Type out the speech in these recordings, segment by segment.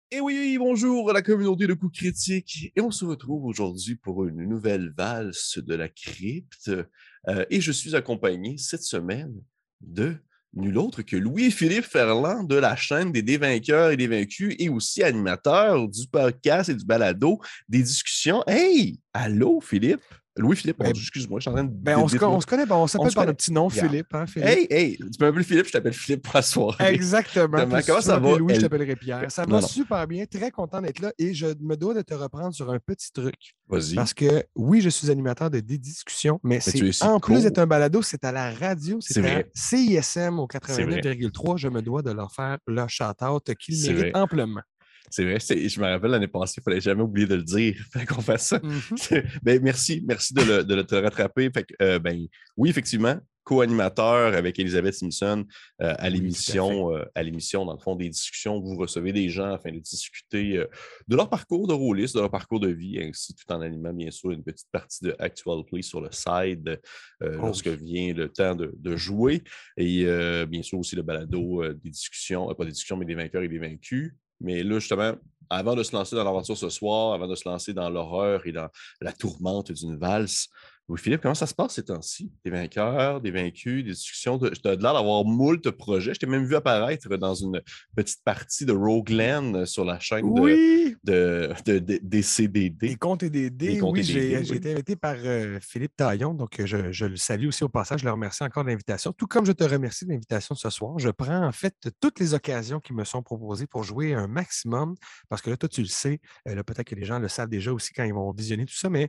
Et oui, bonjour à la communauté de coups critiques. Et on se retrouve aujourd'hui pour une nouvelle valse de la crypte. Et je suis accompagné cette semaine de nul autre que Louis-Philippe Ferland de la chaîne des Dévainqueurs et des Vaincus et aussi animateur du podcast et du balado des discussions. Hey! Allô, Philippe? Louis-Philippe, mon Ben, Dieu, excuse-moi, je suis en train on de. se connaît, on On s'appelle se par connaît. notre petit nom, Regarde. Philippe, hein, Philippe? Hey, hey, tu peux m'appeler Philippe, je t'appelle Philippe pour la soirée. Exactement. Puis si Comment tu veux ça m'appeler va? Louis, je t'appellerai Pierre. Ça Non, va non. super bien, très content d'être là et je me dois de te reprendre sur un petit truc. Vas-y. Parce que oui, je suis animateur de des discussions, mais Mais tu c'est es si en plus d'être court. un balado, c'est à la radio, C'est c'est à vrai. CISM au C'est vrai. 89,3. Je me dois de leur faire le shout-out qu'ils C'est méritent vrai. amplement. C'est vrai. Je me rappelle l'année passée, il ne fallait jamais oublier de le dire. Fait qu'on fasse ça. Mhm. Ben, merci. Merci de te rattraper. Fait que, ben, oui, effectivement, co-animateur avec Elisabeth Simpson Oui, tout à fait. à l'émission, dans le fond, des discussions. Vous recevez des gens afin de discuter de leur parcours de rôliste, de leur parcours de vie, ainsi tout en animant, bien sûr, une petite partie de Actual Play sur le side Oh lorsque oui. vient le temps de jouer. Et bien sûr aussi le balado des discussions, pas des discussions, mais des vainqueurs et des vaincus. Mais là, justement, avant de se lancer dans l'aventure ce soir, avant de se lancer dans l'horreur et dans la tourmente d'une valse, Louis-Philippe, comment ça se passe ces temps-ci? Des vainqueurs, des vaincus, des discussions. Tu as l'air d'avoir moult projets. Je t'ai même vu apparaître dans une petite partie de Rogueland sur la chaîne Oui, des des CDD, contes et des des dés, comptes oui, et des dés, j'ai oui. été invité par Philippe Taillon, donc je le salue aussi au passage, je le remercie encore de l'invitation, tout comme je te remercie de l'invitation de ce soir. Je prends en fait toutes les occasions qui me sont proposées pour jouer un maximum, parce que là, toi, tu le sais, là, peut-être que les gens le savent déjà aussi quand ils vont visionner tout ça, mais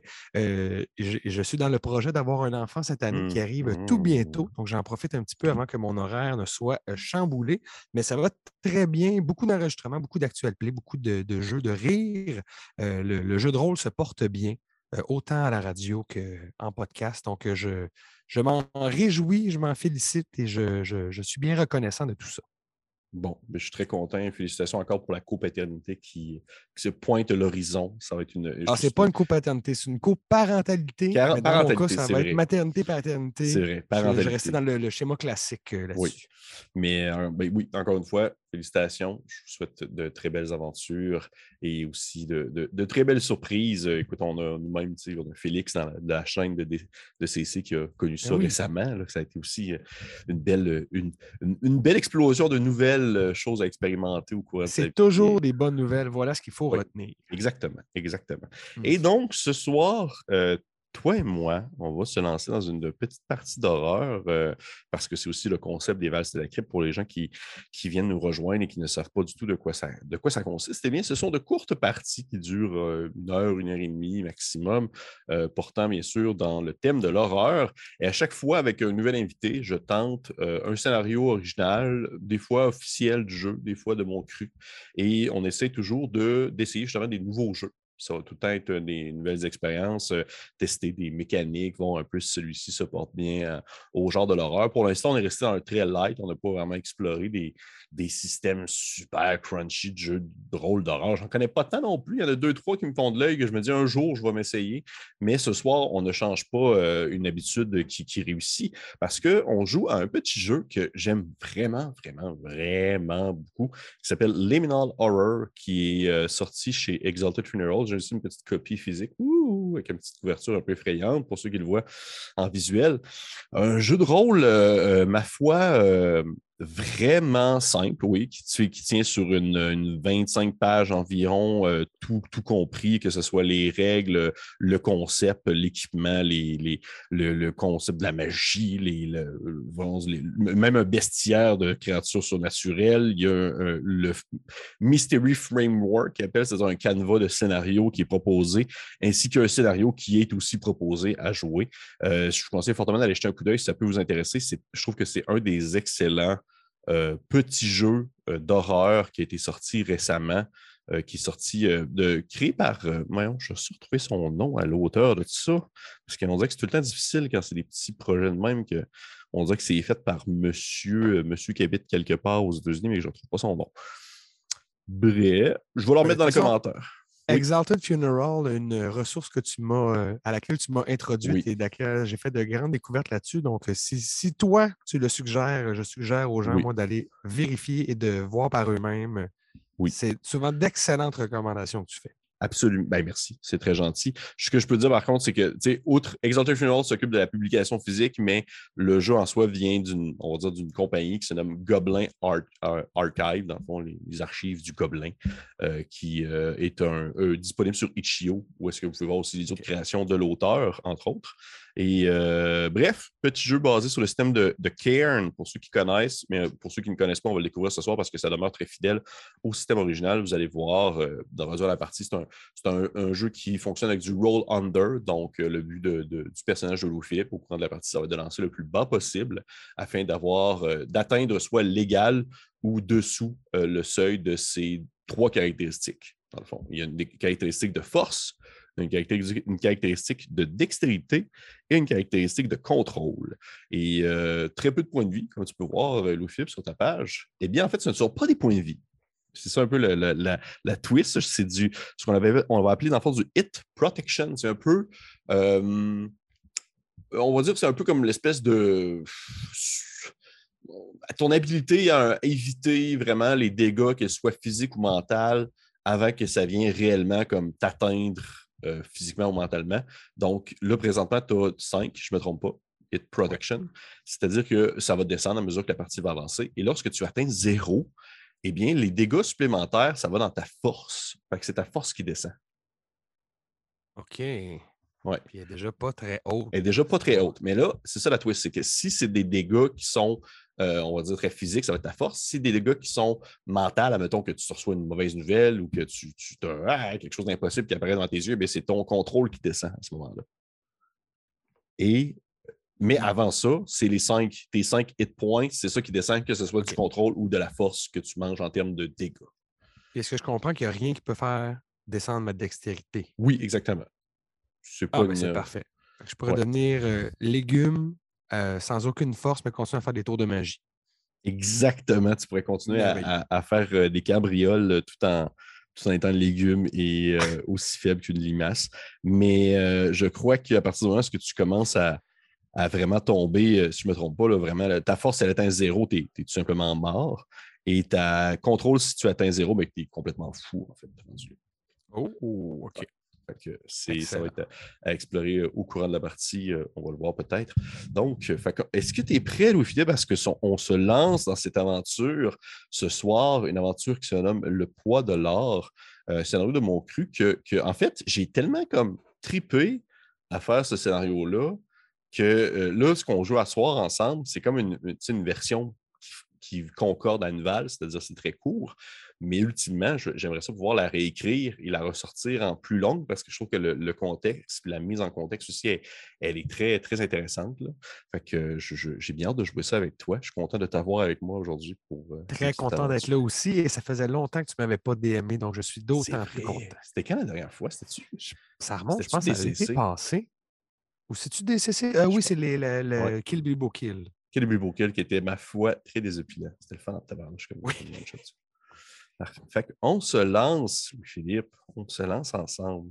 je suis dans le projet d'avoir un enfant cette année qui arrive tout bientôt, donc j'en profite un petit peu avant que mon horaire ne soit chamboulé, mais ça va très bien, beaucoup d'enregistrements, beaucoup d'actualités, beaucoup de jeux de rire. Le jeu de rôle se porte bien, autant à la radio qu'en podcast. Donc, je m'en réjouis, je m'en félicite et je suis bien reconnaissant de tout ça. Bon, ben, je suis très content. Félicitations encore pour la copaternité qui se pointe à l'horizon. Ça va être Alors, ce n'est pas une copaternité, c'est une coparentalité, mais dans mon cas, parentalité, ça c'est va être vrai. C'est maternité-paternité. vrai, Je restais parentalité. dans le schéma classique Oui. là-dessus. Mais ben oui, encore une fois, félicitations. Je vous souhaite de très belles aventures et aussi de très belles surprises. Écoute, on a nous-mêmes, on a Félix dans la chaîne de CC qui a connu Ben ça oui, récemment. Là. Ça a été aussi une belle explosion de nouvelles choses à expérimenter au courant de sa c'est vie. toujours des bonnes nouvelles. Voilà ce qu'il faut Oui, retenir. exactement, exactement. Mhm. Et donc, ce soir, toi et moi, on va se lancer dans une petite partie d'horreur parce que c'est aussi le concept des valses de la crypte pour les gens qui viennent nous rejoindre et qui ne savent pas du tout de quoi ça consiste. Eh bien, ce sont de courtes parties qui durent 1 heure et demie maximum, portant bien sûr dans le thème de l'horreur. Et à chaque fois, avec un nouvel invité, je tente un scénario original, des fois officiel du jeu, des fois de mon cru. Et on essaie toujours d'essayer justement des nouveaux jeux. Ça va tout le temps être des nouvelles expériences, tester des mécaniques, voir un peu si celui-ci se porte bien au genre de l'horreur. Pour l'instant, on est resté dans un très light. On n'a pas vraiment exploré des systèmes super crunchy de jeux de rôle d'horreur. J'en connais pas tant non plus. Il y en a deux, trois qui me font de l'œil que je me dis un jour, je vais m'essayer. Mais ce soir, on ne change pas une habitude qui réussit parce qu'on joue à un petit jeu que j'aime vraiment, vraiment, vraiment beaucoup qui s'appelle Liminal Horror, qui est sorti chez Exalted Funeral. J'ai aussi une petite copie physique, avec une petite couverture un peu effrayante pour ceux qui le voient en visuel. Un jeu de rôle, ma foi, vraiment simple, oui, qui tient sur une 25 pages environ, tout compris, que ce soit les règles, le concept, l'équipement, le concept de la magie, même un bestiaire de créatures surnaturelles. Il y a le Mystery Framework, qui appelle, c'est un canevas de scénario qui est proposé, ainsi qu'un scénario qui est aussi proposé à jouer. Je vous conseille fortement d'aller jeter un coup d'œil si ça peut vous intéresser. Je trouve que c'est un des excellents petits jeux d'horreur qui a été sorti récemment, qui est sorti créé par, je vais retrouver son nom à l'auteur de tout ça, parce qu'on dirait que c'est tout le temps difficile quand c'est des petits projets de même que on dirait que c'est fait par monsieur qui habite quelque part aux États-Unis, mais je ne retrouve pas son nom. Bref, je vais leur Ben, de mettre toute dans les façon, commentaires. Oui, Exalted Funeral, une ressource que à laquelle tu m'as introduite oui, et de laquelle j'ai fait de grandes découvertes là-dessus. Donc, si toi, tu le suggères, je suggère aux gens, oui. moi, d'aller vérifier et de voir par eux-mêmes Oui. C'est souvent d'excellentes recommandations que tu fais. Absolument. Ben, merci. C'est très gentil. Ce que je peux dire, par contre, c'est que, tu sais, outre Exalted Funeral s'occupe de la publication physique, mais le jeu en soi vient on va dire, d'une compagnie qui se nomme Goblin Archive, dans le fond, les archives du Gobelin, qui est disponible sur Itch.io, où est-ce que vous pouvez voir aussi les autres créations de l'auteur, entre autres. Et bref, petit jeu basé sur le système de Cairn, pour ceux qui connaissent, mais pour ceux qui ne connaissent pas, on va le découvrir ce soir parce que ça demeure très fidèle au système original. Vous allez voir, dans la partie, c'est un jeu qui fonctionne avec du roll under, donc le but du personnage de Louis-Philippe au courant de la partie, ça va être de lancer le plus bas possible afin d'atteindre soit l'égal ou dessous le seuil de ces 3 caractéristiques. Dans le fond, il y a une caractéristique de force, une caractéristique de dextérité et une caractéristique de contrôle. Et très peu de points de vie, comme tu peux voir, Louis-Philippe, sur ta page. Eh bien, en fait, ce ne sont pas des points de vie. C'est ça un peu la twist. C'est ce on va appeler dans le fond du hit protection. C'est un peu, on va dire que c'est un peu comme l'espèce de ton habilité à éviter vraiment les dégâts, qu'ils soient physiques ou mentaux, avant que ça vienne réellement comme t'atteindre physiquement ou mentalement. Donc là, présentement, tu as 5, je ne me trompe pas, hit protection. Ouais. C'est-à-dire que ça va descendre à mesure que la partie va avancer. Et lorsque tu atteins 0, eh bien, les dégâts supplémentaires, ça va dans ta force. Fait que c'est ta force qui descend. OK. Ouais. Puis elle n'est déjà pas très haute. Elle n'est déjà pas très haute. Mais là, c'est ça la twist, c'est que si c'est des dégâts qui sont, on va dire, très physiques, ça va être ta force. Si c'est des dégâts qui sont mentaux, admettons que tu reçois une mauvaise nouvelle ou que tu as quelque chose d'impossible qui apparaît dans tes yeux, bien, c'est ton contrôle qui descend à ce moment-là. Mais avant ça, c'est tes 5 hit points, c'est ça qui descend, que ce soit du contrôle ou de la force que tu manges en termes de dégâts. Est-ce que je comprends qu'il n'y a rien qui peut faire descendre ma dextérité? Oui, exactement. C'est parfait. Je pourrais devenir légume sans aucune force, mais continuer à faire des tours de magie. Exactement. Tu pourrais continuer à faire des cabrioles tout en étant légume et aussi faible qu'une limace. Mais je crois qu'à partir du moment où tu commences à vraiment tomber, si je ne me trompe pas, là, vraiment, ta force, elle atteint 0, tu es tout simplement mort. Et ta contrôle, si tu atteins 0, ben, tu es complètement fou, en fait. Oh, OK. Ça va être à explorer au courant de la partie. On va le voir peut-être. Donc, est-ce que tu es prêt, Louis-Philippe, parce qu'on se lance dans cette aventure ce soir, une aventure qui se nomme Le poids de l'or, scénario de mon cru, que en fait, j'ai tellement comme tripé à faire ce scénario-là que là, ce qu'on joue à soir ensemble, c'est comme une version qui concorde à une valse, c'est-à-dire c'est très court. Mais ultimement, j'aimerais ça pouvoir la réécrire et la ressortir en plus longue parce que je trouve que le contexte, la mise en contexte aussi, elle est très, très intéressante. Là. Fait que j'ai bien hâte de jouer ça avec toi. Je suis content de t'avoir avec moi aujourd'hui pour. Très content d'être là aussi et ça faisait longtemps que tu ne m'avais pas DMé, donc je suis d'autant plus content. C'était quand la dernière fois? C'était-tu? Ça remonte, je pense que ça a été passé. Ou c'est-tu DCC? Oui, c'est le Kill Bilbo Kill. Kill Bilbo Kill qui était, ma foi, très désopilant. C'était le fun en tabarnouche comme Parfait. Fait qu'on se lance, Philippe, on se lance ensemble.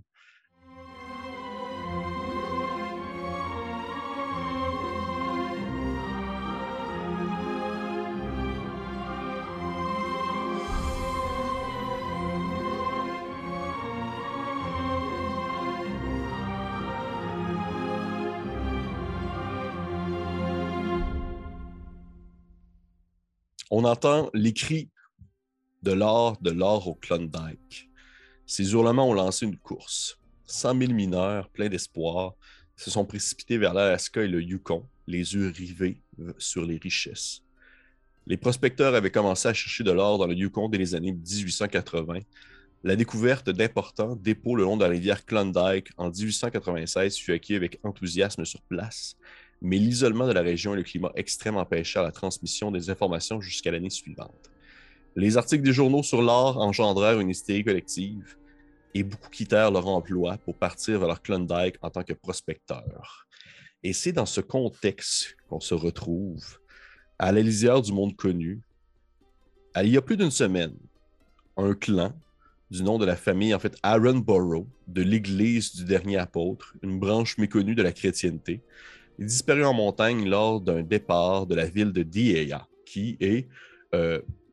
On entend les cris de l'or au Klondike. Ces hurlements ont lancé une course. 100 000 mineurs, pleins d'espoir, se sont précipités vers l'Alaska et le Yukon, les yeux rivés sur les richesses. Les prospecteurs avaient commencé à chercher de l'or dans le Yukon dès les années 1880. La découverte d'importants dépôts le long de la rivière Klondike en 1896 fut acquis avec enthousiasme sur place, mais l'isolement de la région et le climat extrême empêchèrent la transmission des informations jusqu'à l'année suivante. Les articles des journaux sur l'or engendrèrent une hystérie collective et beaucoup quittèrent leur emploi pour partir vers leur Klondike en tant que prospecteurs. Et c'est dans ce contexte qu'on se retrouve à la lisière du monde connu. Il y a plus d'une semaine, un clan du nom de la famille, en fait, Aaron Burrow, de l'Église du dernier apôtre, une branche méconnue de la chrétienté, est disparu en montagne lors d'un départ de la ville de Dieya, qui est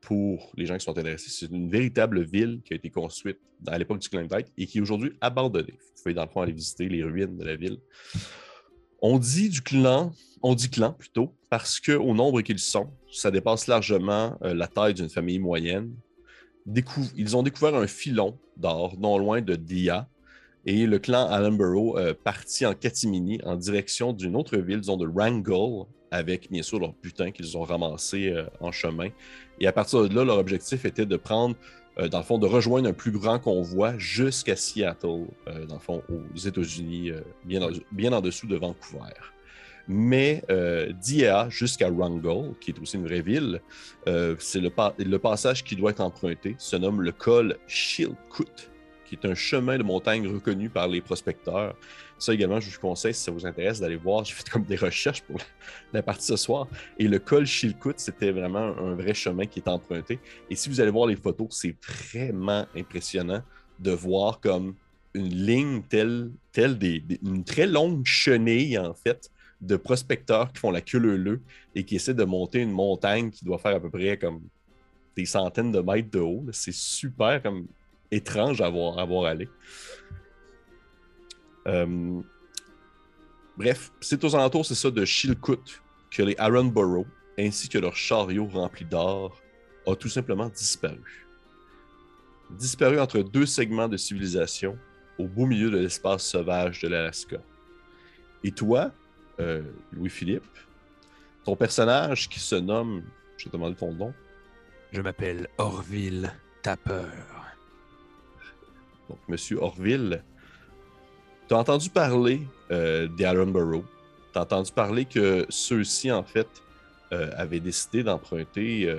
pour les gens qui sont intéressés, c'est une véritable ville qui a été construite à l'époque du Klondike et qui est aujourd'hui abandonnée. Vous pouvez dans le fond aller visiter les ruines de la ville. On dit clan plutôt, parce qu'au nombre qu'ils sont, ça dépasse largement la taille d'une famille moyenne. Ils ont découvert un filon d'or non loin de Dia, et le clan Allenborough partit en catimini en direction d'une autre ville, disons de Wrangell, avec bien sûr leur butin qu'ils ont ramassé en chemin. Et à partir de là, leur objectif était de prendre, dans le fond, de rejoindre un plus grand convoi jusqu'à Seattle, dans le fond, aux États-Unis, bien en dessous de Vancouver. Mais d'IA jusqu'à Wrangell, qui est aussi une vraie ville, c'est le passage qui doit être emprunté, se nomme le col Chilkoot, qui est un chemin de montagne reconnu par les prospecteurs. Ça également, je vous conseille, si ça vous intéresse, d'aller voir. J'ai fait comme des recherches pour la partie ce soir. Et le col Chilkoot, c'était vraiment un vrai chemin qui est emprunté. Et si vous allez voir les photos, c'est vraiment impressionnant de voir comme une ligne telle une très longue chenille, en fait, de prospecteurs qui font la queue leu-leu et qui essaient de monter une montagne qui doit faire à peu près comme des centaines de mètres de haut. C'est super comme étrange à voir aller. Bref, c'est aux alentours, c'est ça, de Chilkoot que les Allenborough, ainsi que leur chariot rempli d'or, a tout simplement disparu. Disparu entre deux segments de civilisation au beau milieu de l'espace sauvage de l'Alaska. Et toi, Louis-Philippe, ton personnage qui se nomme, je vais te demander ton nom. Je m'appelle Orville Tapper. Donc, Monsieur Orville, tu as entendu parler des Allenborough. Tu as entendu parler que ceux-ci, en fait, avaient décidé d'emprunter,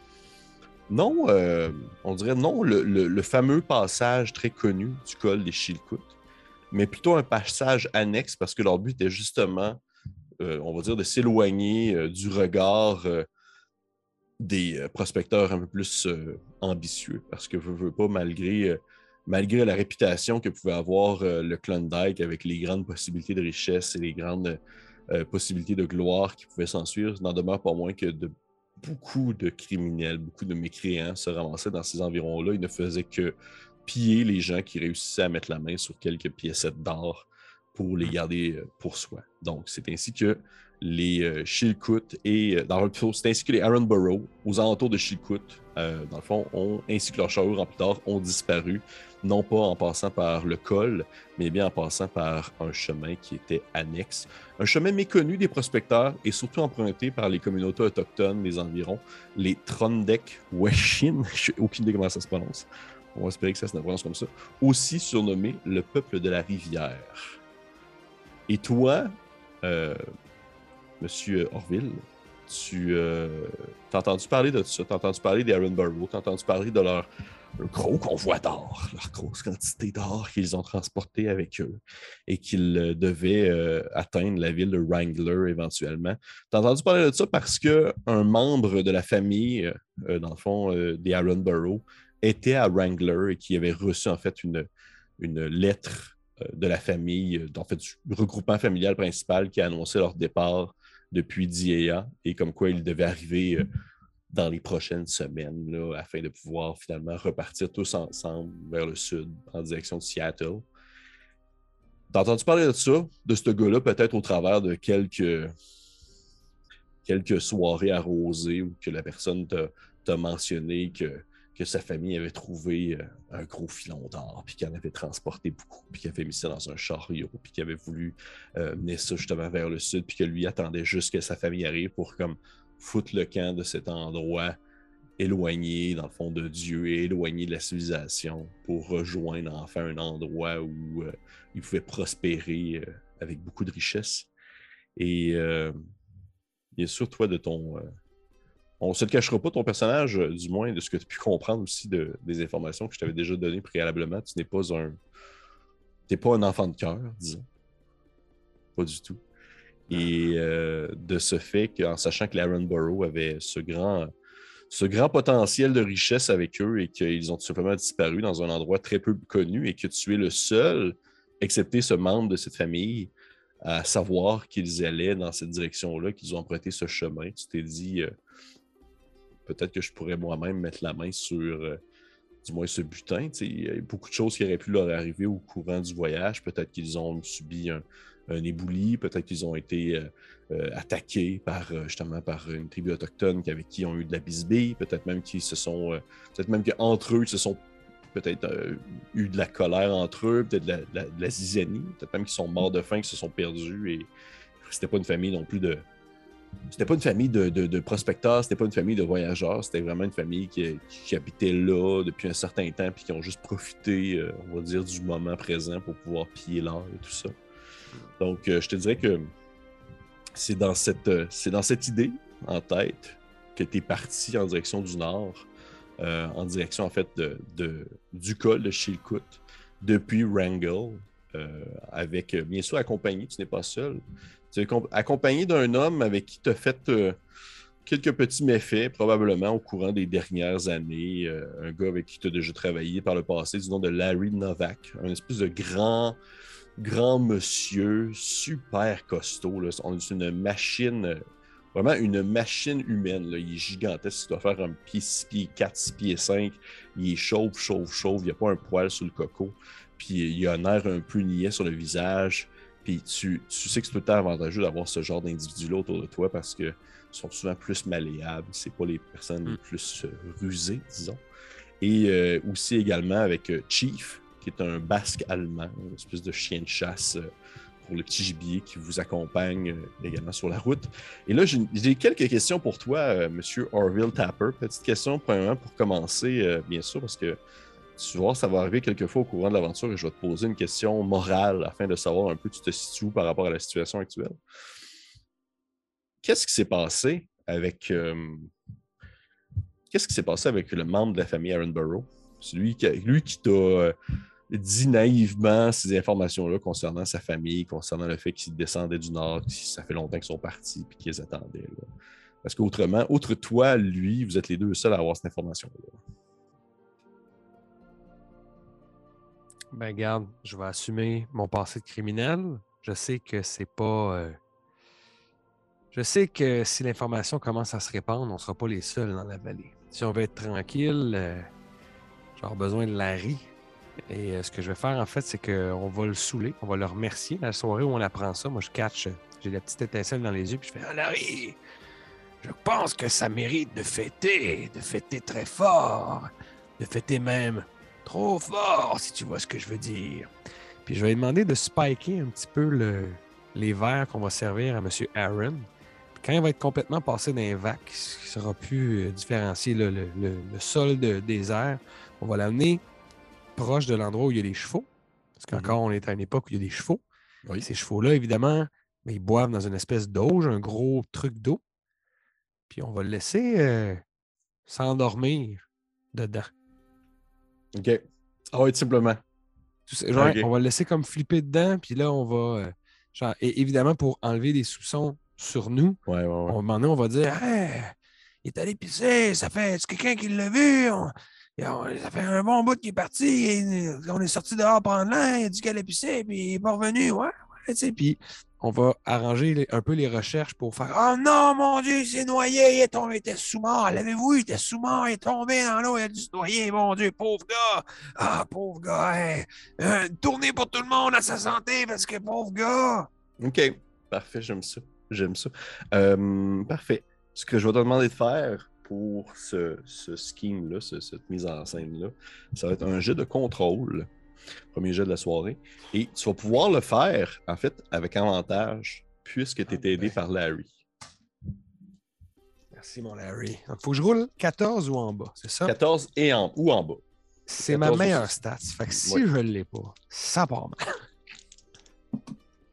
on dirait non, le fameux passage très connu du col des Chilkoot, mais plutôt un passage annexe parce que leur but était justement, on va dire, de s'éloigner du regard des prospecteurs un peu plus ambitieux. Parce que veux pas, malgré la réputation que pouvait avoir le Klondike avec les grandes possibilités de richesse et les grandes possibilités de gloire qui pouvaient s'ensuivre, n'en demeure pas moins que beaucoup de criminels, beaucoup de mécréants se ramassaient dans ces environs-là. Ils ne faisaient que piller les gens qui réussissaient à mettre la main sur quelques piécettes d'or pour les garder pour soi. Donc, c'est ainsi que les Chilkoot c'est ainsi que les Allenborough, aux alentours de Chilkoot, dans le fond, ainsi que leurs chariots remplis d'or, ont disparu, non pas en passant par le col, mais bien en passant par un chemin qui était annexe. Un chemin méconnu des prospecteurs et surtout emprunté par les communautés autochtones des environs, les Trondek-Wechin, je n'ai aucune idée comment ça se prononce. On va espérer que ça se prononce comme ça. Aussi surnommé le peuple de la rivière. Et toi, Monsieur Orville, tu as entendu parler de ça, tu as entendu parler des Allenborough, tu as entendu parler de leur gros convoi d'or, leur grosse quantité d'or qu'ils ont transporté avec eux et qu'ils devaient atteindre la ville de Wrangler éventuellement. Tu as entendu parler de ça parce qu'un membre de la famille, dans le fond, des Allenborough, était à Wrangler et qui avait reçu en fait une lettre de la famille, en fait, du regroupement familial principal qui a annoncé leur départ depuis Dia et comme quoi ils devaient arriver dans les prochaines semaines là, afin de pouvoir finalement repartir tous ensemble vers le sud en direction de Seattle. T'as entendu parler de ça, de ce gars-là, peut-être au travers de quelques soirées arrosées où que la personne t'a mentionné que sa famille avait trouvé un gros filon d'or, puis qu'elle avait transporté beaucoup, puis qu'elle avait mis ça dans un chariot, puis qu'elle avait voulu mener ça justement vers le sud, puis que lui attendait juste que sa famille arrive pour comme foutre le camp de cet endroit éloigné, dans le fond, de Dieu et éloigné de la civilisation pour rejoindre enfin un endroit où il pouvait prospérer avec beaucoup de richesse. Et bien sûr, toi, de ton... on ne se le cachera pas, ton personnage, du moins de ce que tu as pu comprendre aussi des informations que je t'avais déjà données préalablement, tu n'es pas un enfant de cœur, disons. Pas du tout. Et de ce fait qu'en sachant que l'Allenborough avait ce grand potentiel de richesse avec eux et qu'ils ont tout simplement disparu dans un endroit très peu connu et que tu es le seul, excepté ce membre de cette famille, à savoir qu'ils allaient dans cette direction-là, qu'ils ont emprunté ce chemin, tu t'es dit... peut-être que je pourrais moi-même mettre la main sur, du moins, ce butin. Il y a beaucoup de choses qui auraient pu leur arriver au courant du voyage. Peut-être qu'ils ont subi un éboulis, peut-être qu'ils ont été attaqués justement par une tribu autochtone avec qui ils ont eu de la bisbille, peut-être même peut-être même qu'entre eux, ils se sont peut-être eu de la colère entre eux, peut-être de la zizanie, peut-être même qu'ils sont morts de faim, qu'ils se sont perdus, et c'était pas une famille non plus c'était pas une famille de prospecteurs, c'était pas une famille de voyageurs, c'était vraiment une famille qui habitait là depuis un certain temps, puis qui ont juste profité, on va dire, du moment présent pour pouvoir piller l'art et tout ça. Donc, je te dirais que c'est dans cette idée en tête que tu es parti en direction du nord, en direction, en fait, du col de Chilkoot, depuis Wrangell, avec, bien sûr, accompagné, tu n'es pas seul, tu es accompagné d'un homme avec qui tu as fait quelques petits méfaits, probablement, au courant des dernières années. Un gars avec qui tu as déjà travaillé par le passé, du nom de Larry Novak, un espèce de grand monsieur, super costaud. Là. C'est une machine, vraiment une machine humaine. Là. Il est gigantesque. Il doit faire un pied 6 pieds 4, 6 pieds 5. Il est chauve. Il n'y a pas un poil sous le coco. Puis il a un air un peu niais sur le visage. Puis tu sais que c'est tout le temps avantageux d'avoir ce genre d'individus-là autour de toi parce qu'ils sont souvent plus malléables. C'est pas les personnes les plus rusées, disons. Et aussi également avec Chief, qui est un basque allemand, une espèce de chien de chasse pour le petit gibier qui vous accompagne également sur la route. Et là, j'ai quelques questions pour toi, Monsieur Orville Tapper. Petite question, premièrement, pour commencer, bien sûr, parce que tu vois, ça va arriver quelques fois au courant de l'aventure et je vais te poser une question morale afin de savoir un peu tu te situes où par rapport à la situation actuelle. Qu'est-ce qui s'est passé avec le membre de la famille Aaronborough? C'est lui qui t'a dit naïvement ces informations-là concernant sa famille, concernant le fait qu'ils descendaient du Nord, que ça fait longtemps qu'ils sont partis et qu'ils attendaient. Là. Parce qu'autrement, outre toi, lui, vous êtes les deux seuls à avoir cette information-là. Ben, regarde, je vais assumer mon passé de criminel. Je sais que c'est pas. Je sais que si l'information commence à se répandre, on ne sera pas les seuls dans la vallée. Si on veut être tranquille, j'aurai besoin de Larry. Et ce que je vais faire, en fait, c'est qu'on va le saouler, on va le remercier. La soirée où on apprend ça, moi, j'ai la petite étincelle dans les yeux, puis je fais « Ah, Larry, je pense que ça mérite de fêter très fort, de fêter même trop fort, si tu vois ce que je veux dire. » Puis je vais lui demander de spiker un petit peu les verres qu'on va servir à M. Aaron. Puis quand il va être complètement passé dans les vagues, qui ne sera plus différencié le sol des airs, on va l'amener proche de l'endroit où il y a des chevaux. Parce qu'encore, on est à une époque où il y a des chevaux. Oui. Ces chevaux-là, évidemment, ils boivent dans une espèce d'auge, un gros truc d'eau. Puis on va le laisser s'endormir dedans. OK. Ah oui, tout simplement. Genre, okay. On va le laisser comme flipper dedans, puis là, on va... et évidemment, pour enlever des soupçons sur nous, on va dire « Hey, il est allé pisser, c'est quelqu'un qui l'a vu, ça fait un bon bout qu'il est parti, on est sorti dehors prendre l'air, il a dit qu'elle allait pisser, puis il est pas revenu, tu sais, puis on va arranger un peu les recherches pour faire « Oh non, mon Dieu, il s'est noyé, il était sous-mort, l'avez-vous vu, il était sous-mort, il est tombé dans l'eau, il a dû se noyer, mon Dieu, pauvre gars, pauvre gars, hey. Tournez pour tout le monde à sa santé, parce que pauvre gars. » OK, parfait, j'aime ça. Parfait. Ce que je vais te demander de faire pour ce scheme-là, cette mise en scène-là, ça va être un jeu de contrôle. Premier jet de la soirée. Et tu vas pouvoir le faire, en fait, avec avantage, puisque tu es aidé par Larry. Merci, mon Larry. Il faut que je roule 14 ou en bas, c'est ça? 14 ou en bas. C'est ma meilleure stats. Fait que si je ne l'ai pas, ça part mal.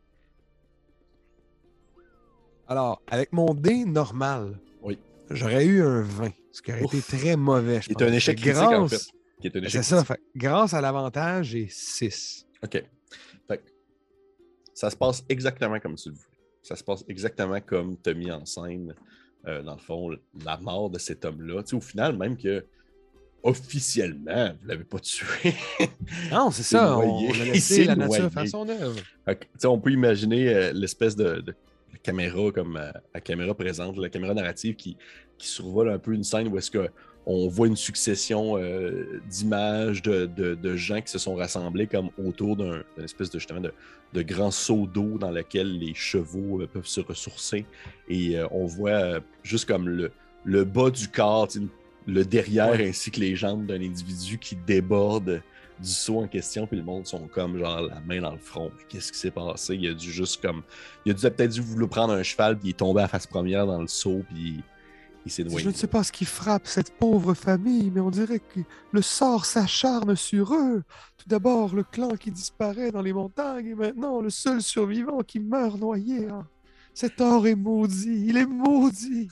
Alors, avec mon dé normal, j'aurais eu un 20, ce qui aurait été très mauvais, je pense. C'est un échec critique, en fait. C'est ça. Fait, grâce à l'avantage, j'ai 6. OK. Fait, ça se passe exactement comme tu le voulais. Ça se passe exactement comme tu as mis en scène, dans le fond, la mort de cet homme-là. Tu sais, au final, même que officiellement, vous ne l'avez pas tué. Non, c'est ça. On a laissé la nature faire son œuvre. On peut imaginer l'espèce de la caméra comme à caméra présente, la caméra narrative qui survole un peu une scène où est-ce qu'on voit une succession d'images de gens qui se sont rassemblés comme autour d'une espèce de justement de grand seau d'eau dans lequel les chevaux peuvent se ressourcer. Et on voit juste comme le bas du corps, le derrière ainsi que les jambes d'un individu qui déborde du seau en question, puis le monde sont comme genre la main dans le front. Qu'est-ce qui s'est passé? Il a peut-être dû vouloir prendre un cheval, puis il est tombé à face première dans le seau, puis il s'est noyé. Je ne sais pas ce qui frappe cette pauvre famille, mais on dirait que le sort s'acharne sur eux. Tout d'abord, le clan qui disparaît dans les montagnes, et maintenant le seul survivant qui meurt noyé. Ah, cet or est maudit, il est maudit.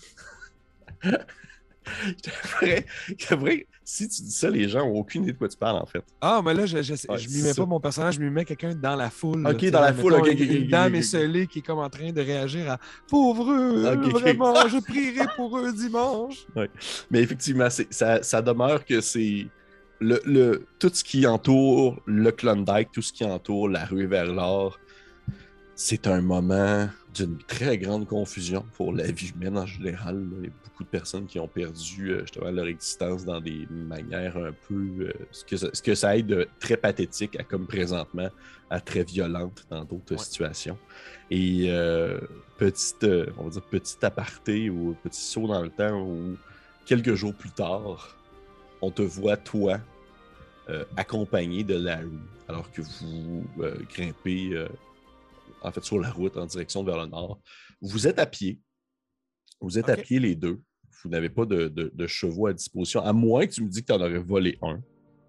Vrai, si tu dis ça, les gens n'ont aucune idée de quoi tu parles, en fait. Ah, mais là, Ouais, je m'y mets pas mon personnage, je m'y mets quelqu'un dans la foule. Là, ok, dans la foule, ok, une dame esselée qui est comme en train de réagir à pauvre eux, ok. vraiment, je prierai pour eux dimanche. Ouais. Mais effectivement, ça demeure que c'est tout ce qui entoure le Klondike, tout ce qui entoure la rue vers l'or, c'est un moment d'une très grande confusion pour la vie humaine en général. Là. Il y a beaucoup de personnes qui ont perdu justement leur existence dans des manières un peu... ce que ça aide de très pathétique à comme présentement, à très violente dans d'autres situations. Et on va dire petit aparté ou petit saut dans le temps où quelques jours plus tard, on te voit, toi, accompagné de Larry, alors que vous grimpez... en fait, sur la route en direction vers le nord. Vous êtes à pied. Vous êtes à pied les deux. Vous n'avez pas de chevaux à disposition, à moins que tu me dis que tu en aurais volé un.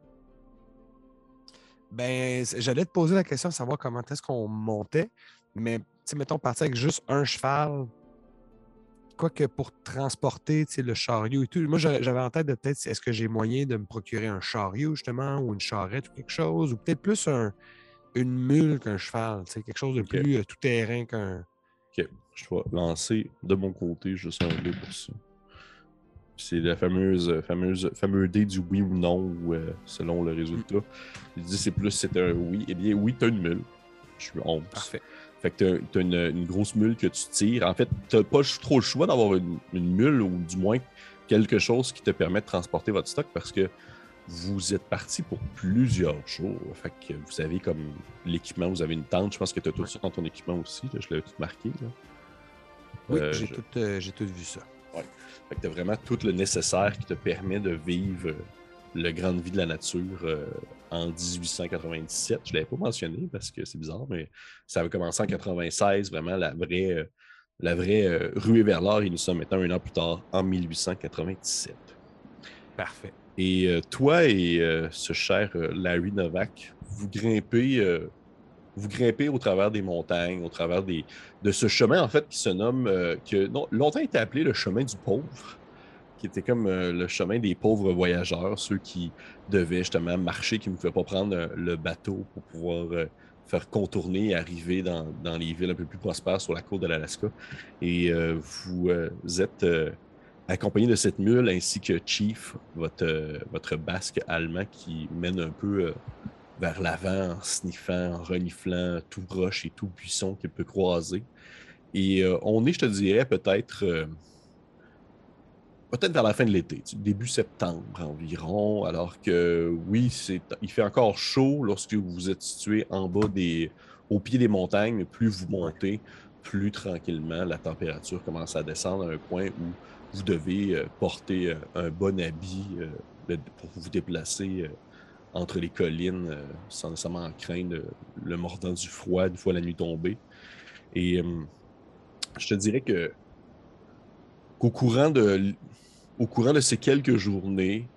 Ben, j'allais te poser la question de savoir comment est-ce qu'on montait, mais, tu sais, mettons, partir avec juste un cheval, quoique pour transporter, tu sais, le chariot et tout. Moi, j'avais en tête de peut-être, est-ce que j'ai moyen de me procurer un chariot, justement, ou une charrette ou quelque chose, ou peut-être plus une mule qu'un cheval, tu sais, quelque chose de plus tout-terrain qu'un... OK. Je vais lancer de mon côté juste un dé pour ça. C'est la fameux dé du oui ou non, ou, selon le résultat. Il dit c'est un oui. Eh bien, oui, tu as une mule. Je suis 11. Parfait. Fait que tu as une grosse mule que tu tires. En fait, tu n'as pas trop le choix d'avoir une mule, ou du moins quelque chose qui te permet de transporter votre stock, parce que vous êtes parti pour plusieurs jours. Fait que vous avez comme l'équipement, vous avez une tente. Je pense que tu as tout ça dans ton équipement aussi. Là, je l'avais tout marqué. Là. Oui, j'ai tout vu ça. Ouais. Fait que tu as vraiment tout le nécessaire qui te permet de vivre la grande vie de la nature en 1897. Je ne l'avais pas mentionné parce que c'est bizarre, mais ça avait commencé en 96, vraiment la vraie ruée vers l'or, et nous sommes maintenant un an plus tard, en 1897. Parfait. Et toi et ce cher Larry Novak, vous grimpez au travers des montagnes, au travers de ce chemin, en fait, qui se nomme, longtemps été appelé le chemin du pauvre, qui était comme le chemin des pauvres voyageurs, ceux qui devaient justement marcher, qui ne pouvaient pas prendre le bateau pour pouvoir faire contourner et arriver dans les villes un peu plus prospères sur la côte de l'Alaska. Et vous êtes accompagné de cette mule, ainsi que Chief, votre basque allemand, qui mène un peu vers l'avant en sniffant, en reniflant tout roche et tout buisson qu'il peut croiser. Et on est, je te dirais, peut-être vers la fin de l'été, début septembre environ, alors que oui, il fait encore chaud lorsque vous êtes situé au pied des montagnes, mais plus vous montez, plus tranquillement la température commence à descendre à un point où vous devez porter un bon habit pour vous déplacer entre les collines sans nécessairement craindre le mordant du froid une fois la nuit tombée. Et je te dirais qu'au courant de ces quelques journées,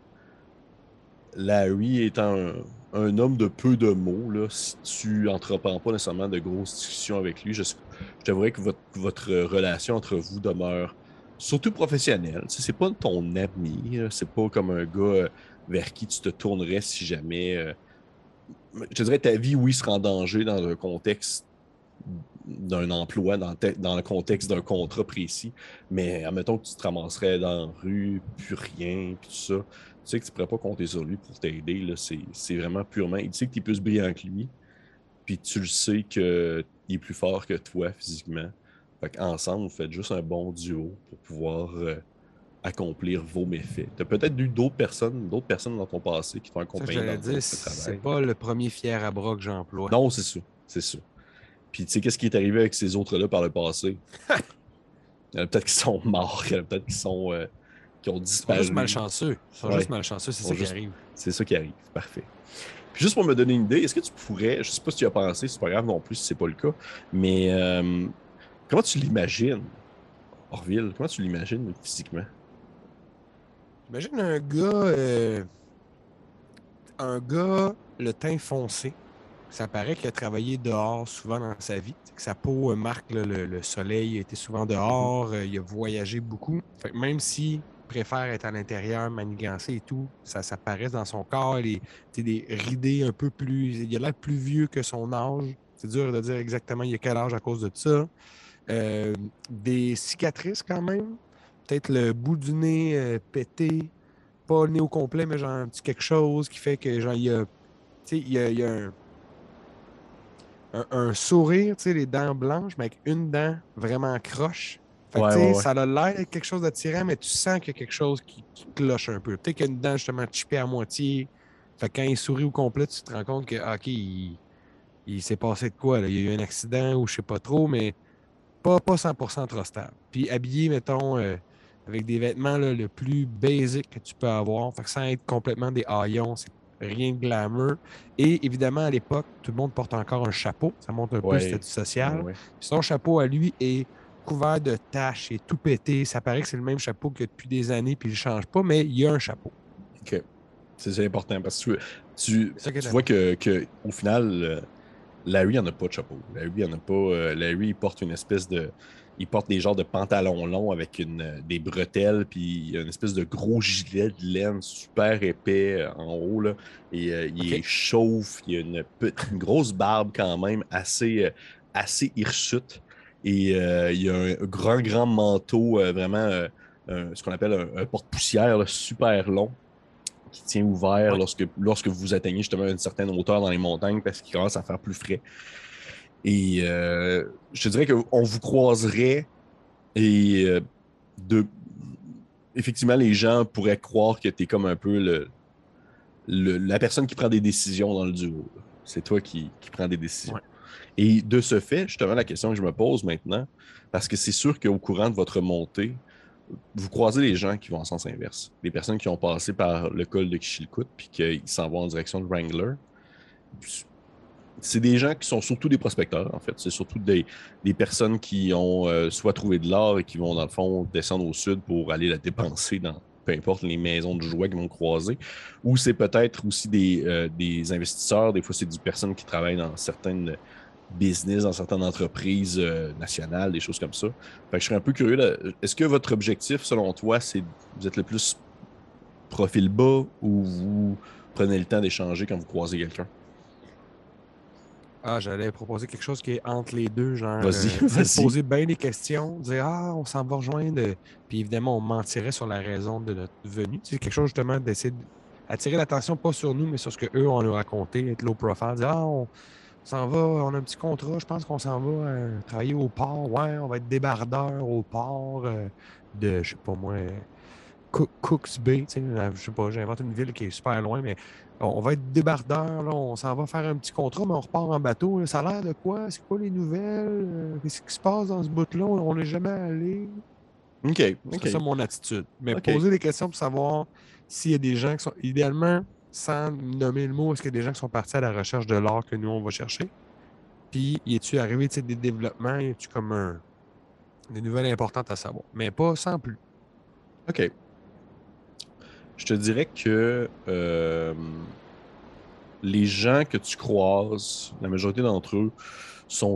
Larry étant un homme de peu de mots, là, si tu n'entreprends pas nécessairement de grosses discussions avec lui, je t'avouerais que votre relation entre vous demeure surtout professionnelle. Tu sais, c'est pas ton ami, c'est pas comme un gars vers qui tu te tournerais si jamais... je te dirais ta vie, oui, sera en danger dans un contexte d'un emploi, dans le contexte d'un contrat précis, mais admettons que tu te ramasserais dans la rue, plus rien, puis tout ça, tu sais que tu ne pourrais pas compter sur lui pour t'aider, là, c'est vraiment purement, il sait que tu es plus brillant que lui, puis tu le sais qu'il est plus fort que toi physiquement, Fait qu'ensemble, vous faites juste un bon duo pour pouvoir accomplir vos méfaits. Tu as peut-être eu d'autres personnes dans ton passé qui t'ont Ça, je accompagné l'allais dans dire, d'autres c'est travails. pas le premier fier à bras que j'emploie. Non, c'est ça. C'est ça. Puis, tu sais, qu'est-ce qui est arrivé avec ces autres-là par le passé? Il y en a peut-être qui sont morts, il y en a peut-être qui ont Ils sont juste disparu. malchanceux. Ils sont juste Ouais, malchanceux, c'est ils sont ça qui juste... arrive. C'est ça qui arrive. Parfait. Puis juste pour me donner une idée, est-ce que tu pourrais, je sais pas si tu y as pensé, c'est pas grave non plus si c'est pas le cas, mais comment tu l'imagines, Orville? Comment tu l'imagines physiquement? Imagine un gars, le teint foncé. Ça paraît qu'il a travaillé dehors souvent dans sa vie. Que sa peau marque le soleil, il a été souvent Mhm. dehors, il a voyagé beaucoup. Fait que même s'il préfère être à l'intérieur, manigancé et tout, ça paraît dans son corps. Des ridés un peu plus. Il a l'air plus vieux que son âge. C'est dur de dire exactement il a quel âge à cause de ça. Des cicatrices quand même. Peut-être le bout du nez pété. Pas le nez au complet, mais genre un petit quelque chose qui fait que genre il y a un sourire, tu sais, les dents blanches, mais avec une dent vraiment croche. Fait que, Ouais, tu sais, ouais, ouais. ça a l'air d'être quelque chose d'attirant, mais tu sens qu'il y a quelque chose qui cloche un peu. Peut-être qu'il y a une dent justement chippée à moitié. Fait que quand il sourit au complet, tu te rends compte que, OK, il s'est passé de quoi, là? Il y a eu un accident ou je sais pas trop, mais pas 100% trop stable. Puis habillé, mettons, avec des vêtements là, le plus basic que tu peux avoir. Fait que sans être complètement des haillons, c'est rien de glamour. Et évidemment, à l'époque, tout le monde porte encore un chapeau. Ça montre un peu le Ouais, statut ouais, social. ouais. Puis son chapeau à lui est couvert de taches et tout pété. Ça paraît que c'est le même chapeau que depuis des années, puis il ne change pas, mais il y a un chapeau. OK. C'est important parce que tu, C'est ça qui est tu vois important. au final, Larry n'en a pas de chapeau. Larry en a pas. Larry, il porte une espèce de. Il porte des genres de pantalons longs avec des bretelles, puis il a une espèce de gros gilet de laine super épais en haut, là. Et il est OK. chauve, il a une grosse barbe quand même, assez hirsute. Et il a un grand, grand manteau, vraiment, ce qu'on appelle un porte-poussière, là, super long qui tient ouvert Ouais. lorsque vous atteignez justement une certaine hauteur dans les montagnes parce qu'il commence à faire plus frais. Et je te dirais qu'on vous croiserait et de... effectivement, les gens pourraient croire que tu es comme un peu la personne qui prend des décisions dans le duo. C'est toi qui prends des décisions. Ouais. Et de ce fait, justement, la question que je me pose maintenant, parce que c'est sûr qu'au courant de votre montée, vous croisez les gens qui vont en sens inverse. Les personnes qui ont passé par le col de Kishilkut puis qui s'en vont en direction de Wrangler. C'est des gens qui sont surtout des prospecteurs, en fait. C'est surtout des personnes qui ont soit trouvé de l'or et qui vont, dans le fond, descendre au sud pour aller la dépenser dans peu importe les maisons de jouets qu'ils vont croiser. Ou c'est peut-être aussi des investisseurs. Des fois, c'est des personnes qui travaillent dans certaines business, dans certaines entreprises nationales, des choses comme ça. Fait que je serais un peu curieux. Là. Est-ce que votre objectif, selon toi, c'est vous êtes le plus profil bas ou vous prenez le temps d'échanger quand vous croisez quelqu'un? Ah, j'allais proposer quelque chose qui est entre les deux, genre, Vas-y, tu sais, vas-y. poser bien des questions, dire, ah, on s'en va rejoindre, puis évidemment, on mentirait sur la raison de notre venue. C'est quelque chose, justement, d'essayer d'attirer l'attention, pas sur nous, mais sur ce qu'eux ont à nous raconter, être low profile, dire, ah, on s'en va, on a un petit contrat, je pense qu'on s'en va travailler au port, ouais, on va être débardeur au port de, je sais pas moi, Cooks Bay, tu sais, je sais pas, j'invente une ville qui est super loin, mais on va être débardeur, là, on s'en va faire un petit contrat, mais on repart en bateau. Là. Ça a l'air de quoi? C'est quoi les nouvelles? Qu'est-ce qui se passe dans ce bout-là? On n'est jamais allé. OK, Ce OK, serait ça mon attitude. Mais OK. poser des questions pour savoir s'il y a des gens qui sont, idéalement, sans nommer le mot, est-ce qu'il y a des gens qui sont partis à la recherche de l'or que nous, on va chercher? Puis, y es-tu arrivé, tu sais, des développements? Y es-tu comme des nouvelles importantes à savoir? Mais pas sans plus. OK. Je te dirais que les gens que tu croises, la majorité d'entre eux, sont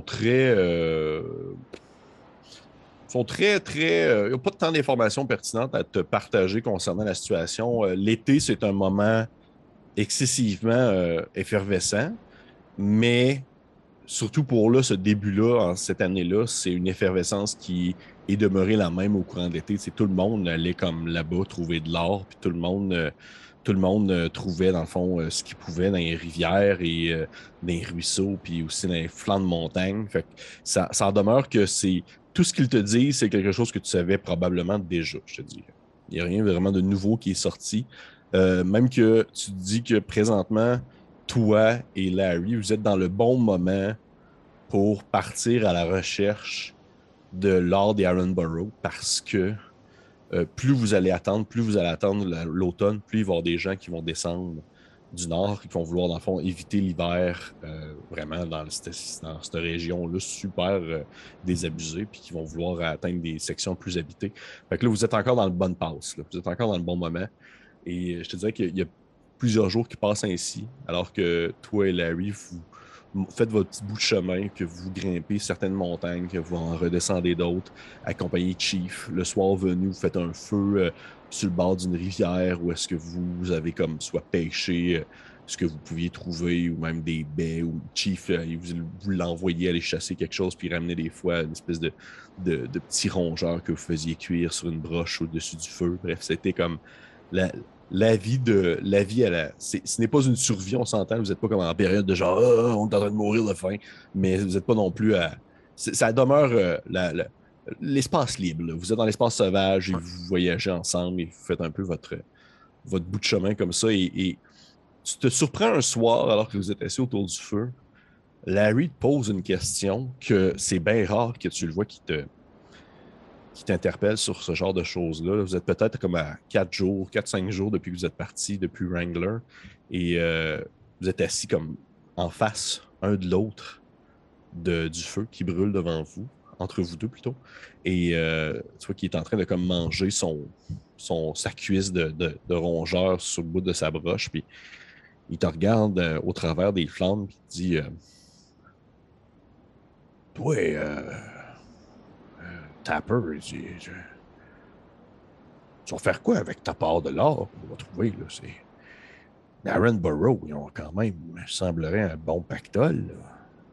très. Ils n'ont pas tant d'informations pertinentes à te partager concernant la situation. L'été, c'est un moment excessivement effervescent, mais surtout pour là, ce début-là, en cette année-là, c'est une effervescence qui est demeurée la même au courant de l'été. C'est tout le monde allait comme là-bas trouver de l'or, puis tout le monde trouvait, dans le fond, ce qu'il pouvait dans les rivières et dans les ruisseaux, puis aussi dans les flancs de montagne. Fait que ça en demeure que c'est tout ce qu'ils te disent, c'est quelque chose que tu savais probablement déjà, je te dis. Il n'y a rien vraiment de nouveau qui est sorti. Même que tu te dis que présentement, toi et Larry, vous êtes dans le bon moment pour partir à la recherche de l'or des Ironborough parce que plus vous allez attendre l'automne, plus il va y avoir des gens qui vont descendre du nord, qui vont vouloir, dans le fond, éviter l'hiver vraiment dans cette région-là super désabusée, puis qui vont vouloir atteindre des sections plus habitées. Fait que là, vous êtes encore dans le bon passe, là. Vous êtes encore dans le bon moment. Et je te dirais qu'il y a plusieurs jours qui passent ainsi, alors que toi et Larry, vous faites votre petit bout de chemin, que vous grimpez certaines montagnes, que vous en redescendez d'autres, accompagné de Chief. Le soir venu, vous faites un feu sur le bord d'une rivière où est-ce que vous avez comme soit pêché ce que vous pouviez trouver ou même des baies ou Chief, vous l'envoyez aller chasser quelque chose puis ramener des fois une espèce de petits rongeurs que vous faisiez cuire sur une broche au-dessus du feu. Bref, c'était comme la, ce n'est pas une survie, on s'entend. Vous n'êtes pas comme en période de genre on est en train de mourir de faim, mais vous n'êtes pas non plus à. Ça demeure l'espace libre. Là. Vous êtes dans l'espace sauvage et vous voyagez ensemble et vous faites un peu votre bout de chemin comme ça. Et tu te surprends un soir alors que vous êtes assis autour du feu. Larry te pose une question que c'est bien rare que tu le vois qui t'interpelle sur ce genre de choses-là. Vous êtes peut-être comme à 4-5 jours depuis que vous êtes parti, depuis Wrangler, et vous êtes assis comme en face, un de l'autre, du feu qui brûle devant vous, entre vous deux plutôt, et tu vois qu'il est en train de comme manger sa cuisse de rongeur sur le bout de sa broche, puis il te regarde au travers des flammes, puis il te dit toi, Tapper, tu vas faire quoi avec ta part de l'or qu'on va trouver? Là? C'est Aaron Burrow, ils ont quand même, semblerait, un bon pactole. Là.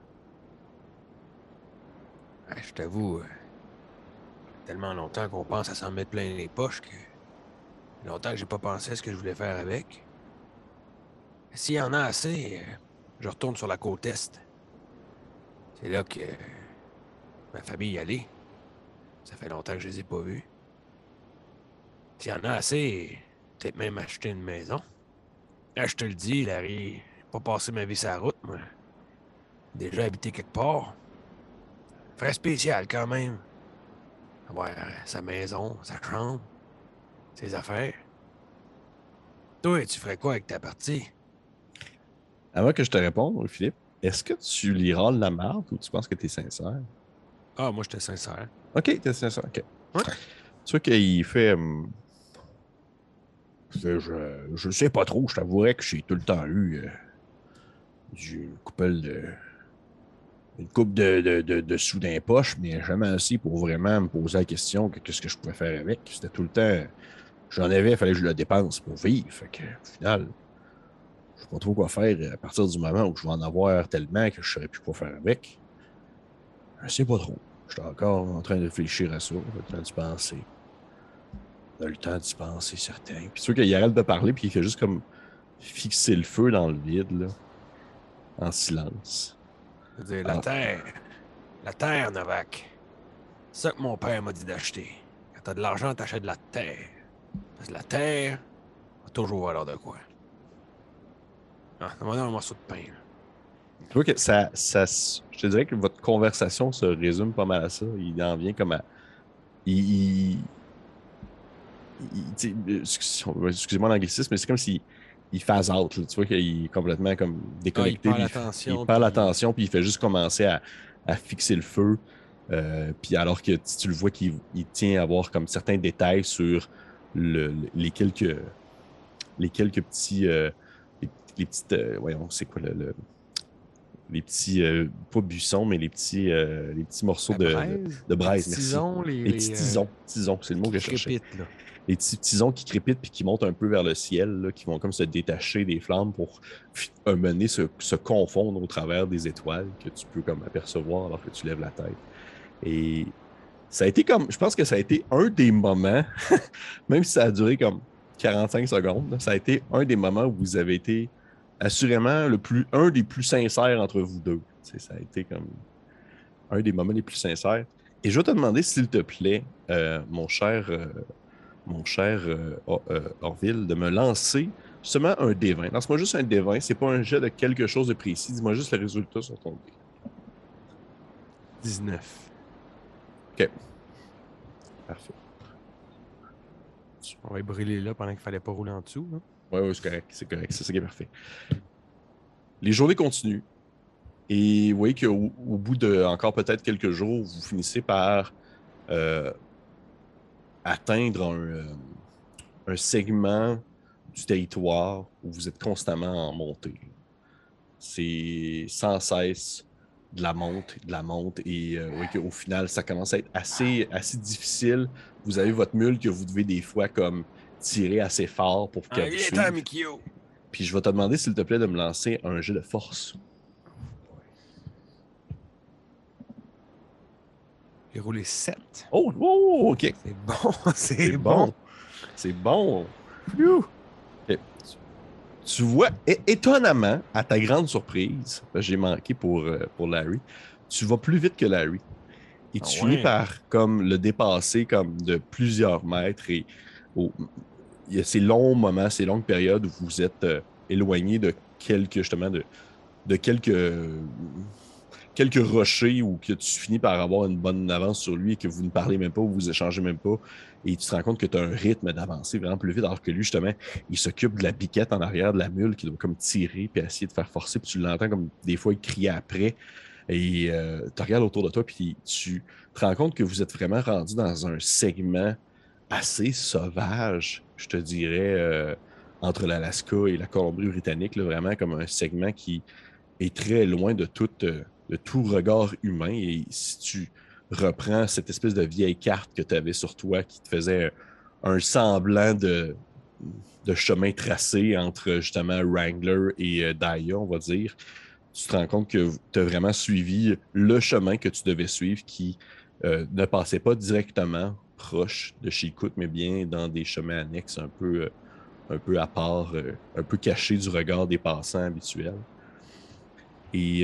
Ouais, je t'avoue, tellement longtemps qu'on pense à s'en mettre plein les poches que longtemps que j'ai pas pensé à ce que je voulais faire avec. S'il y en a assez, je retourne sur la côte Est. C'est là que ma famille y allait. Ça fait longtemps que je les ai pas vus. S'il y en a assez, peut-être même acheter une maison. Ah, je te le dis, Larry, j'ai pas passé ma vie sur la route, moi. Déjà habité quelque part. Très spécial quand même. Avoir sa maison, sa chambre, ses affaires. Toi, tu ferais quoi avec ta partie? Avant que je te réponde, Philippe, est-ce que tu liras la marque ou tu penses que tu es sincère? Ah, moi, j'étais sincère. OK, tu es sincère. OK. Ouais. Tu vois qu'il fait. Je ne sais pas trop, je t'avouerais que j'ai tout le temps eu une couple de sous d'un poche, mais jamais assez pour vraiment me poser la question qu'est-ce que je pouvais faire avec. C'était tout le temps. J'en avais, il fallait que je le dépense pour vivre. Fait que, au final, je ne sais pas trop quoi faire à partir du moment où je vais en avoir tellement que je ne saurais plus quoi faire avec. Je ne sais pas trop. Je suis encore en train de réfléchir à ça. J'ai le temps d'y penser. On a le temps d'y penser, certain. Puis c'est sûr qu'il arrête de parler, puis il fait juste comme fixer le feu dans le vide, là, en silence. Je veux dire, la Ah, terre. La terre, Novak. C'est ça que mon père m'a dit d'acheter. Quand t'as de l'argent, t'achètes de la terre. Parce que la terre va toujours avoir de quoi. Ah, ça m'a donné un morceau de pain, là. tu vois que je te dirais que votre conversation se résume pas mal à ça. Il en vient comme à. Excusez-moi l'anglicisme, mais c'est comme s'il phase out. Là. Tu vois qu'il est complètement comme Ah, il déconnecté, perd puis il l'attention, perd puis... l'attention, puis il fait juste commencer à fixer le feu. Puis alors que tu le vois qu'il tient à avoir comme certains détails sur les quelques petits. Les petites. Voyons, c'est quoi les petits. Pas buissons, mais les petits morceaux La braise, de les braise, petits merci. tisons, Les petits tisons, c'est le mot qui que je cherchais. crépitent, là. Les petits tisons qui crépitent puis qui montent un peu vers le ciel, là, qui vont comme se détacher des flammes pour mener se confondre au travers des étoiles que tu peux comme apercevoir alors que tu lèves la tête. Et ça a été comme, je pense que ça a été un des moments, même si ça a duré comme 45 secondes, là, ça a été un des moments où vous avez été assurément un des plus sincères entre vous deux. Ça a été comme un des moments les plus sincères. Et je vais te demander, s'il te plaît, mon cher Orville, de me lancer seulement un D20. Lance-moi juste un D20. C'est pas un jet de quelque chose de précis. Dis-moi juste le résultat sur ton dé. 19. OK. Parfait. On va brûler là pendant qu'il fallait pas rouler en dessous. Oui, oui, c'est correct. C'est correct. C'est ça qui est parfait. Les journées continuent. Et vous voyez qu'au bout de encore peut-être quelques jours, vous finissez par atteindre un segment du territoire où vous êtes constamment en montée. C'est sans cesse de la monte, et oui, qu'au final, ça commence à être assez difficile. Vous avez votre mule que vous devez des fois comme tirer assez fort pour qu'elle vous suive. Mikio! Puis je vais te demander, s'il te plaît, de me lancer un jet de force. J'ai roulé 7. Oh, oh, OK. C'est bon, C'est bon. C'est bon. Okay. Tu vois, étonnamment, à ta grande surprise, j'ai manqué pour Larry, tu vas plus vite que Larry. Et tu finis par comme le dépasser comme de plusieurs mètres. Et il y a ces longs moments, ces longues périodes où vous êtes éloigné de justement, de quelques rochers où que tu finis par avoir une bonne avance sur lui et que vous ne parlez même pas, vous échangez même pas. Et tu te rends compte que tu as un rythme d'avancer vraiment plus vite, alors que lui, justement, il s'occupe de la biquette en arrière de la mule qui doit comme tirer puis essayer de faire forcer. Puis tu l'entends comme des fois il crie après. Et tu regardes autour de toi, puis tu te rends compte que vous êtes vraiment rendu dans un segment assez sauvage, je te dirais, entre l'Alaska et la Colombie-Britannique, là, vraiment comme un segment qui est très loin de tout regard humain. Et si tu reprends cette espèce de vieille carte que tu avais sur toi qui te faisait un semblant de chemin tracé entre justement Wrangler et Daya, on va dire, tu te rends compte que tu as vraiment suivi le chemin que tu devais suivre qui ne passait pas directement proche de chez Coute, mais bien dans des chemins annexes un peu à part, un peu cachés du regard des passants habituels. Et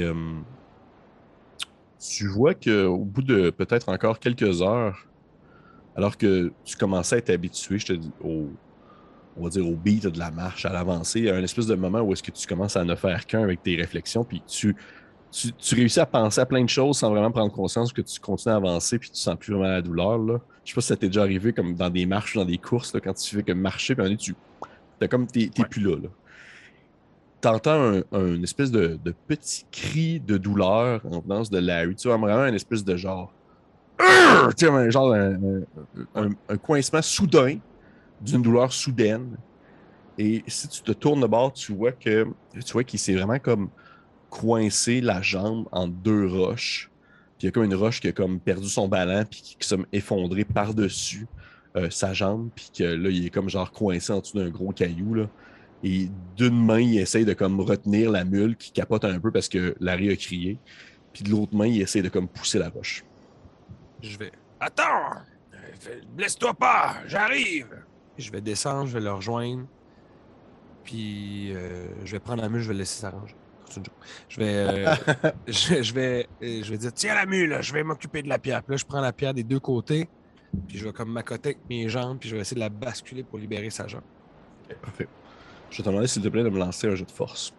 tu vois qu'au bout de peut-être encore quelques heures, alors que tu commençais à être habitué, je te dis, on va dire au beat de la marche, à l'avancée, il y a un espèce de moment où est-ce que tu commences à ne faire qu'un avec tes réflexions, puis tu réussis à penser à plein de choses sans vraiment prendre conscience que tu continues à avancer puis tu sens plus vraiment la douleur. Là. Je sais pas si ça t'est déjà arrivé comme dans des marches ou dans des courses, là, quand tu fais que marcher, puis t'es plus là. T'entends un espèce de petit cri de douleur en venant de Larry. Tu vois vraiment un espèce de genre. Tu sais, un coincement soudain d'une douleur soudaine. Et si tu te tournes de bord, tu vois qu'il s'est vraiment comme coincé la jambe en deux roches. Puis il y a comme une roche qui a comme perdu son ballon puis qui s'est effondré par-dessus sa jambe. Puis que là, il est comme genre coincé en dessous d'un gros caillou. Là. Et d'une main, il essaye de comme retenir la mule qui capote un peu parce que Larry a crié. Puis de l'autre main, il essaye de comme pousser la roche. Je vais. Attends! Blesse-toi pas! J'arrive! Je vais descendre, je vais le rejoindre. Puis je vais prendre la mule, je vais le laisser s'arranger. Je vais, je vais dire tiens la mule, je vais m'occuper de la pierre. Puis là, je prends la pierre des deux côtés, puis je vais comme m'accoter avec mes jambes, puis je vais essayer de la basculer pour libérer sa jambe. Okay, parfait. Je vais te demander, s'il te plaît, de me lancer un jeu de force.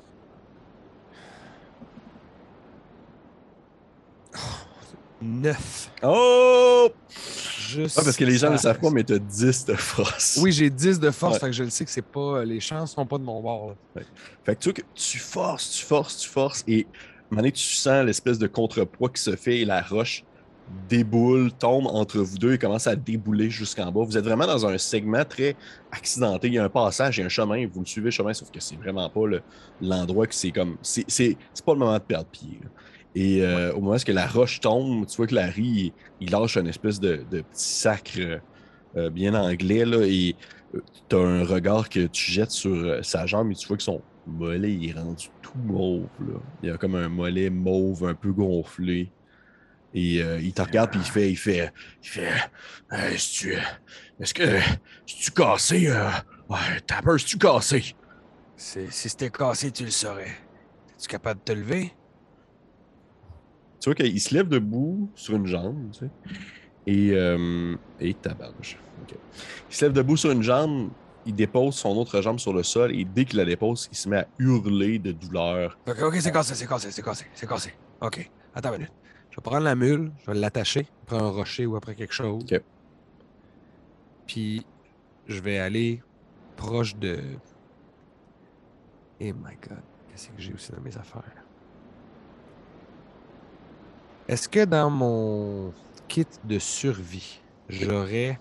9. Oh! Juste. Ah, parce que les gens ne le savent pas, mais tu as 10 de force. Oui, j'ai 10 de force, ouais. Fait que je le sais que c'est pas. Les chances sont pas de mon bord. Là. Ouais. Fait que tu vois que tu forces, et à un moment donné, tu sens l'espèce de contrepoids qui se fait et la roche déboule, tombe entre vous deux et commence à débouler jusqu'en bas. Vous êtes vraiment dans un segment très accidenté. Il y a un passage, il y a un chemin, vous le suivez le chemin, sauf que c'est vraiment pas l'endroit que c'est comme. C'est pas le moment de perdre pied. Là. Et au moment où la roche tombe, tu vois que Larry, il lâche une espèce de petit sacre bien anglais, là, et tu as un regard que tu jettes sur sa jambe et tu vois que son mollet il est rendu tout mauve. Là. Il a comme un mollet mauve un peu gonflé. Et il te regarde puis est-ce que tu cassé? Ouais, ta peur, est-tu cassé? Si c'était cassé, tu le saurais. Es-tu capable de te lever? tu vois qu'il se lève debout sur une jambe, tu sais, et tabarge. OK. Il se lève debout sur une jambe, il dépose son autre jambe sur le sol, et dès qu'il la dépose, il se met à hurler de douleur. OK, c'est cassé. OK, attends une minute. Je vais prendre la mule, je vais l'attacher après un rocher ou après quelque chose. OK. Puis je vais aller proche de. Oh my God, qu'est-ce que j'ai aussi dans mes affaires? Est-ce que dans mon kit de survie, j'aurais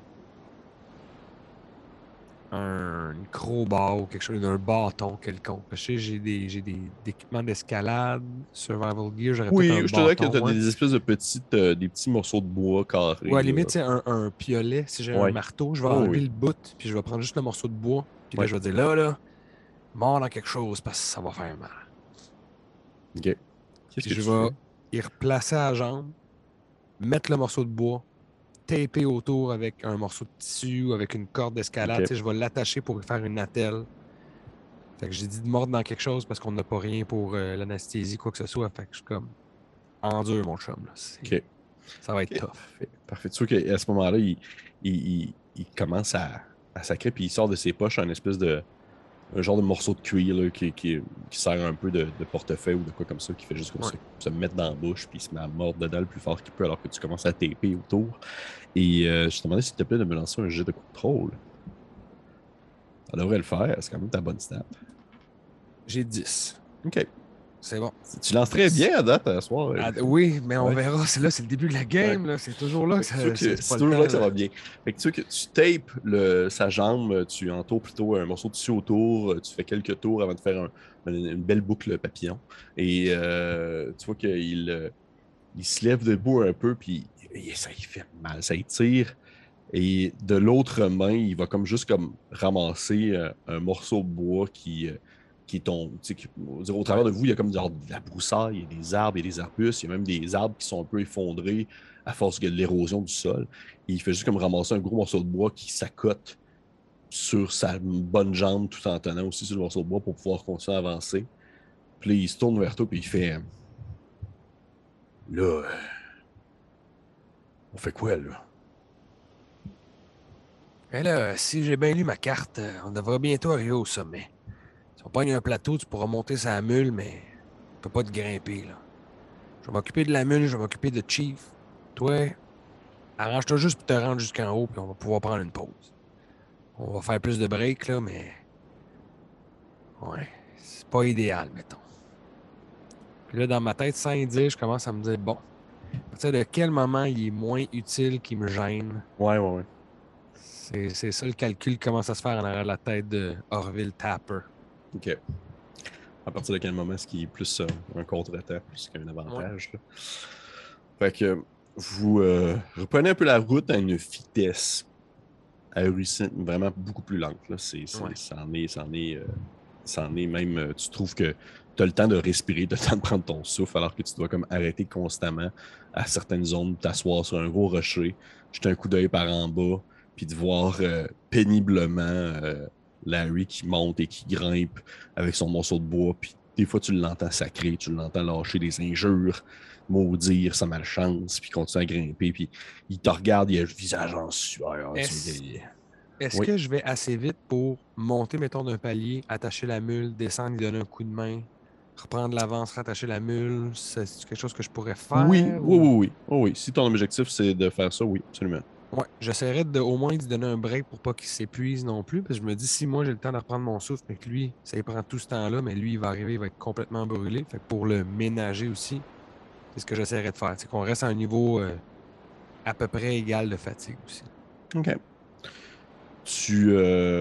une crowbar ou quelque chose, un bâton quelconque? Parce que j'ai des équipements d'escalade, survival gear, j'aurais peut-être Oui, un je te dirais que bâton, tu as moi. des espèces de des petits morceaux de bois Ou carrés, à la là. limite, c'est un piolet. Si j'ai un Ouais. marteau, je vais Oh enlever oui. le bout, puis je vais prendre juste le morceau de bois. Puis là, Ouais. je vais dire là, mort dans quelque chose parce que ça va faire mal. OK. Qu'est-ce Puis que je tu vais fais? y replacer à la jambe, mettre le morceau de bois, taper autour avec un morceau de tissu ou avec une corde d'escalade. OK. Tu sais, je vais l'attacher pour y faire une attelle. Fait que j'ai dit de mordre dans quelque chose parce qu'on n'a pas rien pour l'anesthésie, quoi que ce soit. Fait que je suis comme endure, mon chum. Là. OK. Ça va être OK. tough. Parfait. Parfait. Tu vois qu'à ce moment-là, il commence à sacrer, puis il sort de ses poches un genre de morceau de cuir là, qui sert un peu de portefeuille ou de quoi comme ça, qui fait juste comme Ouais. ça, se mettre dans la bouche, puis il se met à mordre dedans le plus fort qu'il peut, alors que tu commences à taper autour. Et je te demandais, s'il te plaît, de me lancer un jet de contrôle. Ça devrait le faire, c'est quand même ta bonne stat. J'ai 10. OK. C'est bon. Tu lances très 10. bien à date, à soir. Oui, mais on Ouais. verra. C'est le début de la Ouais. game. Là. C'est toujours là que Fait que tu vois que c'est c'est pas le toujours là temps. que ça Là. va bien. Fait que tu vois que tu tapes sa jambe, tu entoures plutôt un morceau de tissu autour, tu fais quelques tours avant de faire une belle boucle papillon. Et tu vois il se lève debout un peu, puis ça il fait mal, ça étire. Et de l'autre main, il va comme juste comme ramasser un morceau de bois qui tombe. Tu sais, au Ouais. travers de vous, il y a comme genre de la broussaille, il y a des arbres, il y a des arbustes, il y a même des arbres qui sont un peu effondrés à force de l'érosion du sol. Et il fait juste comme ramasser un gros morceau de bois qui s'accote sur sa bonne jambe tout en tenant aussi sur le morceau de bois pour pouvoir continuer à avancer. Puis là, il se tourne vers toi et il fait là, on fait quoi là? Et là, si j'ai bien lu ma carte, on devrait bientôt arriver au sommet. Si on pogne un plateau, tu pourras monter sa mule, mais tu peux pas te grimper. Là. Je vais m'occuper de la mule, je vais m'occuper de Chief. Toi, arrange-toi juste pour te rendre jusqu'en haut, puis on va pouvoir prendre une pause. On va faire plus de break, là, mais. Ouais, c'est pas idéal, mettons. Puis là, dans ma tête, sans y dire, je commence à me dire, bon, à partir de quel moment il est moins utile qu'il me gêne? Ouais, ouais, ouais. C'est ça le calcul qui commence à se faire en arrière de la tête de Orville Tapper. OK. À partir de quel moment est-ce qu'il est plus un contre-attaque plus qu'un Ouais. avantage? Là? Fait que vous reprenez un peu la route à une vitesse ahurissante, vraiment beaucoup plus lente. Là. Ouais. Ça en est même. Tu trouves que tu as le temps de respirer, tu as le temps de prendre ton souffle, alors que tu dois comme arrêter constamment à certaines zones, t'asseoir sur un gros rocher, jeter un coup d'œil par en bas, puis de voir péniblement Larry qui monte et qui grimpe avec son morceau de bois. Puis des fois, tu l'entends sacrer, tu l'entends lâcher des injures, maudire sa malchance, puis continuer à grimper. Puis il te regarde, il a le visage en sueur. Est-ce est-ce Oui. que je vais assez vite pour monter, mettons, d'un palier, attacher la mule, descendre, lui donner un coup de main, reprendre l'avance, rattacher la mule? C'est quelque chose que je pourrais Oui, faire oui, ou. oui, oui. Oh, oui. Si ton objectif, c'est de faire ça, oui, absolument. Ouais, j'essaierai au moins de lui donner un break pour pas qu'il s'épuise non plus. Parce que je me dis, si moi j'ai le temps de reprendre mon souffle, mais que lui, ça lui prend tout ce temps-là, mais lui, il va arriver, il va être complètement brûlé. Fait que pour le ménager aussi, c'est ce que j'essaierai de faire. C'est qu'on reste à un niveau à peu près égal de fatigue aussi. OK. Tu,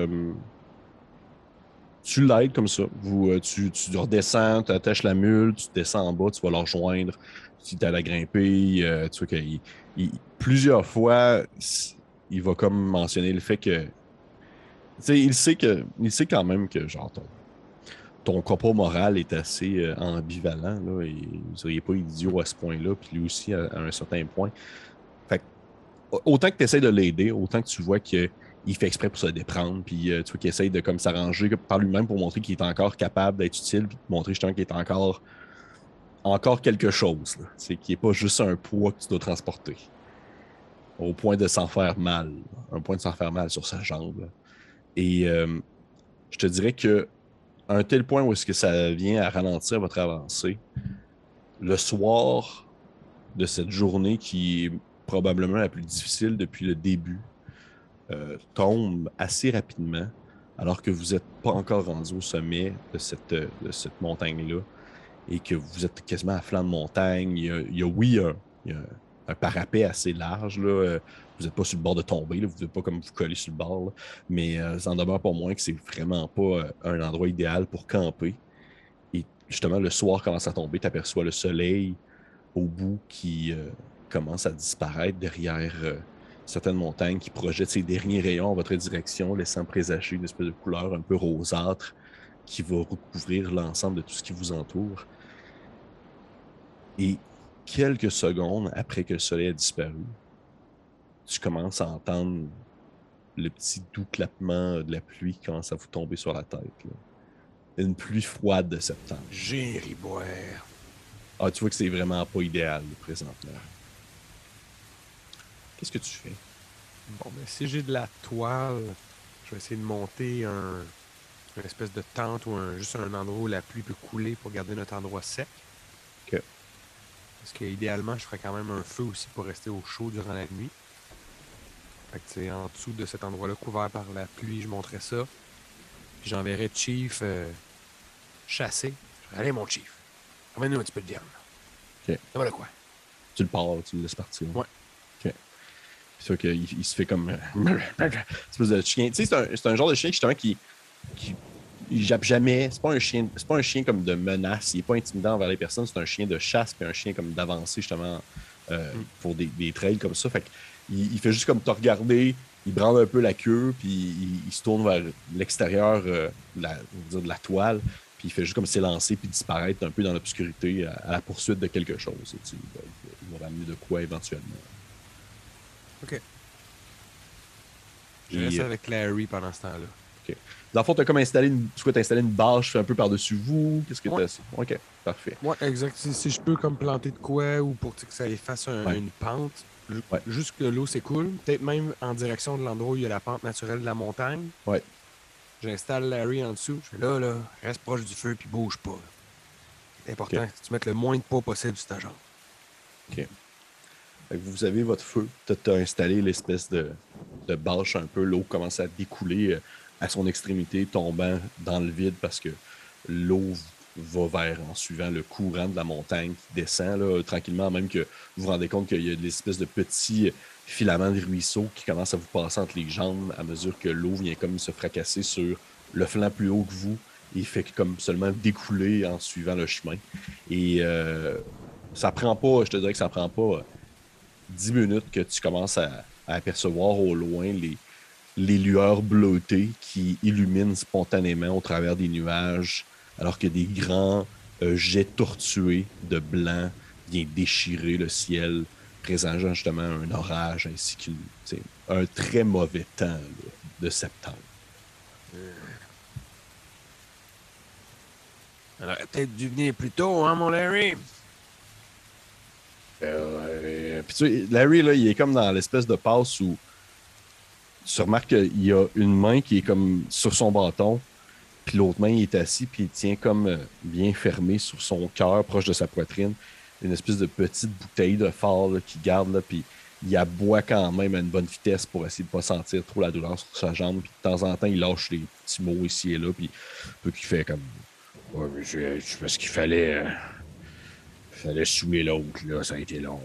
tu l'aides comme ça. Tu redescends, tu attaches la mule, tu descends en bas, tu vas la rejoindre. Si tu as la grimper, tu vois plusieurs fois, il va comme mentionner le fait que. Tu sais, il sait quand même que genre ton corps moral est assez ambivalent. Là, et, il n'est pas idiot à ce point-là, puis lui aussi à un certain point. Fait que, autant que tu essaies de l'aider, autant que tu vois qu'il fait exprès pour se déprendre, puis tu vois qu'il essaie de comme s'arranger par lui-même pour montrer qu'il est encore capable d'être utile, puis de montrer justement qu'il est encore encore quelque chose, là. C'est qui n'est pas juste un poids que tu dois transporter. Au point de s'en faire mal. Un point de s'en faire mal sur sa jambe, là. Et je te dirais que à un tel point où est-ce que ça vient à ralentir votre avancée, le soir de cette journée qui est probablement la plus difficile depuis le début, tombe assez rapidement, alors que vous n'êtes pas encore rendu au sommet de cette montagne-là et que vous êtes quasiment à flanc de montagne. Oui, il y a un parapet assez large, là. Vous n'êtes pas sur le bord de tomber, là. Vous n'êtes pas comme vous coller sur le bord, là. Mais ça en demeure pas moins que c'est vraiment pas un endroit idéal pour camper. Et justement, le soir commence à tomber, tu aperçois le soleil au bout qui commence à disparaître derrière certaines montagnes, qui projettent ses derniers rayons en votre direction, laissant présager une espèce de couleur un peu rosâtre qui va recouvrir l'ensemble de tout ce qui vous entoure. Et quelques secondes après que le soleil a disparu, tu commences à entendre le petit doux clapement de la pluie qui commence à vous tomber sur la tête, là. Une pluie froide de septembre. J'ai ri boire. Ah, tu vois que c'est vraiment pas idéal, présentement. Qu'est-ce que tu fais? Bon, ben, si j'ai de la toile, je vais essayer de monter une espèce de tente ou juste un endroit où la pluie peut couler pour garder notre endroit sec. OK. Parce que idéalement, je ferais quand même un feu aussi pour rester au chaud durant la nuit. Fait que c'est en dessous de cet endroit-là, couvert par la pluie, je monterais ça. Puis j'enverrais Chief chasser. Je dirais, allez, mon Chief, ramène-nous un petit peu de viande. OK. Ça va de quoi? Tu le pars, tu le laisses partir. Ouais. OK. C'est sûr qu'il se fait comme espèce de chien. Tu sais, c'est un genre de chien justement qui il jappe jamais. C'est pas un chien comme de menace. Il est pas intimidant envers les personnes. C'est un chien de chasse puis un chien comme d'avancée justement pour des trails comme ça. Fait il fait juste comme te regarder. Il branle un peu la queue puis il se tourne vers l'extérieur de la toile. Puis il fait juste comme s'élancer puis disparaître un peu dans l'obscurité à la poursuite de quelque chose. Tu sais, il va ramener de quoi éventuellement. OK. Je reste avec Larry pendant ce temps-là. OK. Dans le fond, tu as comme tu souhaites installer une bâche un peu par-dessus vous. Qu'est-ce que tu as? OK, parfait. Ouais, exact. Si je peux comme planter de quoi ou pour que ça efface une pente, juste que l'eau s'écoule, peut-être même en direction de l'endroit où il y a la pente naturelle de la montagne. Ouais. J'installe Larry en dessous. Je fais là, reste proche du feu puis bouge pas. C'est important que tu mettes le moins de poids possible sur ta jambe. OK. Vous avez votre feu. Tu as installé l'espèce de bâche un peu. L'eau commence à découler à son extrémité, tombant dans le vide parce que l'eau va vers, en suivant le courant de la montagne qui descend là, tranquillement, même que vous vous rendez compte qu'il y a des espèces de petits filaments de ruisseau qui commencent à vous passer entre les jambes à mesure que l'eau vient comme se fracasser sur le flanc plus haut que vous et fait comme seulement découler en suivant le chemin. Et ça prend pas, je te dirais que ça prend pas 10 minutes que tu commences à apercevoir au loin les lueurs bleutées qui illuminent spontanément au travers des nuages, alors que des grands jets tortués de blanc viennent déchirer le ciel, présageant justement un orage ainsi qu'un très mauvais temps là, de septembre. On aurait peut-être dû venir plus tôt, hein, mon Larry? Puis tu sais, Larry, là, il est comme dans l'espèce de passe où tu remarques qu'il y a une main qui est comme sur son bâton, puis l'autre main, il est assis, puis il tient comme bien fermé sur son cœur, proche de sa poitrine, une espèce de petite bouteille de phare là, qu'il garde, là, puis il aboie quand même à une bonne vitesse pour essayer de ne pas sentir trop la douleur sur sa jambe. Puis de temps en temps, il lâche des petits mots ici et là, puis un peu qu'il fait comme... Ouais, mais c'est parce qu'il fallait saouler l'autre, là, ça a été long.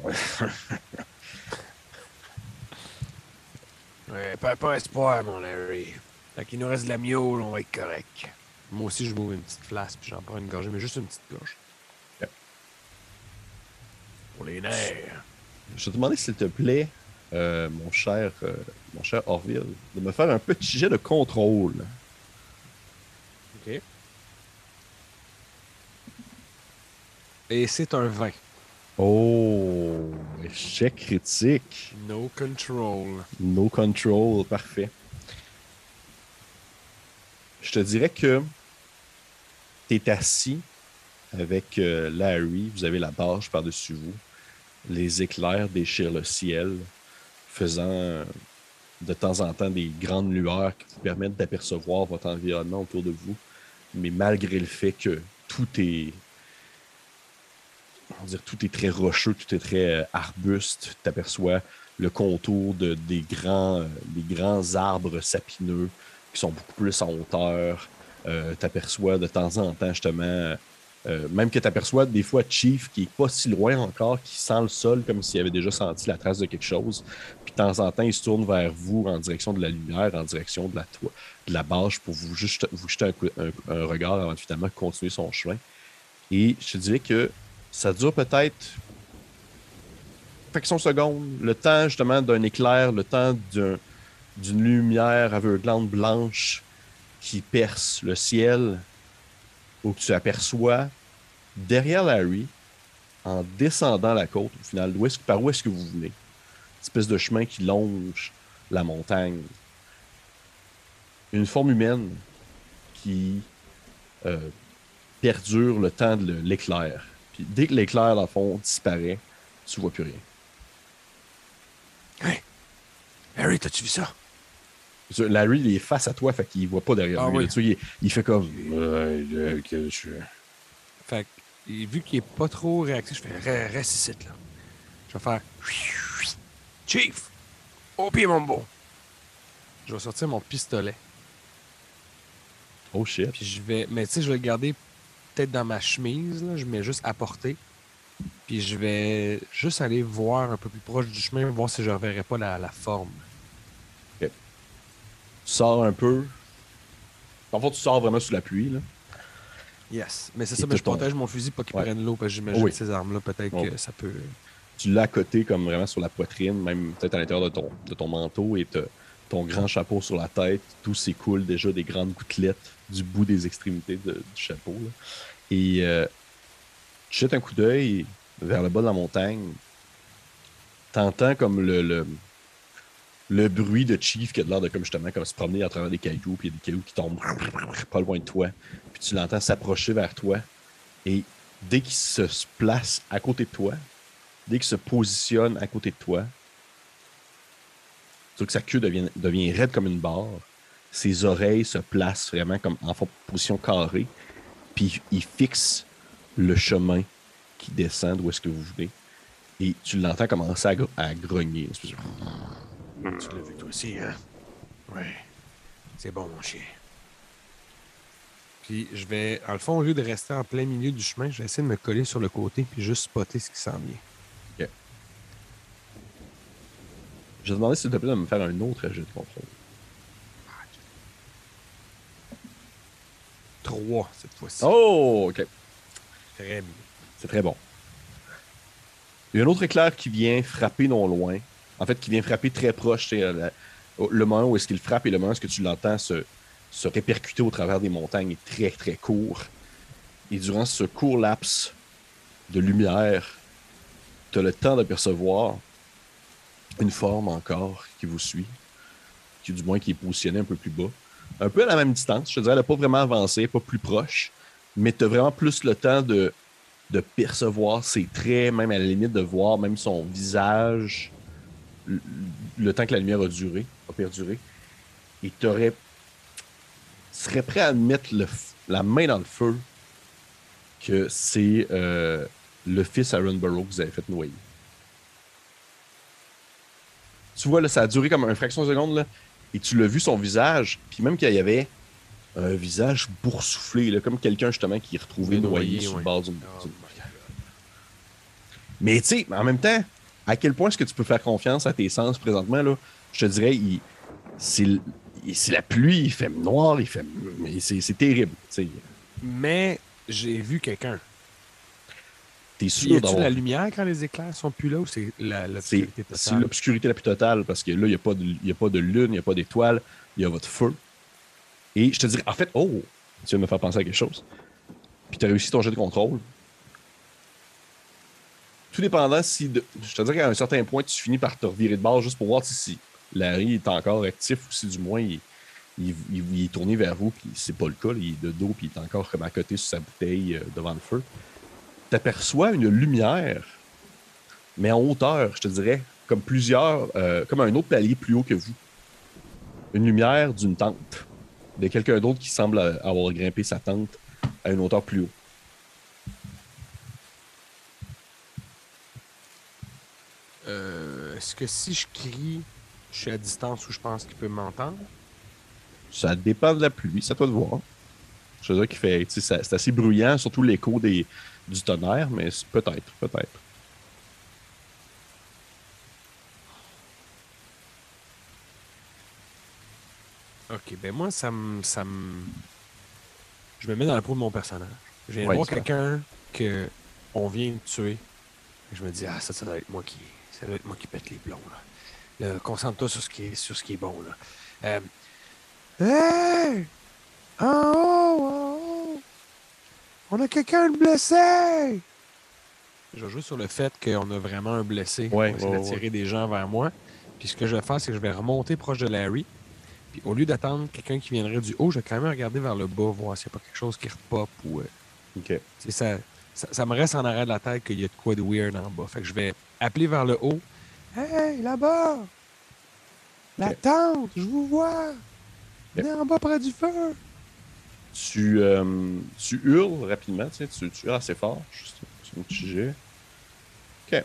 Ouais, pas espoir, mon Larry. Fait qu'il nous reste de la miaule, on va être correct. Moi aussi, je m'ouvre une petite flasque, puis j'en prends une gorgée, mais juste une petite gorge. Yep. Pour les nerfs. Je te demandais, s'il te plaît, mon cher Orville, de me faire un petit jet de contrôle. OK. Et c'est un 20. Oh, échec critique. No control. No control, parfait. Je te dirais que tu es assis avec Larry, vous avez la barge par-dessus vous. Les éclairs déchirent le ciel, faisant de temps en temps des grandes lueurs qui vous permettent d'apercevoir votre environnement autour de vous. Mais malgré le fait que tout est, tout est très rocheux, tout est très arbuste, tu aperçois le contour des grands arbres sapineux qui sont beaucoup plus en hauteur. Tu aperçois de temps en temps, justement, même que tu aperçois des fois Chief qui n'est pas si loin encore, qui sent le sol comme s'il avait déjà senti la trace de quelque chose. Puis de temps en temps, il se tourne vers vous en direction de la lumière, en direction de la bâche pour vous jeter un regard avant de finalement continuer son chemin. Et je te dirais que ça dure peut-être fraction de seconde, le temps justement d'un éclair, le temps d'une lumière aveuglante blanche qui perce le ciel, où tu aperçois derrière Larry, en descendant la côte, au final, par où est-ce que vous venez? Une espèce de chemin qui longe la montagne. Une forme humaine qui perdure le temps de l'éclair. Puis dès que l'éclair, dans le fond, disparaît, tu vois plus rien. Hey! Harry, t'as-tu vu ça? Larry, il est face à toi, fait qu'il voit pas derrière lui. Oui. Là, tu sais, il fait comme... Fait que, vu qu'il est pas trop réactif, je fais reste ici, là. Je vais faire Chief! Au pied, mon beau! Je vais sortir mon pistolet. Oh shit. Puis je vais. Mais tu sais, je vais le garder peut-être dans ma chemise, là. Je mets juste à portée. Puis je vais juste aller voir un peu plus proche du chemin, voir si je ne reverrai pas la forme. Okay. Tu sors un peu. En fait, tu sors vraiment sous la pluie, là. Yes. Mais c'est ça, mais je protège mon fusil pour qu'il prenne l'eau, parce que j'imagine que ces armes-là, peut-être que ça peut. Tu l'as à côté, comme vraiment sur la poitrine, même peut-être à l'intérieur de ton manteau, et ton grand chapeau sur la tête. Tout s'écoule déjà des grandes gouttelettes du bout des extrémités du chapeau, là. Et tu jettes un coup d'œil vers le bas de la montagne. T'entends comme le bruit de Chief qui a l'air de comme justement comme se promener à travers des cailloux, puis il y a des cailloux qui tombent pas loin de toi. Puis tu l'entends s'approcher vers toi. Et dès qu'il se place à côté de toi, dès qu'il se positionne à côté de toi, tu vois que sa queue devient raide comme une barre. Ses oreilles se placent vraiment comme en position carrée. Puis il fixe le chemin qui descend d'où est-ce que vous venez. Et tu l'entends commencer à grogner. Tu l'as vu toi aussi, hein? Oui. C'est bon, mon chien. Puis je vais, en le fond, au lieu de rester en plein milieu du chemin, je vais essayer de me coller sur le côté puis juste spotter ce qui s'en vient. OK. Je vais te demander s'il te plaît de me faire un autre jet de contrôle. 3 cette fois-ci. Oh, OK. Très bien. C'est très bon. Il y a un autre éclair qui vient frapper non loin. En fait, qui vient frapper très proche. Le moment où est-ce qu'il frappe et le moment où est-ce que tu l'entends se répercuter au travers des montagnes est très, très court. Et durant ce court laps de lumière, tu as le temps d'apercevoir une forme encore qui vous suit, qui du moins qui est positionnée un peu plus bas. Un peu à la même distance. Je te dirais, elle n'a pas vraiment avancé, pas plus proche, mais tu as vraiment plus le temps de percevoir ses traits, même à la limite de voir même son visage, le temps que la lumière a perduré. Et tu serais prêt à mettre la main dans le feu que c'est le fils Aaron Burrow que vous avez fait noyer. Tu vois, là, ça a duré comme une fraction de seconde, là, et tu l'as vu son visage, puis même qu'il y avait un visage boursouflé, là, comme quelqu'un justement qui est retrouvé noyé sur le bord d'une... Mais tu sais, en même temps, à quel point est-ce que tu peux faire confiance à tes sens présentement, là? Je te dirais, c'est la pluie, il fait noir, c'est terrible. T'sais. Mais j'ai vu quelqu'un. T'es sûr d'avoir... Y a-tu la lumière quand les éclairs sont plus là ou c'est l'obscurité totale? C'est l'obscurité la plus totale parce que là, il n'y a pas de lune, il n'y a pas d'étoiles, il y a votre feu. Et je te dirais, en fait, tu viens de me faire penser à quelque chose. Puis tu as réussi ton jet de contrôle. Tout dépendant si... je te dirais qu'à un certain point, tu finis par te revirer de bord juste pour voir si Larry est encore actif ou si du moins il est tourné vers vous, puis c'est pas le cas, là, il est de dos, puis il est encore comme à côté sur sa bouteille devant le feu. Tu aperçois une lumière, mais en hauteur, je te dirais, comme un autre palier plus haut que vous. Une lumière d'une tente, de quelqu'un d'autre qui semble avoir grimpé sa tente à une hauteur plus haut. Est-ce que si je crie, je suis à distance où je pense qu'il peut m'entendre? Ça dépend de la pluie, c'est à toi de voir. Je veux dire qu'il fait, c'est assez bruyant, surtout l'écho du tonnerre, mais peut-être. Ok, ben moi, je me mets dans la peau de mon personnage. Je viens de Ouais, voir ça. quelqu'un qu'on vient de tuer. Je me dis, ah, ça doit être moi ça doit être moi qui pète les plombs, là. Concentre-toi sur ce qui est bon, là. Hey! En haut, en haut! On a quelqu'un de blessé! Je vais jouer sur le fait qu'on a vraiment un blessé. On va essayer d'attirer des gens vers moi. Puis ce que je vais faire, c'est que je vais remonter proche de Larry. Puis au lieu d'attendre quelqu'un qui viendrait du haut, je vais quand même regarder vers le bas, voir s'il n'y a pas quelque chose qui repop ou. OK. Ça me reste en arrière de la tête qu'il y a de quoi de weird en bas. Fait que je vais appeler vers le haut. Hey, là-bas! La tente, je vous vois! Venez en bas près du feu! Tu hurles rapidement, tu hurles assez fort. Juste un petit jet. OK.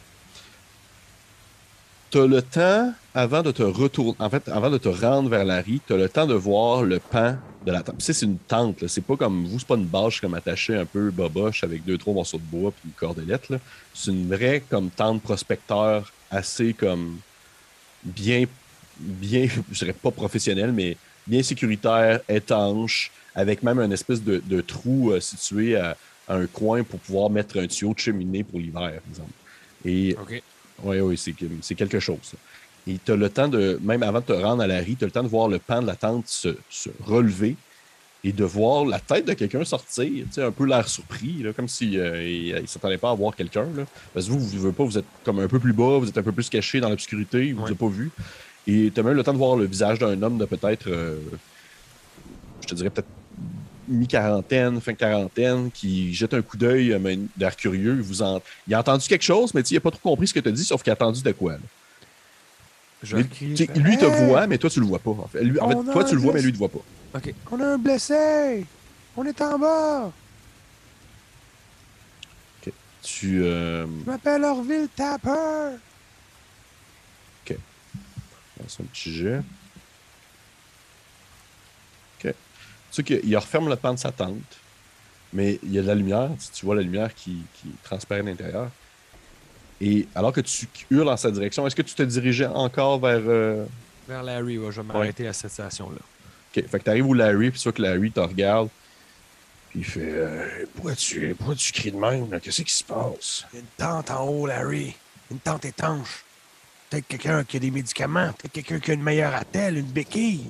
Tu as le temps, avant de te retourner, en fait, avant de te rendre vers Larry, tu as le temps de voir le pan de la tente. C'est une tente, là. C'est pas comme vous, c'est pas une bâche comme attachée un peu boboche avec 2-3 morceaux de bois puis une cordelette, là. C'est une vraie comme tente prospecteur assez comme bien, je dirais pas professionnelle, mais bien sécuritaire, étanche, avec même un espèce de trou situé à un coin pour pouvoir mettre un tuyau de cheminée pour l'hiver, par exemple. Et OK. oui, c'est quelque chose. Ça. Et tu as le temps de, même avant de te rendre à la riz, tu as le temps de voir le pan de la tente se relever et de voir la tête de quelqu'un sortir, un peu l'air surpris, là, comme s'il il ne s'attendait pas à voir quelqu'un. Là. Parce que vous êtes comme un peu plus bas, vous êtes un peu plus caché dans l'obscurité, il ne vous a pas vu. Et tu as même le temps de voir le visage d'un homme de peut-être, je te dirais peut-être mi-quarantaine, fin quarantaine, qui jette un coup d'œil d'air curieux. Il a entendu quelque chose, mais il n'a pas trop compris ce que tu as dit, sauf qu'il a entendu de quoi. Lui te voit, mais toi, tu le vois pas. En fait, toi, tu le vois, mais lui, il te voit pas. OK. On a un blessé! On est en bas! OK. Je m'appelle Orville Tapper! OK. C'est un petit jet. OK. Tu sais qu'il referme le pan de sa tente, mais il y a de la lumière. Tu vois la lumière qui transparaît à l'intérieur. Et alors que tu hurles en sa direction, est-ce que tu te dirigeais encore vers... Vers Larry, je vais m'arrêter à cette station-là. OK. Fait que tu arrives où Larry, puis tu vois que Larry te regarde. Puis il fait pourquoi tu cries de même? Qu'est-ce qui se passe? Il y a une tente en haut, Larry. Une tente étanche. Peut-être quelqu'un qui a des médicaments. Peut-être quelqu'un qui a une meilleure attelle, une béquille.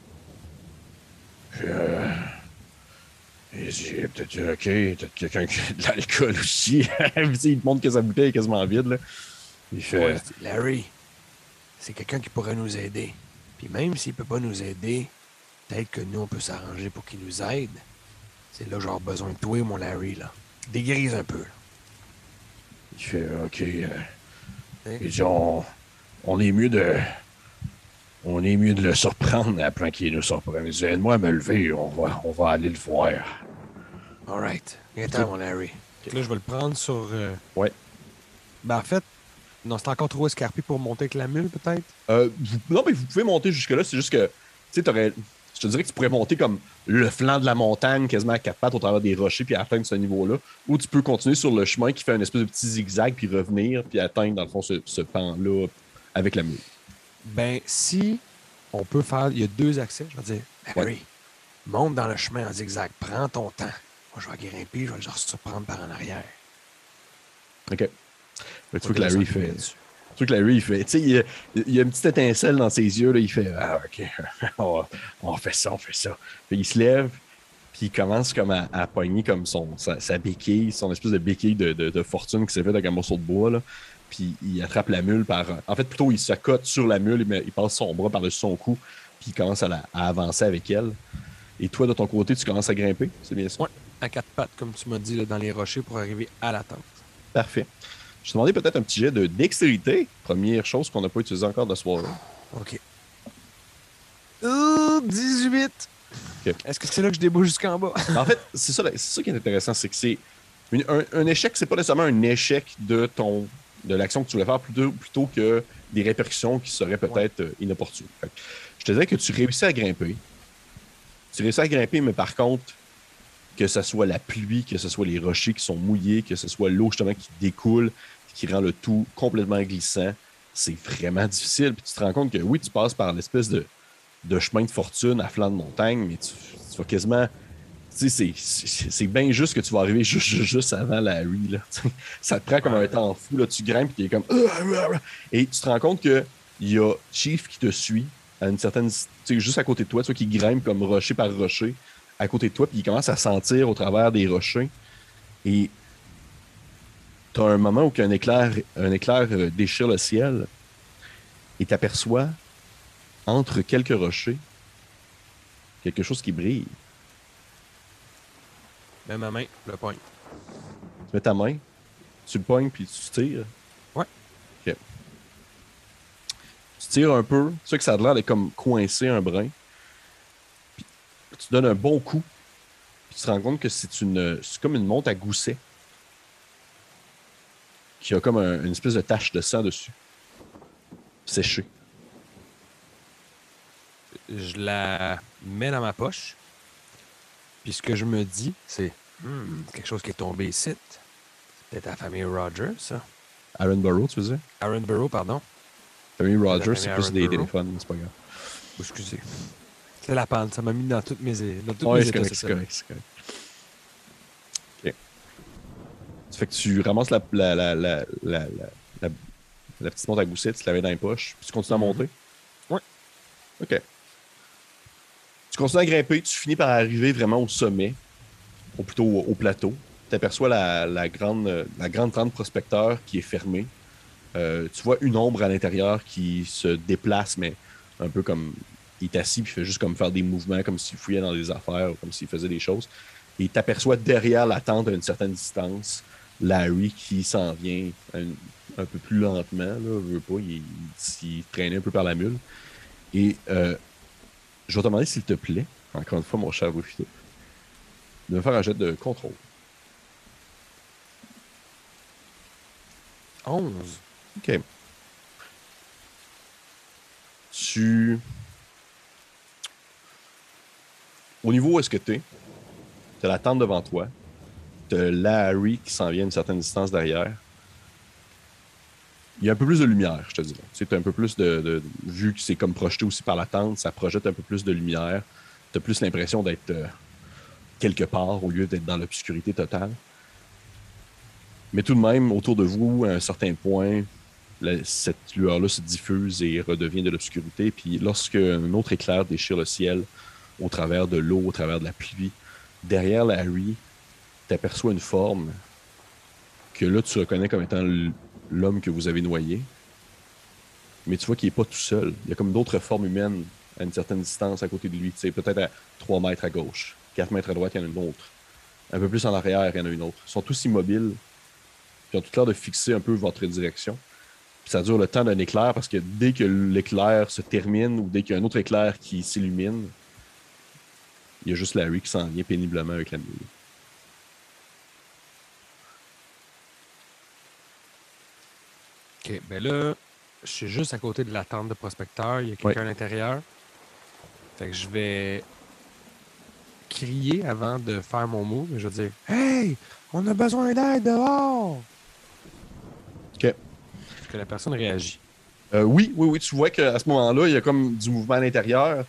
Peut-être quelqu'un qui a de l'alcool aussi. Il te montre que sa bouteille est quasiment vide. Là. Il fait Larry, c'est quelqu'un qui pourrait nous aider. Puis même s'il peut pas nous aider, peut-être que nous, on peut s'arranger pour qu'il nous aide. C'est là que j'aurai besoin de toi, mon Larry, là. Dégrise un peu. Là. Il fait OK. Il dit on est mieux de. On est mieux de le surprendre après qu'il nous surprenne. Il dit aide-moi à me lever, on va aller le voir. All right. Viens-t'en, mon Larry. Là, je vais le prendre sur. Ouais. Ben, en fait, non, c'est encore trop escarpé pour monter avec la mule, peut-être? Non, mais vous pouvez monter jusque-là. C'est juste que, tu sais, je te dirais que tu pourrais monter comme le flanc de la montagne, quasiment à quatre pattes au travers des rochers, puis atteindre ce niveau-là. Ou tu peux continuer sur le chemin qui fait un espèce de petit zigzag, puis revenir, puis atteindre, dans le fond, ce pan-là avec la mule. Ben, si on peut faire... Il y a 2 accès, je vais dire, Harry, monte dans le chemin en zigzag, prends ton temps. Moi, je vais grimper, je vais le surprendre par en arrière. OK. Tu vois que Larry fait... tu sais, il y a une petite étincelle dans ses yeux, là, il fait « Ah, OK, on fait ça. » Puis il se lève, puis il commence comme à pogner comme sa béquille, son espèce de béquille de fortune qui s'est fait avec un morceau de bois, là. Puis il attrape la mule par... En fait, plutôt, il s'accote sur la mule, il passe son bras par-dessus son cou, puis il commence à avancer avec elle. Et toi, de ton côté, tu commences à grimper, c'est bien ça? Ouais, à quatre pattes, comme tu m'as dit, là, dans les rochers pour arriver à la tente. Parfait. Je te demandais peut-être un petit jet de dextérité. Première chose qu'on n'a pas utilisée encore de ce soir-là. OK. 18! OK. Est-ce que c'est là que je débouche jusqu'en bas? En fait, c'est ça qui est intéressant, c'est que c'est un échec, c'est pas nécessairement un échec de l'action que tu voulais faire plutôt que des répercussions qui seraient peut-être inopportunes. Fait que je te dirais que tu réussis à grimper. Tu réussis à grimper, mais par contre, que ce soit la pluie, que ce soit les rochers qui sont mouillés, que ce soit l'eau justement qui découle, qui rend le tout complètement glissant, c'est vraiment difficile. Puis tu te rends compte que oui, tu passes par l'espèce de chemin de fortune à flanc de montagne, mais tu vas quasiment. Tu sais, c'est bien juste que tu vas arriver juste avant la Harry. Là. Ça te prend comme un temps fou. Là. Tu grimpes et tu es comme. Et tu te rends compte qu'il y a Chief qui te suit à une certaine. Tu sais, juste à côté de toi, qui grimpe comme rocher par rocher à côté de toi, puis il commence à sentir au travers des rochers. Et tu as un moment où un éclair déchire le ciel et tu aperçois entre quelques rochers quelque chose qui brille. Mets ma main, le poing. Tu mets ta main, tu le pognes, puis tu tires. Ouais. OK. Tu tires un peu. Tu sais que ça a l'air d'être comme coincé un brin. Puis tu donnes un bon coup. Puis tu te rends compte que c'est comme une montre à gousset qui a comme une espèce de tache de sang dessus. Séchée. Je la mets dans ma poche. Puis ce que je me dis, c'est quelque chose qui est tombé ici. C'est peut-être la famille Rogers, ça. Aaron Burrow, tu veux dire? Aaron Burrow, pardon. Famille Rogers, c'est plus Aaron des Burrow. téléphones, c'est pas grave. Excusez. C'est la panne, ça m'a mis dans toutes mes états. C'est correct. OK. Ça fait que tu ramasses la petite montre à gousset, tu la mets dans les poches, puis tu continues à monter? Ouais. OK. Tu continues à grimper, tu finis par arriver vraiment au sommet, ou plutôt au plateau. Tu aperçois la grande tente prospecteur qui est fermée. Tu vois une ombre à l'intérieur qui se déplace, mais un peu comme il est assis, puis il fait juste comme faire des mouvements, comme s'il fouillait dans des affaires, ou comme s'il faisait des choses. Et tu aperçois derrière la tente à une certaine distance Larry qui s'en vient un peu plus lentement, là, veut pas, il traînait un peu par la mule. Et je vais te demander s'il te plaît, encore une fois, mon cher Louis-Philippe, de me faire un jet de contrôle. 11. OK. Au niveau où est-ce que tu es, tu as la tente devant toi, tu as Larry qui s'en vient à une certaine distance derrière. Il y a un peu plus de lumière, je te dirais. Tu as un peu plus vu que c'est comme projeté aussi par la tente, ça projette un peu plus de lumière. Tu as plus l'impression d'être quelque part au lieu d'être dans l'obscurité totale. Mais tout de même, autour de vous, à un certain point, cette lueur-là se diffuse et redevient de l'obscurité. Puis lorsque un autre éclair déchire le ciel au travers de l'eau, au travers de la pluie, derrière Larry, tu aperçois une forme que là, tu reconnais comme étant l'homme que vous avez noyé. Mais tu vois qu'il n'est pas tout seul. Il y a comme d'autres formes humaines à une certaine distance à côté de lui. Tu sais, peut-être à 3 mètres à gauche, 4 mètres à droite, il y en a une autre. Un peu plus en arrière, il y en a une autre. Ils sont tous immobiles. Ils ont tout l'air de fixer un peu votre direction. Puis ça dure le temps d'un éclair parce que dès que l'éclair se termine ou dès qu'il y a un autre éclair qui s'illumine, il y a juste Larry qui s'en vient péniblement avec la mule. OK, ben là, je suis juste à côté de la tente de prospecteur. Il y a quelqu'un à l'intérieur. Fait que je vais crier avant de faire mon mot. Je vais dire « Hey! On a besoin d'aide dehors! » OK. Est-ce que la personne réagit? Oui. Tu vois qu'à ce moment-là, il y a comme du mouvement à l'intérieur.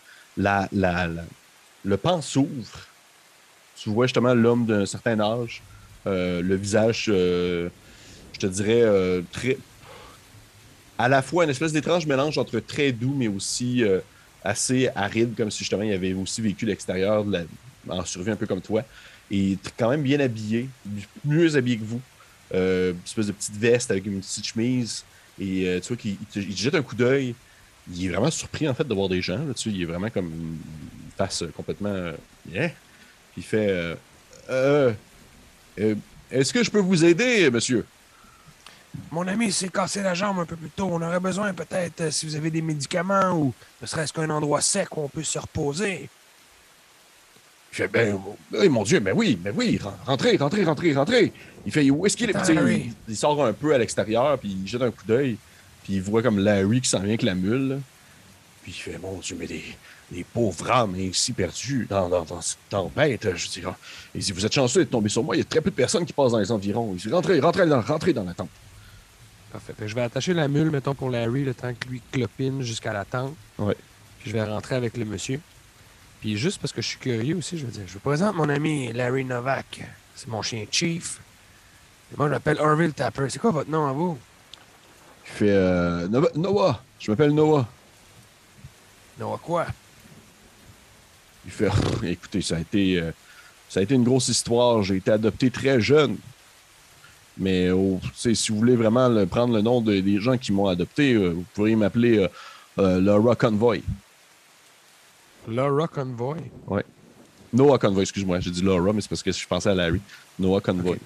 Le pan s'ouvre. Tu vois justement l'homme d'un certain âge. Le visage, je te dirais, très... à la fois une espèce d'étrange mélange entre très doux, mais aussi assez aride, comme si justement il avait aussi vécu l'extérieur en survie un peu comme toi. Et quand même bien habillé, mieux habillé que vous. Une espèce de petite veste avec une petite chemise. Et tu vois qu'il jette un coup d'œil. il est vraiment surpris, en fait, de voir des gens. Là, il est vraiment comme une face complètement... yeah. Puis il fait... Euh, euh, est-ce que je peux vous aider, monsieur? Mon ami s'est cassé la jambe un peu plus tôt. On aurait besoin peut-être, si vous avez des médicaments ou ne serait-ce qu'un endroit sec où on peut se reposer. Il fait, ben, oui, mon Dieu, ben oui, rentrez, rentrez, rentrez, rentrez. Il fait, où est-ce qu'il est? Puis, Harry. il sort un peu à l'extérieur, puis il jette un coup d'œil, puis il voit comme Larry qui s'en vient avec la mule. Là. Puis il fait, mon Dieu, mais des pauvres âmes ainsi perdues dans cette tempête. Je dis, ah. Il dit, vous êtes chanceux d'être tombé sur moi, il y a très peu de personnes qui passent dans les environs. Il dit, rentrez, rentrez dans la tente. Parfait. Je vais attacher la mule, mettons, pour Larry, le temps que lui clopine jusqu'à la tente. Ouais. Puis je vais rentrer avec le monsieur. Puis juste parce que je suis curieux aussi, je veux dire, je vous présente mon ami Larry Novak. C'est mon chien Chief. Et moi, je m'appelle Orville Tapper. C'est quoi votre nom à vous? Il fait, Noah, je m'appelle Noah. Noah quoi? Il fait, écoutez, ça a été une grosse histoire. J'ai été adopté très jeune. Mais si vous voulez vraiment prendre le nom des gens qui m'ont adopté, vous pourriez m'appeler Laura Convoy. Laura Convoy? Ouais. Noah Convoy, excuse-moi. J'ai dit Laura, mais c'est parce que je pensais à Larry. Noah Convoy.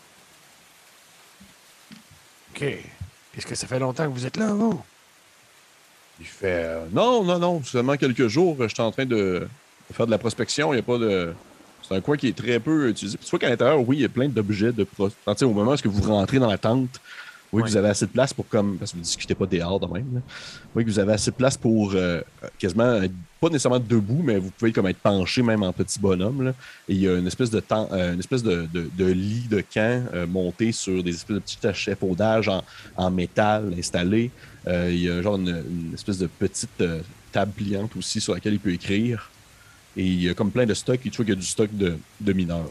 OK. Est-ce que ça fait longtemps que vous êtes là, vous? Il fait non, seulement quelques jours. Je suis en train de faire de la prospection. Il y a pas de. C'est un coin qui est très peu utilisé. Puis tu vois qu'à l'intérieur, oui, il y a plein d'objets de au moment où vous rentrez dans la tente, oui, que vous avez assez de place pour comme. Parce que vous ne discutez pas dehors de même. Là. Oui, que vous avez assez de place pour quasiment pas nécessairement debout, mais vous pouvez comme être penché même en petit bonhomme. Là. Et il y a une espèce de une espèce de lit de camp monté sur des espèces de petits échafaudages en métal installés. Il y a genre une espèce de petite table pliante aussi sur laquelle il peut écrire. Et il y a comme plein de stocks. Et tu vois qu'il y a du stock de mineurs.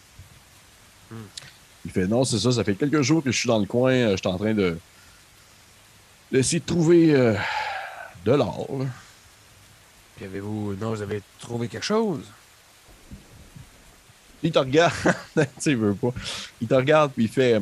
Il fait non, c'est ça. Ça fait quelques jours que je suis dans le coin. Je suis en train d'essayer de trouver de l'or. Là. Puis avez-vous. Non, vous avez trouvé quelque chose? Il te regarde. Tu sais, il veut pas. Il te regarde, puis il fait.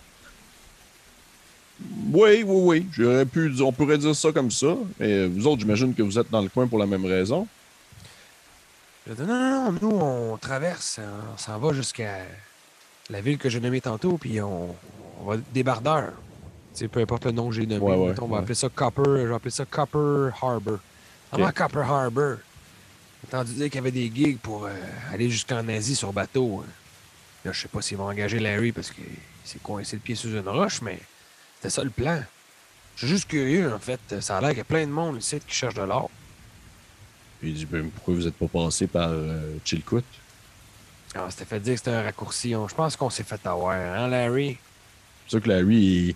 Oui. On pourrait dire ça comme ça. Mais vous autres, j'imagine que vous êtes dans le coin pour la même raison. Je dis, non, nous, on traverse, on s'en va jusqu'à la ville que j'ai nommée tantôt, puis on va débardeur. Tu sais, peu importe le nom que j'ai nommé, on va appeler ça Copper, je vais appeler ça Copper Harbor. Comment Copper Harbor? J'ai entendu dire qu'il y avait des gigs pour aller jusqu'en Asie sur bateau. Hein. Là, je sais pas s'ils vont engager Larry parce qu'il s'est coincé le pied sous une roche, mais c'était ça le plan. Je suis juste curieux, en fait. Ça a l'air qu'il y a plein de monde ici qui cherche de l'or. Il dit ben, pourquoi vous n'êtes pas passé par Chilcoot? Ah, c'était fait dire que c'était un raccourci. Je pense qu'on s'est fait avoir, hein, Larry? C'est sûr que Larry,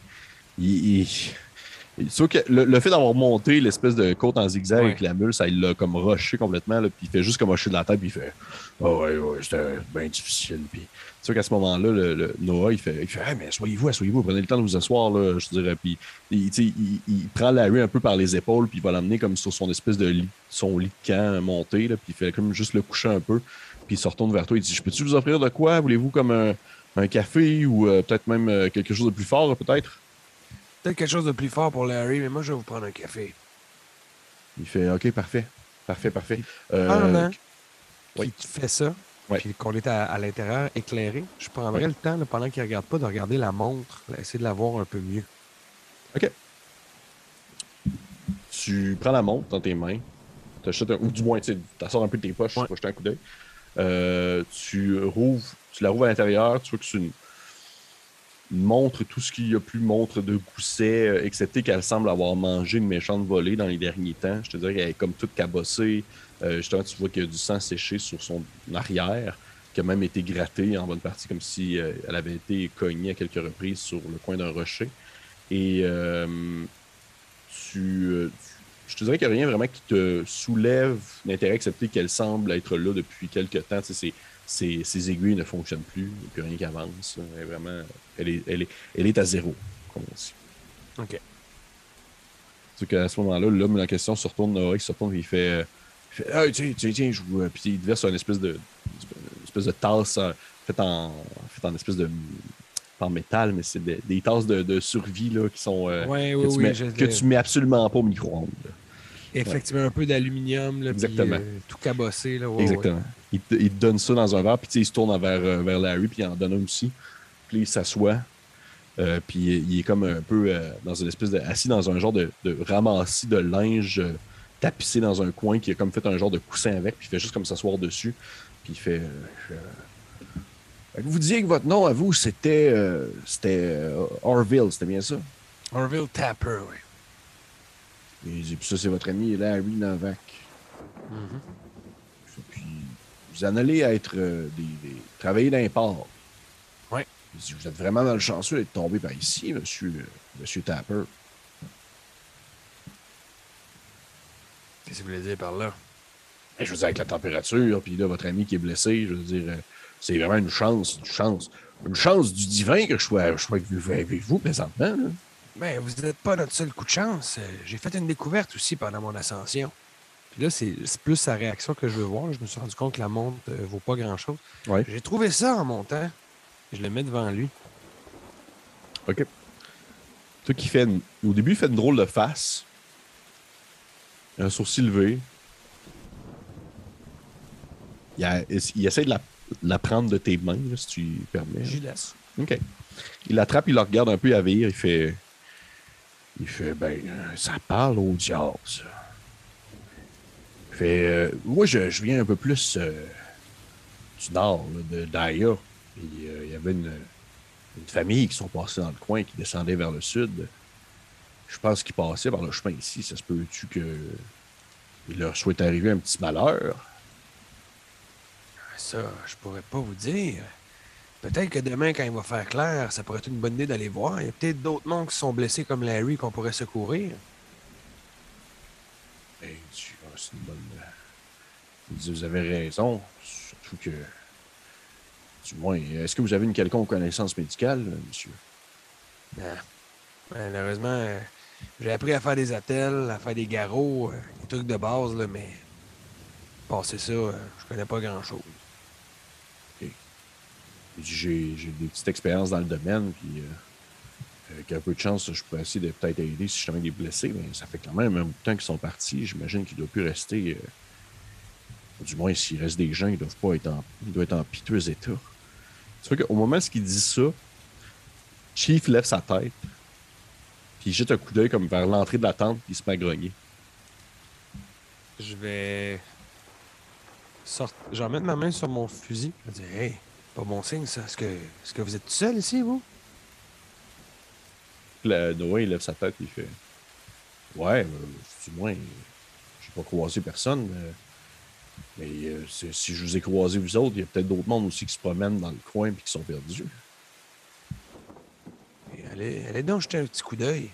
c'est sûr que le fait d'avoir monté l'espèce de côte en zigzag avec la mule, ça il l'a comme rushé complètement, là, puis il fait juste comme hocher de la tête, puis il fait oh, ouais, c'était bien difficile. Puis c'est sûr qu'à ce moment-là, le Noah, il fait hey, mais asseyez-vous, prenez le temps de vous asseoir, là, je dirais. Puis il prend Larry un peu par les épaules, puis il va l'emmener comme sur son espèce de lit, son lit de camp monté, là, puis il fait comme juste le coucher un peu, puis il se retourne vers toi, il dit je peux-tu vous offrir de quoi? Voulez-vous comme un café ou peut-être même quelque chose de plus fort, peut-être? Peut-être quelque chose de plus fort pour Larry, mais moi, je vais vous prendre un café. Il fait OK, parfait. Pendant oui. qu'il fait ça, puis qu'on est à l'intérieur éclairé, je prendrais le temps, là, pendant qu'il ne regarde pas, de regarder la montre, là, essayer de la voir un peu mieux. OK. Tu prends la montre dans tes mains, ou du moins, tu sors un peu de tes poches pour jeter un coup d'œil. Tu la rouvres à l'intérieur, tu vois que c'est une montre, tout ce qu'il y a plus montre de gousset, excepté qu'elle semble avoir mangé une méchante volée dans les derniers temps. Je te dirais qu'elle est comme toute cabossée. Justement, tu vois qu'il y a du sang séché sur son arrière, qui a même été gratté en bonne partie, comme si elle avait été cognée à quelques reprises sur le coin d'un rocher. Et je te dirais qu'il n'y a rien vraiment qui te soulève l'intérêt, excepté qu'elle semble être là depuis quelques temps. Tu sais, ses aiguilles ne fonctionnent plus, il n'y a plus rien qui avance. Elle est vraiment, elle est à zéro, comme on dit. OK. C'est qu'à ce moment-là, l'homme en question se retourne, il se retourne et il fait hey, tiens, je vous. Puis il verse une espèce de tasse faite en espèce de. Pas en métal, mais c'est des tasses de survie là, qui sont. Que tu mets absolument pas au micro-ondes. Ouais, Effectivement, un peu d'aluminium, là, puis exactement. tout cabossé, là. Ouais, ouais. Exactement. Il te donne ça dans un verre, puis il se tourne vers Larry, puis il en donne un aussi. Puis il s'assoit, puis il est comme un peu dans une espèce de. Assis dans un genre de ramassis de linge tapissé dans un coin, qui a comme fait un genre de coussin avec, puis il fait juste comme s'asseoir dessus. Puis il fait. Vous disiez que votre nom à vous, c'était Orville, c'était bien ça? Orville Tapper, oui. Et il dit, puis ça, c'est votre ami Larry Novak. Mhm. Puis vous en allez être travailler dans les ports. Ouais. Il dit, vous êtes vraiment malchanceux d'être tombé par ici, monsieur Tapper. Qu'est-ce que vous voulez dire par là? Et je veux dire, avec la température, puis là, votre ami qui est blessé, je veux dire, c'est vraiment une chance du divin que je sois avec vous présentement. Là. Ben, vous n'êtes pas notre seul coup de chance. J'ai fait une découverte aussi pendant mon ascension. Puis là, c'est plus sa réaction que je veux voir. Je me suis rendu compte que la montre vaut pas grand-chose. Ouais. J'ai trouvé ça en montant. Je le mets devant lui. OK. Toi qui fait au début, il fait une drôle de face. Un sourcil levé. Il essaie de la prendre de tes mains, là, si tu lui permets. J'y laisse. OK. Il l'attrape, il la regarde un peu à vire, il fait, ben, ça parle au diable, ça. Il fait, moi, je viens un peu plus du nord, là, d'Aya. Puis, il y avait une famille qui sont passés dans le coin, qui descendait vers le sud. Je pense qu'ils passaient par le chemin ici. Ça se peut-tu que il leur soit arrivé un petit malheur? Ça, je pourrais pas vous dire. Peut-être que demain, quand il va faire clair, ça pourrait être une bonne idée d'aller voir. Il y a peut-être d'autres mondes qui sont blessés comme Larry qu'on pourrait secourir. Ben, c'est une bonne. Il dit, vous avez raison. Surtout que, du moins, est-ce que vous avez une quelconque connaissance médicale, monsieur? Ah, malheureusement, j'ai appris à faire des attelles, à faire des garrots, des trucs de base, là, mais passer ça, je connais pas grand-chose. Okay. J'ai des petites expériences dans le domaine, puis avec un peu de chance, je pourrais essayer de peut-être aider si jamais il est blessé, mais ça fait quand même un bout de temps qu'ils sont partis. J'imagine qu'il ne doit plus rester. Du moins, s'il reste des gens, ils doivent pas être il doit être en piteux état. Tu vois qu'au moment où il dit ça, Chief lève sa tête, puis il jette un coup d'œil comme vers l'entrée de la tente, puis il se met à grogner. Je vais je vais mettre ma main sur mon fusil. Je vais dire, hey, pas bon signe, ça. Est-ce que vous êtes tout seul ici, vous? Puis Noah, il lève sa tête, puis il fait ouais, du moins, j'ai pas croisé personne, mais si je vous ai croisé vous autres, il y a peut-être d'autres mondes aussi qui se promènent dans le coin et qui sont perdus. Et allez donc jeter un petit coup d'œil.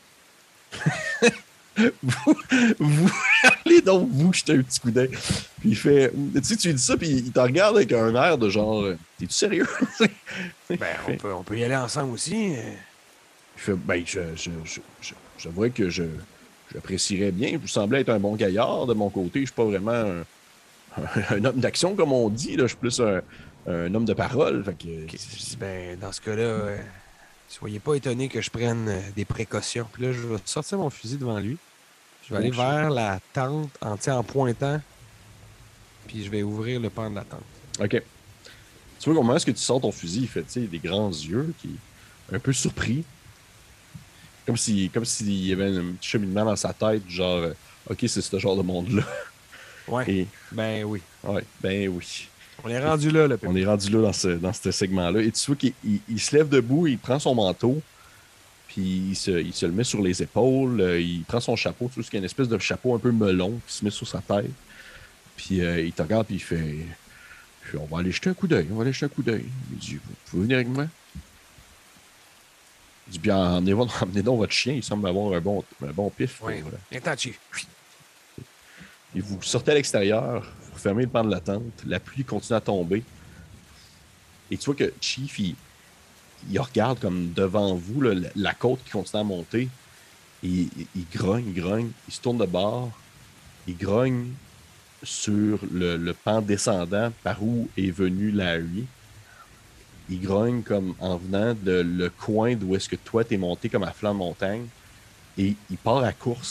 vous allez donc vous jeter un petit coup d'œil. Puis il fait, tu sais, tu lui dis ça, puis il te regarde avec un air de genre, t'es-tu sérieux? Ben, on peut y aller ensemble aussi. Il fait, ben, j'avouerais que j'apprécierais bien. Vous semblez être un bon gaillard de mon côté. Je suis pas vraiment un homme d'action, comme on dit. Là. Je suis plus un homme de parole. Fait que, Ben, dans ce cas-là, soyez pas étonnés que je prenne des précautions. Puis là, je vais sortir mon fusil devant lui. Je vais aller vers la tente en pointant. Puis je vais ouvrir le pan de la tente. OK. Tu vois, comment est-ce que tu sors ton fusil? Il fait des grands yeux, qui un peu surpris. Comme s'il y avait un petit cheminement dans sa tête, genre, OK, c'est ce genre de monde-là. Ouais. Et, ben oui. ouais, ben oui. On est rendu là, le On est rendu là dans ce segment-là. Et tu vois qu'il se lève debout, il prend son manteau, puis il se le met sur les épaules, il prend son chapeau, tu vois, qu'il y a une espèce de chapeau un peu melon qui se met sur sa tête. Puis il te regarde, puis il fait, on va aller jeter un coup d'œil, Il dit, vous pouvez venir avec moi? Il dit, bien, emmenez donc votre chien, il semble avoir un bon pif. Oui, attends, Chief. Et vous sortez à l'extérieur, vous fermez le pan de la tente, la pluie continue à tomber. Et tu vois que Chief, il regarde comme devant vous la côte qui continue à monter. Et il grogne, il se tourne de bord, il grogne sur le pan descendant par où est venu Larry. Il grogne comme en venant le coin d'où est-ce que toi t'es monté comme à flanc de montagne. Et il part à course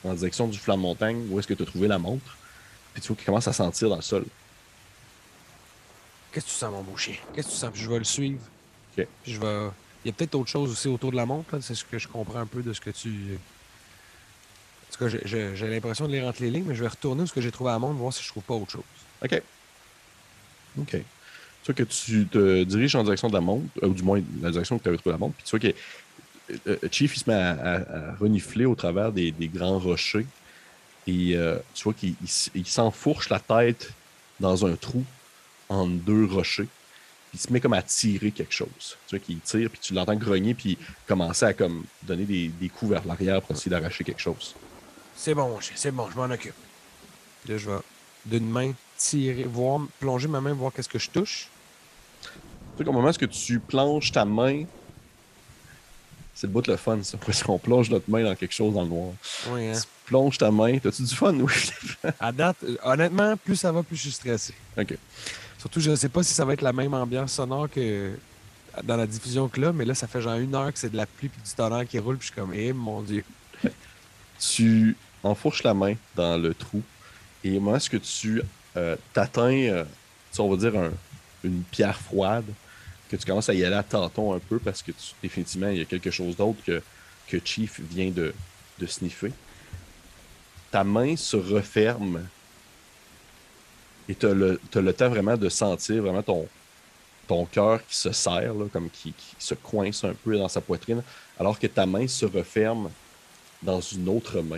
en direction du flanc de montagne où est-ce que tu as trouvé la montre. Puis tu vois qu'il commence à sentir dans le sol. Qu'est-ce que tu sens, mon beau chien? Qu'est-ce que tu sens? Puis je vais le suivre. OK. Puis je vais. Il y a peut-être autre chose aussi autour de la montre, là. C'est ce que je comprends un peu de ce que tu. En tout cas, j'ai l'impression de lire entre les lignes, mais je vais retourner où ce que j'ai trouvé à la montre, voir si je trouve pas autre chose. OK. OK. Tu vois que tu te diriges en direction de la montre, ou du moins la direction que tu avais trouvé la montre, puis tu vois que Chief, il se met à renifler au travers des grands rochers. Et tu vois qu'il s'enfourche la tête dans un trou entre deux rochers. Puis il se met comme à tirer quelque chose. Tu vois qu'il tire, puis tu l'entends grogner, puis commencer à comme donner des coups vers l'arrière pour essayer d'arracher quelque chose. C'est bon, mon chien, c'est bon, je m'en occupe. Là, je vais d'une main tirer, voir, plonger ma main, voir qu'est-ce que je touche. Tu sais qu'au moment où tu plonges ta main, c'est le bout de le fun, ça. Parce qu'on plonge notre main dans quelque chose dans le noir. Oui, hein? Tu plonges ta main. T'as-tu du fun? Oui. À date, honnêtement, plus ça va, plus je suis stressé. OK. Surtout, je ne sais pas si ça va être la même ambiance sonore que dans la diffusion que là, mais là, ça fait genre 1 heure que c'est de la pluie puis du tonnerre qui roule, puis je suis comme, eh mon Dieu. Tu enfourches la main dans le trou et au moment où tu t'atteins, on va dire, une pierre froide, que tu commences à y aller à tâtons un peu parce que définitivement, il y a quelque chose d'autre que Chief vient de sniffer. Ta main se referme et tu as le temps vraiment de sentir vraiment ton cœur qui se serre, là, comme qui se coince un peu dans sa poitrine, alors que ta main se referme dans une autre main.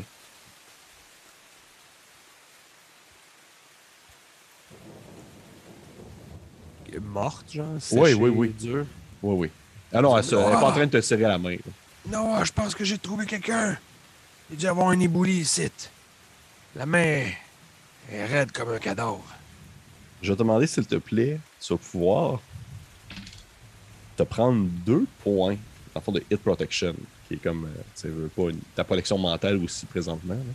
Morte, genre, Oui, séchée, oui. dure. Oui. Ah non, elle n'est pas en train de te serrer la main. Là. Non, je pense que j'ai trouvé quelqu'un. Il doit y avoir un éboulis ici. La main est raide comme un cadavre. Je vais te demander, s'il te plaît, tu vas pouvoir te prendre 2 points en fond de hit protection, qui est comme, tu veux pas ta protection mentale aussi présentement. Là.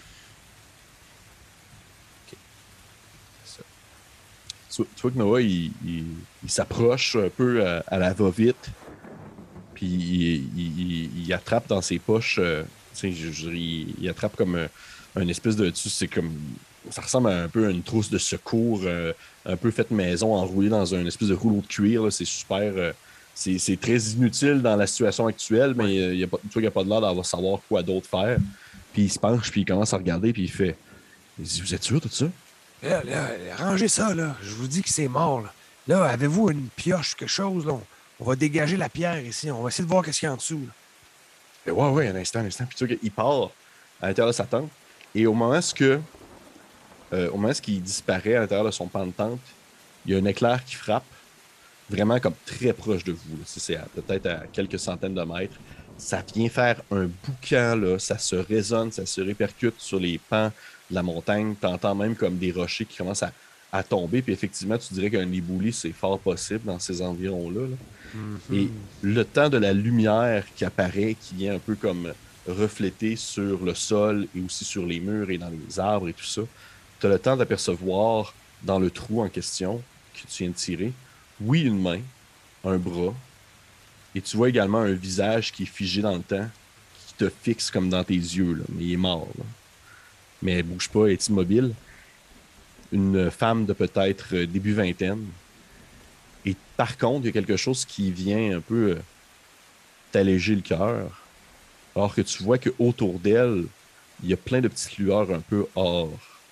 Ok. C'est ça. Tu vois que Noah, il s'approche un peu à la va-vite, puis il attrape dans ses poches, il attrape comme un espèce de... C'est comme... Ça ressemble un peu à une trousse de secours, un peu faite maison, enroulée dans un espèce de rouleau de cuir. Là. C'est super... c'est très inutile dans la situation actuelle, mais il n'y a pas de l'air d'avoir savoir quoi d'autre faire. Puis il se penche, puis il commence à regarder, puis il fait... Il dit, vous êtes sûr de tout ça? Là, rangez ça, là. Je vous dis que c'est mort, là. Là, avez-vous une pioche, quelque chose, là? On va dégager la pierre ici. On va essayer de voir qu'est-ce qu'il y a en dessous, là. Ouais, un instant. Puis tu vois qu'il part à l'intérieur de sa tente. Et au moment où il disparaît à l'intérieur de son pan de tente, il y a un éclair qui frappe, vraiment comme très proche de vous. C'est peut-être à quelques centaines de mètres. Ça vient faire un boucan, là. Ça se résonne, ça se répercute sur les pans de la montagne. Tu entends même comme des rochers qui commencent à tomber. Puis effectivement, tu dirais qu'un éboulis, c'est fort possible dans ces environs-là. Là. Et le temps de la lumière qui apparaît, qui vient un peu comme refléter sur le sol et aussi sur les murs et dans les arbres et tout ça, tu as le temps d'apercevoir dans le trou en question que tu viens de tirer, oui, une main, un bras, et tu vois également un visage qui est figé dans le temps, qui te fixe comme dans tes yeux, là, mais il est mort. Là. Mais elle bouge pas, elle est immobile. Une femme de peut-être début vingtaine. Et par contre, il y a quelque chose qui vient un peu t'alléger le cœur, alors que tu vois qu'autour d'elle, il y a plein de petites lueurs un peu or.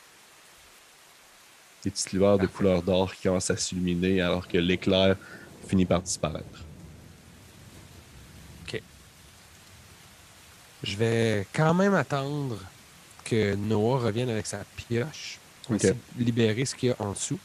Des petites lueurs de couleur d'or qui commencent à s'illuminer alors que l'éclair finit par disparaître. OK. Je vais quand même attendre que Noah revienne avec sa pioche. On va essayer de libérer ce qu'il y a en dessous.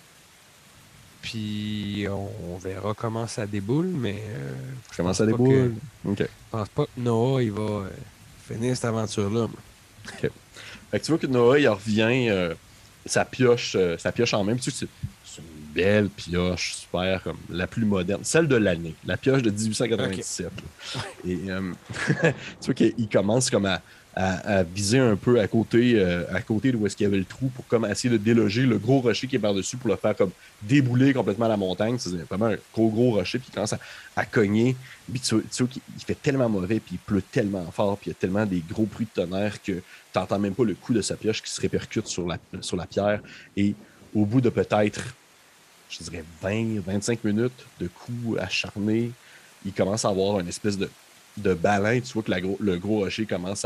Puis on verra comment ça déboule, mais... Comment ça déboule? Je pense pas que Noah, il va finir cette aventure-là. OK. Fait que tu vois que Noah, il revient sa pioche en main. Tu sais, c'est une belle pioche, super, comme la plus moderne, celle de l'année, la pioche de 1897. OK. Et tu vois qu'il commence comme à viser un peu à côté de où est-ce qu'il y avait le trou pour comme essayer de déloger le gros rocher qui est par-dessus pour le faire comme débouler complètement la montagne. C'est vraiment un gros rocher, puis il commence à cogner. Puis tu vois qu'il fait tellement mauvais, puis il pleut tellement fort, puis il y a tellement des gros bruits de tonnerre que tu n'entends même pas le coup de sa pioche qui se répercute sur la pierre. Et au bout de peut-être, je dirais 20-25 minutes de coups acharnés, il commence à avoir une espèce de balein. Tu vois que le gros rocher commence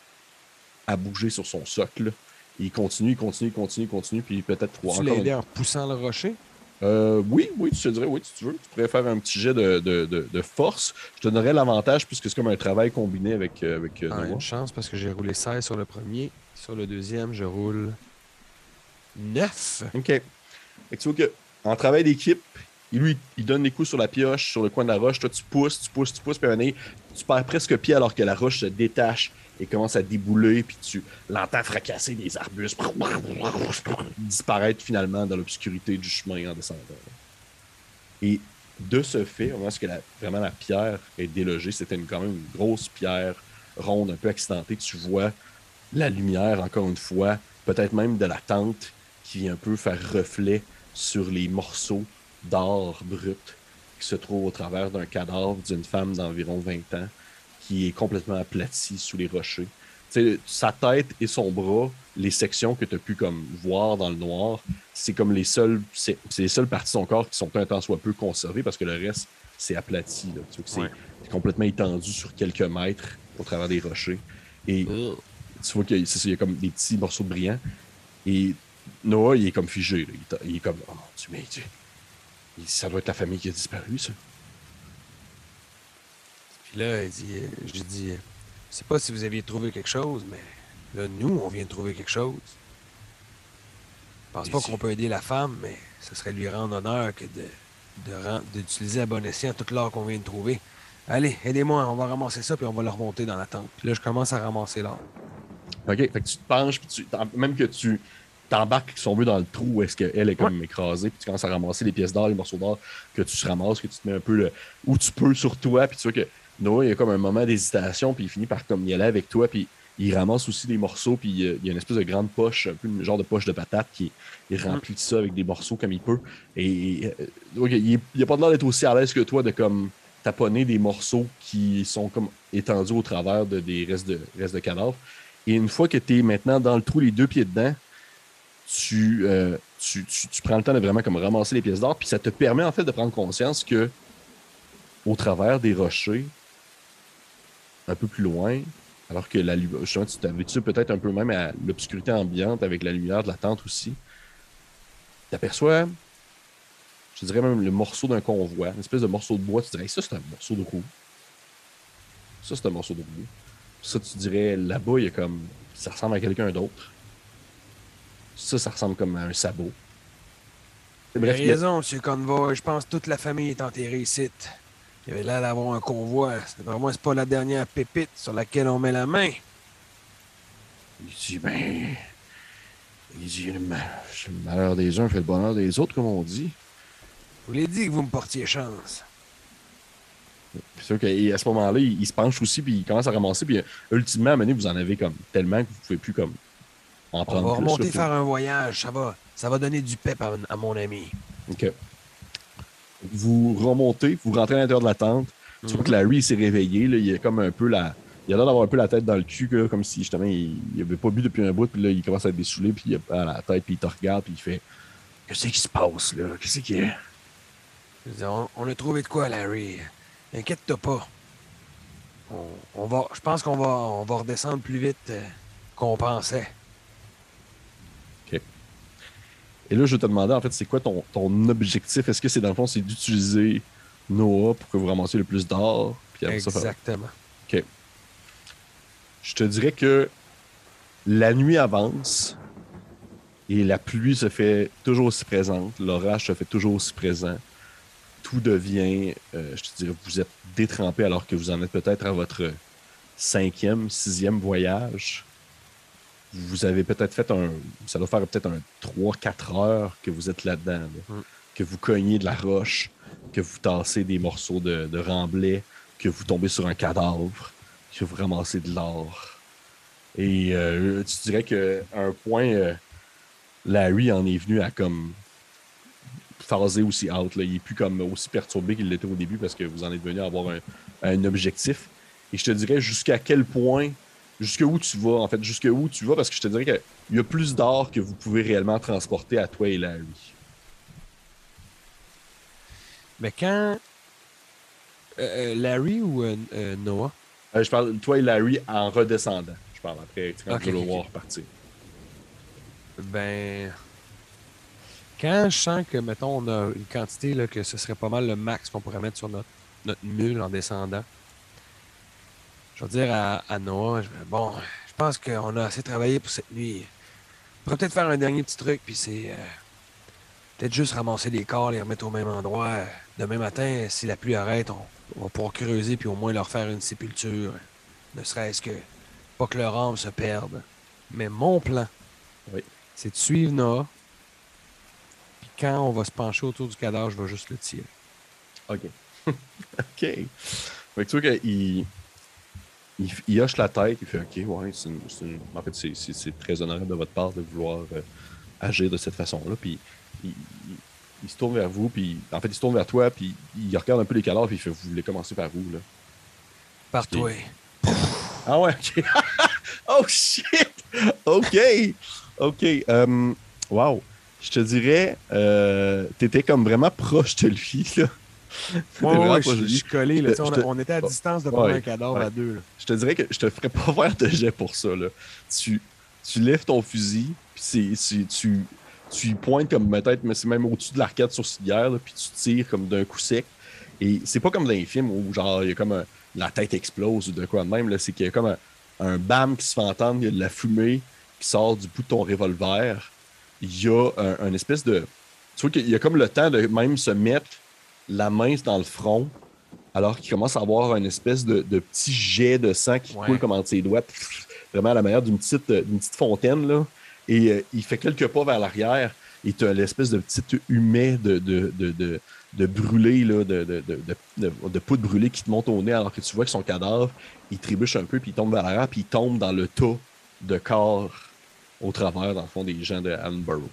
à bouger sur son socle. Et il continue, puis peut-être Tu encore l'as une... aidé en poussant le rocher? Oui, tu te dirais, oui, si tu veux. Tu pourrais faire un petit jet de force. Je te donnerais l'avantage puisque c'est comme un travail combiné avec Une Noah. chance parce que j'ai roulé 16 sur le premier. Sur le deuxième, je roule 9. OK. Fait que tu vois qu'en travail d'équipe, il donne des coups sur la pioche, sur le coin de la roche. Toi, tu pousses, puis à un moment donné, tu perds presque pied alors que la roche se détache et commence à débouler, puis tu l'entends fracasser des arbustes, disparaître finalement dans l'obscurité du chemin en descendant. Et de ce fait, au moment où vraiment la pierre est délogée, c'était quand même une grosse pierre ronde, un peu accidentée. Tu vois la lumière, encore une fois, peut-être même de la tente qui vient un peu faire reflet sur les morceaux d'or brut qui se trouvent au travers d'un cadavre d'une femme d'environ 20 ans qui est complètement aplatie sous les rochers. T'sais, sa tête et son bras, les sections que tu as pu comme voir dans le noir, c'est comme c'est les seules parties de son corps qui sont un tant soit peu conservées parce que le reste, c'est aplati. Là. Tu vois que c'est complètement étendu sur quelques mètres au travers des rochers. Et tu vois qu'il y a comme des petits morceaux de brillant. Et Noah, il est comme figé. Là. Il est comme, oh mon Dieu, mais ça doit être la famille qui a disparu, ça. Puis là, j'ai dit, je sais pas si vous aviez trouvé quelque chose, mais là, nous, on vient de trouver quelque chose. Je pense pas qu'on peut aider la femme, mais ce serait lui rendre honneur que d'utiliser à bon escient toute l'or qu'on vient de trouver. Allez, aidez-moi, on va ramasser ça, puis on va le remonter dans la tente. Puis là, je commence à ramasser l'or. OK, fait que tu te penches, puis même que tu t'embarques, si on veut, dans le trou où est-ce qu'elle est Ouais. comme écrasée, puis tu commences à ramasser les pièces d'or, les morceaux d'or que tu ramasses, que tu te mets un peu où tu peux sur toi, puis tu vois que Noah, il y a comme un moment d'hésitation, puis il finit par comme y aller avec toi, puis il ramasse aussi des morceaux, puis il y a une espèce de grande poche, un peu une genre de poche de patate qui est remplie de ça avec des morceaux comme il peut. Et donc, il a pas l'air d'être aussi à l'aise que toi de comme taponner des morceaux qui sont comme étendus au travers des restes de cadavres. Et une fois que tu es maintenant dans le trou, les deux pieds dedans, tu prends le temps de vraiment comme ramasser les pièces d'or, puis ça te permet en fait de prendre conscience que au travers des rochers, un peu plus loin, alors que la lumière, justement, tu t'habitues peut-être un peu même à l'obscurité ambiante avec la lumière de la tente aussi, tu aperçois, je dirais même le morceau d'un convoi, une espèce de morceau de bois, tu dirais, ça c'est un morceau de roue. Ça c'est un morceau de roue. Ça, tu dirais, là-bas, il y a comme, ça ressemble à quelqu'un d'autre. Ça ressemble comme à un sabot. Vous avez Bref, raison, M. Convoy. Je pense que toute la famille est enterrée ici. Il y avait l'air d'avoir un convoi. Vraiment, c'est pas la dernière pépite sur laquelle on met la main. il dit, il dit, le malheur des uns fait le bonheur des autres, comme on dit. Je vous l'ai dit que vous me portiez chance. C'est sûr qu'à ce moment-là, il se penche aussi, puis il commence à ramasser, puis ultimement, à un moment donné, vous en avez comme tellement que vous pouvez plus comme en On prendre va plus. Là, remonter faut... faire un voyage. Ça va donner du pep à mon ami. OK. Vous remontez, vous rentrez à l'intérieur de la tente. Tu vois que Larry s'est réveillé. Là, il a comme un peu il a l'air d'avoir un peu la tête dans le cul, là, comme si justement il avait pas bu depuis un bout, puis là, il commence à être dessoulé, puis il a la tête, puis il te regarde, puis il fait qu'est-ce qui se passe là? Qu'est-ce qui est? On a trouvé de quoi, Larry. Inquiète-toi pas. Je pense on va redescendre plus vite qu'on pensait. OK. Et là, je vais te demander, en fait, c'est quoi ton objectif? Est-ce que c'est, dans le fond, c'est d'utiliser Noah pour que vous ramassiez le plus d'or? Puis après Exactement. OK. Je te dirais que la nuit avance et la pluie se fait toujours aussi présente. L'orage se fait toujours aussi présent. Tout devient, je te dirais, vous êtes détrempé alors que vous en êtes peut-être à votre 5e, 6e voyage. Vous avez peut-être fait ça doit faire peut-être un 3-4 heures que vous êtes là-dedans. Là. que vous cognez de la roche, que vous tassez des morceaux de remblai, que vous tombez sur un cadavre, que vous ramassez de l'or. Et tu dirais qu'à un point, Larry en est venu à comme phasé aussi out. Là. Il est plus comme aussi perturbé qu'il l'était au début parce que vous en êtes venu à avoir un objectif. Et je te dirais jusqu'à quel point, jusqu'où tu vas, en fait, jusqu'où tu vas, parce que je te dirais qu'il y a plus d'or que vous pouvez réellement transporter à toi et Larry. Mais quand Larry ou Noah? Je parle de toi et Larry en redescendant. Je parle après, quand tu vas le voir Ok. partir. Ben, quand je sens que, mettons, on a une quantité là, que ce serait pas mal le max qu'on pourrait mettre sur notre mule en descendant, je vais dire à Noah, bon, je pense qu'on a assez travaillé pour cette nuit. On pourrait peut-être faire un dernier petit truc, puis c'est peut-être juste ramasser les corps, les remettre au même endroit. Demain matin, si la pluie arrête, on va pouvoir creuser, puis au moins leur faire une sépulture. Ne serait-ce que pas que leur âme se perde. Mais mon plan, Oui. c'est de suivre Noah, puis quand on va se pencher autour du cadavre, je vais juste le tirer. OK. OK. Fait que tu vois qu'il il hoche la tête, il fait OK, ouais, en fait, c'est très honorable de votre part de vouloir agir de cette façon-là. Puis il, il- il se tourne vers vous, puis en fait, il se tourne vers toi, puis il regarde un peu les cadavres, puis il fait vous voulez commencer par où, là? Par Puis, toi. ah ouais, OK. Oh shit! OK. OK. Wow. Je te dirais, t'étais comme vraiment proche de lui, là. T'étais Ouais, vraiment ouais, proche de je lui. suis collé. Là, Je te... on était à oh, distance de prendre un ouais, cadavre ouais. à deux. Là. Je te dirais que je te ferais pas faire de jet pour ça, là. Tu, tu lèves ton fusil, puis tu y pointes comme peut-être, mais c'est même au-dessus de l'arcade sourcilière, là, puis tu tires comme d'un coup sec. Et c'est pas comme dans les films où genre il y a comme la tête explose ou de quoi de même, là. C'est qu'il y a comme un bam qui se fait entendre, il y a de la fumée qui sort du bout de ton revolver. Il y a un espèce de. Tu vois qu'il y a comme le temps de même se mettre la main dans le front, alors qu'il commence à avoir une espèce de petit jet de sang qui coule Ouais. comme entre ses doigts, vraiment à la manière d'une petite fontaine, là. Et il fait quelques pas vers l'arrière, et tu as l'espèce de petit humet de brûlé, là, de poudre brûlée qui te monte au nez, alors que tu vois que son cadavre, il trébuche un peu, puis il tombe vers l'arrière, puis il tombe dans le tas de corps au travers, dans le fond, des gens de Allenborough.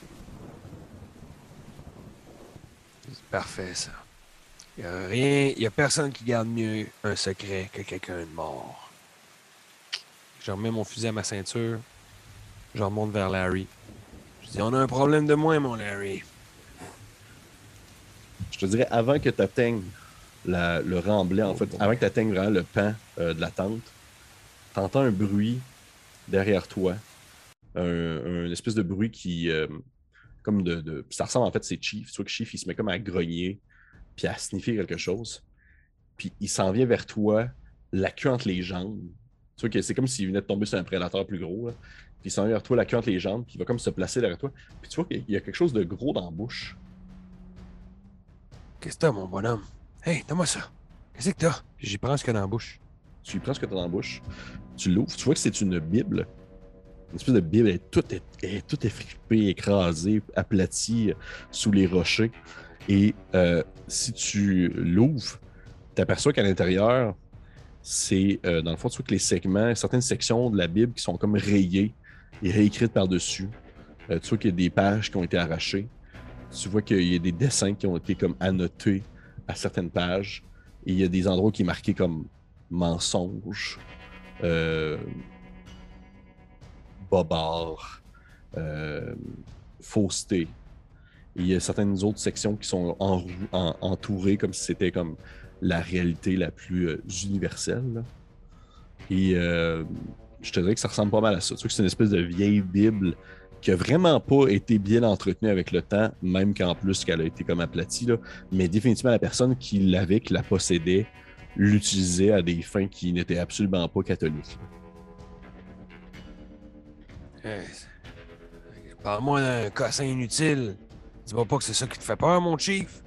C'est parfait, ça. Il n'y a rien, il y a personne qui garde mieux un secret que quelqu'un de mort. Je remets mon fusil à ma ceinture. Je remonte vers Larry. Je dis, on a un problème de moins, mon Larry. Je te dirais, avant que tu atteignes le remblai, en fait, avant que tu atteignes vraiment le pan de la tente, tu entends un bruit derrière toi. Un espèce de bruit qui. Comme ça ressemble en fait, c'est Chief. Tu vois que Chief, il se met comme à grogner, puis à sniffer quelque chose. Puis il s'en vient vers toi, la queue entre les jambes. Tu vois que c'est comme s'il venait de tomber sur un prédateur plus gros. Là. Puis il s'en vient vers toi, la queue entre les jambes, puis il va comme se placer derrière toi. Puis tu vois qu'il y a quelque chose de gros dans la bouche. Qu'est-ce que t'as, mon bonhomme? Hey, donne-moi ça. Qu'est-ce que t'as? J'y prends ce qu'il y a dans la bouche. Tu lui prends ce que tu as dans la bouche, tu l'ouvres, tu vois que c'est une Bible. Une espèce de Bible, elle est toute effripée, écrasée, aplatie sous les rochers. Et si tu l'ouvres, tu aperçois qu'à l'intérieur, c'est dans le fond, tu vois que les segments, certaines sections de la Bible qui sont comme rayées et réécrites par-dessus. Tu vois qu'il y a des pages qui ont été arrachées. Tu vois qu'il y a des dessins qui ont été comme annotés à certaines pages. Et il y a des endroits qui sont marqués comme mensonge, euh, bobard, euh, fausseté. Et il y a certaines autres sections qui sont entourées comme si c'était comme la réalité la plus universelle. Là. Et je te dirais que ça ressemble pas mal à ça. Tu vois que c'est une espèce de vieille Bible qui a vraiment pas été bien entretenue avec le temps, même qu'en plus qu'elle a été comme aplatie. Là. Mais définitivement, la personne qui l'avait, qui la possédait, l'utilisait à des fins qui n'étaient absolument pas catholiques. Hey, parle-moi d'un cossin inutile. Dis-moi pas que c'est ça qui te fait peur, mon chief.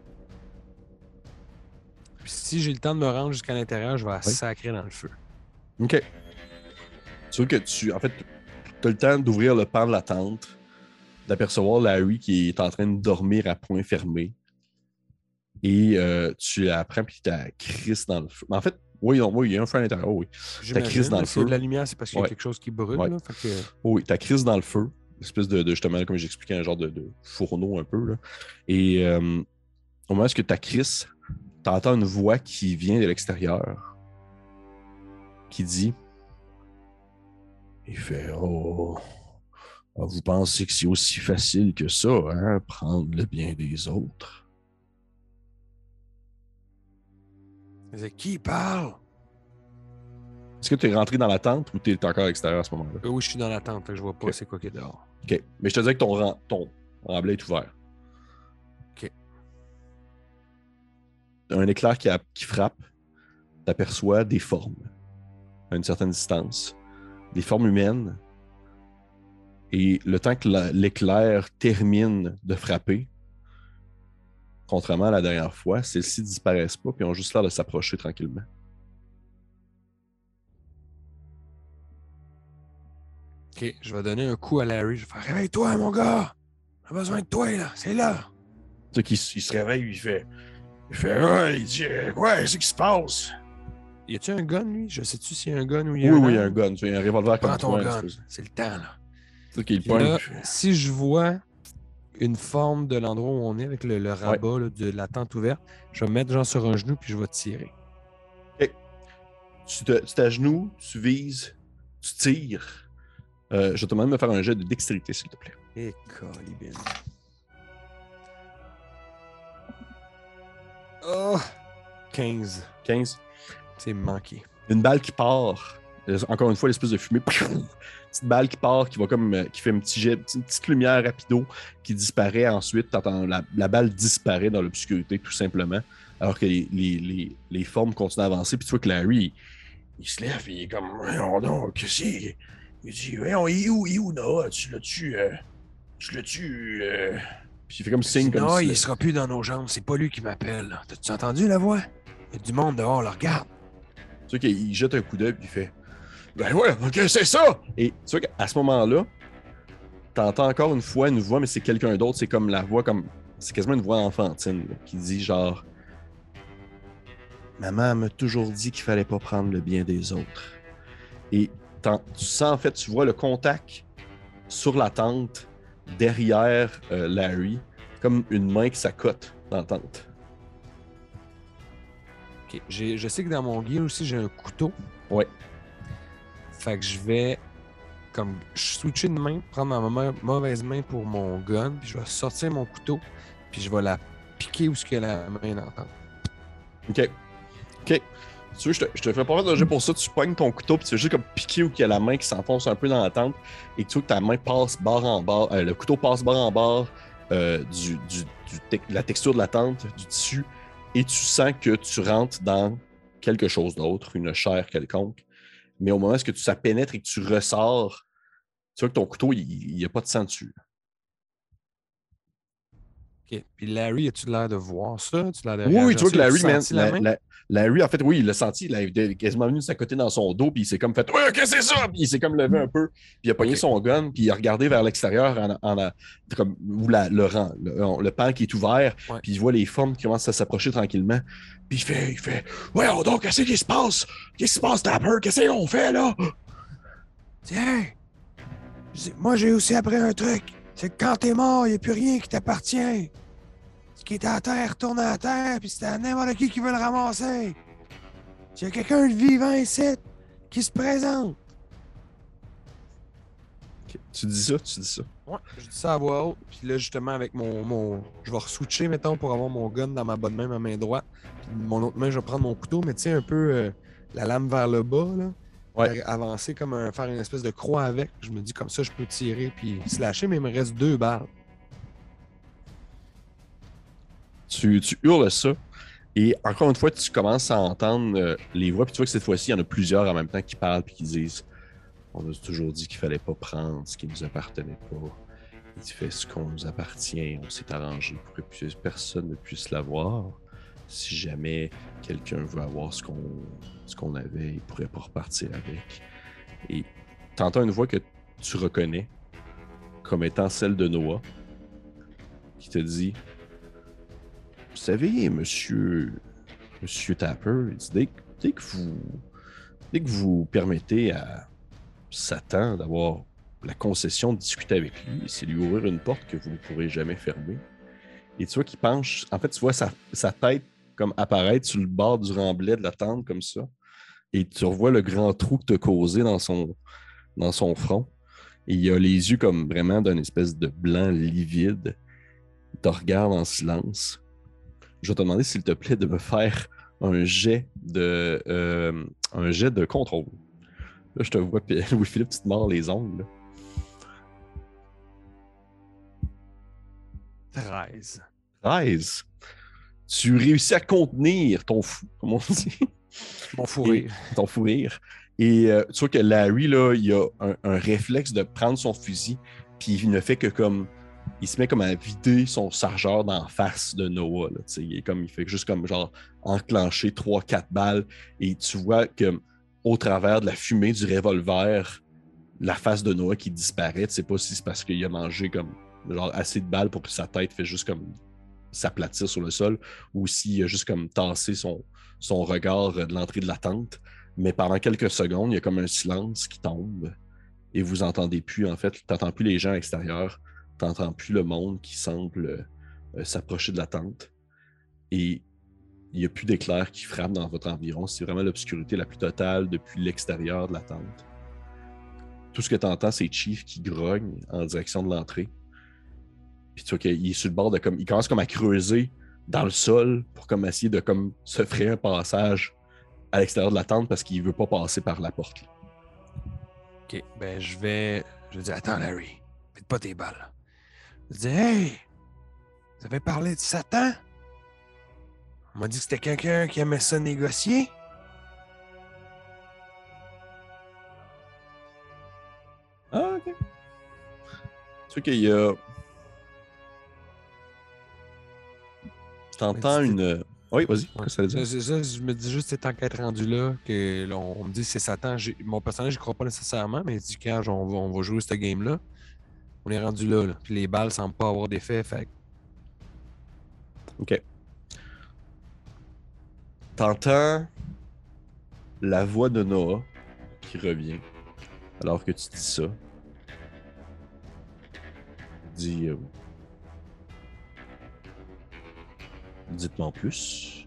Puis si j'ai le temps de me rendre jusqu'à l'intérieur, je vais la Oui. sacrer dans le feu. OK. Tu vois que en fait, tu as le temps d'ouvrir le pan de la tente. d'apercevoir Larry qui est en train de dormir à point fermé. Et tu la prends puis tu la crisses dans le feu. Mais en fait, oui, il y a un feu à l'intérieur, oui. Tu la crisses dans le J'imagine, s'il y a feu. de la lumière, c'est parce qu'il y a Ouais. quelque chose qui brûle. Ouais. Là, fait que... Oui, tu la crisses dans le feu. Une espèce de justement, comme j'expliquais, un genre de fourneau un peu. Là. Et au moment où tu crisses, tu entends une voix qui vient de l'extérieur qui dit il fait oh, vous pensez que c'est aussi facile que ça, hein, prendre le bien des autres? C'est qui parle? Est-ce que tu es rentré dans la tente ou tu es encore à l'extérieur à ce moment-là? Oui, je suis dans la tente, fait que je vois pas Ok. c'est quoi qui est dehors. OK. Mais je te disais que ton remblai est ouvert. OK. Un éclair qui frappe, tu aperçois des formes à une certaine distance, des formes humaines. Et le temps que l'éclair termine de frapper, contrairement à la dernière fois, celles-ci disparaissent pas et ont juste l'air de s'approcher tranquillement. OK, je vais donner un coup à Larry. Je vais faire « Réveille-toi, mon gars! J'ai besoin de toi, là! C'est là! » Tu sais qu'il se réveille, il fait ouais, il dit quoi, qu'est-ce qui se passe? Y a-tu un gun, lui? Je sais-tu s'il y a un gun ou il y a Oui, un oui, il y a un arme? gun, tu sais, un revolver Prends comme ton toi. gun. C'est le temps, là. Tu sais qu'il Puis pogne. là, si je vois une forme de l'endroit où on est avec le Ouais. rabat là, de la tente ouverte, je vais me mettre genre sur un genou puis je vais tirer. OK. Tu t'agenouilles, tu vises, tu tires. Je vais te demander de me faire un jet de dextérité, s'il te plaît. Et colibine. Oh! 15. 15. C'est manqué. Une balle qui part. Encore une fois, l'espèce de fumée. Petite balle qui part, qui va comme qui fait un petit jet, une petite lumière rapido qui disparaît ensuite. T'entends la balle disparaît dans l'obscurité, tout simplement. Alors que les formes continuent à avancer. Puis tu vois que Larry, il se lève et il est comme voyons donc, qu'est-ce que c'est? Il dit voyons, il est où, Noah? Tu l'as-tu. Puis il fait comme signe comme Non, si. il sera plus dans nos jambes. C'est pas lui qui m'appelle. T'as-tu entendu la voix? Il y a du monde dehors, là, regarde. Tu vois qu'il jette un coup d'œil et il fait ben ouais, ok, c'est ça! Et tu vois qu'à ce moment-là, t'entends encore une fois une voix, mais c'est quelqu'un d'autre. C'est comme la voix, comme. C'est quasiment une voix enfantine là, qui dit genre maman m'a toujours dit qu'il fallait pas prendre le bien des autres. Et tu sens en fait, tu vois le contact sur la tente derrière Larry, comme une main qui s'accote dans la tente. OK. Je sais que dans mon gear aussi, j'ai un couteau. Ouais. Fait que je vais comme switcher de main, prendre ma mauvaise main pour mon gun, puis je vais sortir mon couteau, puis je vais la piquer où ce qu'il y a la main dans la tente. OK. OK. Tu veux, je te fais pas faire de jeu pour ça. Tu pognes ton couteau, puis tu fais juste comme piquer où il y a la main qui s'enfonce un peu dans la tente, et que tu vois que ta main passe barre en barre, le couteau passe barre en barre la texture de la tente, du tissu, et tu sens que tu rentres dans quelque chose d'autre, une chair quelconque. Mais au moment où ça pénètre et que tu ressors, tu vois que ton couteau, il n'y a pas de sang dessus. OK. Puis Larry, as-tu l'air de voir ça? As-tu l'air de Oui, réagir tu vois à ça? que Larry, As-tu man, senti la main? Larry, en fait, oui, il l'a senti. Il est quasiment venu de sa côté dans son dos, puis il s'est comme fait ouais, qu'est-ce que c'est ça? Puis il s'est comme levé un peu, puis il a pogné son gun, puis il a regardé vers l'extérieur comme, où le pan qui est ouvert, puis il voit les formes qui commencent à s'approcher tranquillement. Puis il fait ouais, donc, qu'est-ce qui se passe? Qu'est-ce qui se passe, Tapper? Qu'est-ce qu'on fait là? Tiens! Moi, j'ai aussi appris un truc. C'est que quand t'es mort, il n'y a plus rien qui t'appartient. Ce qui est à terre retourne à terre, puis c'est à n'importe qui veut le ramasser. S'il y a quelqu'un de vivant ici qui se présente. Okay. Tu dis ça? Ouais, je dis ça à voix haute. Puis là, justement, avec je vais re-switcher, mettons, pour avoir mon gun dans ma bonne main, ma main droite. Puis mon autre main, je vais prendre mon couteau, mais tu sais, un peu la lame vers le bas, là. Ouais. Avancer comme faire une espèce de croix avec. Je me dis comme ça, je peux tirer puis slasher, mais il me reste 2 balles. Tu hurles ça. Et encore une fois, tu commences à entendre les voix. Puis tu vois que cette fois-ci, il y en a plusieurs en même temps qui parlent puis qui disent on nous a toujours dit qu'il fallait pas prendre ce qui nous appartenait pas. Il fait ce qu'on nous appartient. On s'est arrangé pour que personne ne puisse l'avoir. Si jamais quelqu'un veut avoir ce qu'on avait, il pourrait pas repartir avec. Et tu entends une voix que tu reconnais comme étant celle de Noah, qui te dit, vous savez, monsieur Tapper, il dit, dès que vous permettez à Satan d'avoir la concession de discuter avec lui, c'est lui ouvrir une porte que vous ne pourrez jamais fermer. Et tu vois qu'il penche, en fait, tu vois sa tête comme apparaître sur le bord du remblai de la tente comme ça. Et tu revois le grand trou que tu as causé dans son front. Et il a les yeux comme vraiment d'un espèce de blanc livide. Il te regarde en silence. Je vais te demander, s'il te plaît, de me faire un jet de contrôle. Là, je te vois, Louis-Philippe, tu te mords les ongles. 13. 13. Tu réussis à contenir ton fou, comme on dit. Mon fou rire. Ton fou rire. Et tu vois que Larry, là, il a un réflexe de prendre son fusil, puis il ne fait que comme... Il se met comme à vider son chargeur d'en face de Noah. Là, il fait juste comme genre enclencher 3-4 balles. Et tu vois que au travers de la fumée du revolver, la face de Noah qui disparaît. Tu sais pas si c'est parce qu'il a mangé comme genre assez de balles pour que sa tête fait juste comme s'aplatir sur le sol, ou s'il a juste comme tassé son regard de l'entrée de la tente. Mais pendant quelques secondes, il y a comme un silence qui tombe et vous entendez plus, en fait, tu n'entends plus les gens à l'extérieur, tu n'entends plus le monde qui semble s'approcher de la tente. Et il n'y a plus d'éclairs qui frappent dans votre environ. C'est vraiment l'obscurité la plus totale depuis l'extérieur de la tente. Tout ce que tu entends, c'est Chief qui grogne en direction de l'entrée. Puis tu vois qu'il est sur le bord de comme. Il commence comme à creuser dans le sol pour comme essayer de comme se frayer un passage à l'extérieur de la tente parce qu'il veut pas passer par la porte. OK, ben je vais dire, attends Larry, faites pas tes balles. Je dis, hey, vous avez parlé de Satan? On m'a dit que c'était quelqu'un qui aimait ça négocier. Ah, ok. Tu vois qu'il y a. T'entends une. Oui, vas-y, qu'est-ce que ça veut dire? C'est ça, je me dis juste, c'est tant qu'être rendu là, que là, on me dit que c'est Satan. Mon personnage, je crois pas nécessairement, mais il dit quand on va jouer ce game-là, on est rendu là, là. Puis les balles semblent pas avoir d'effet, fait Ok. T'entends la voix de Noah qui revient alors que tu dis ça. Il dit dites-moi en plus.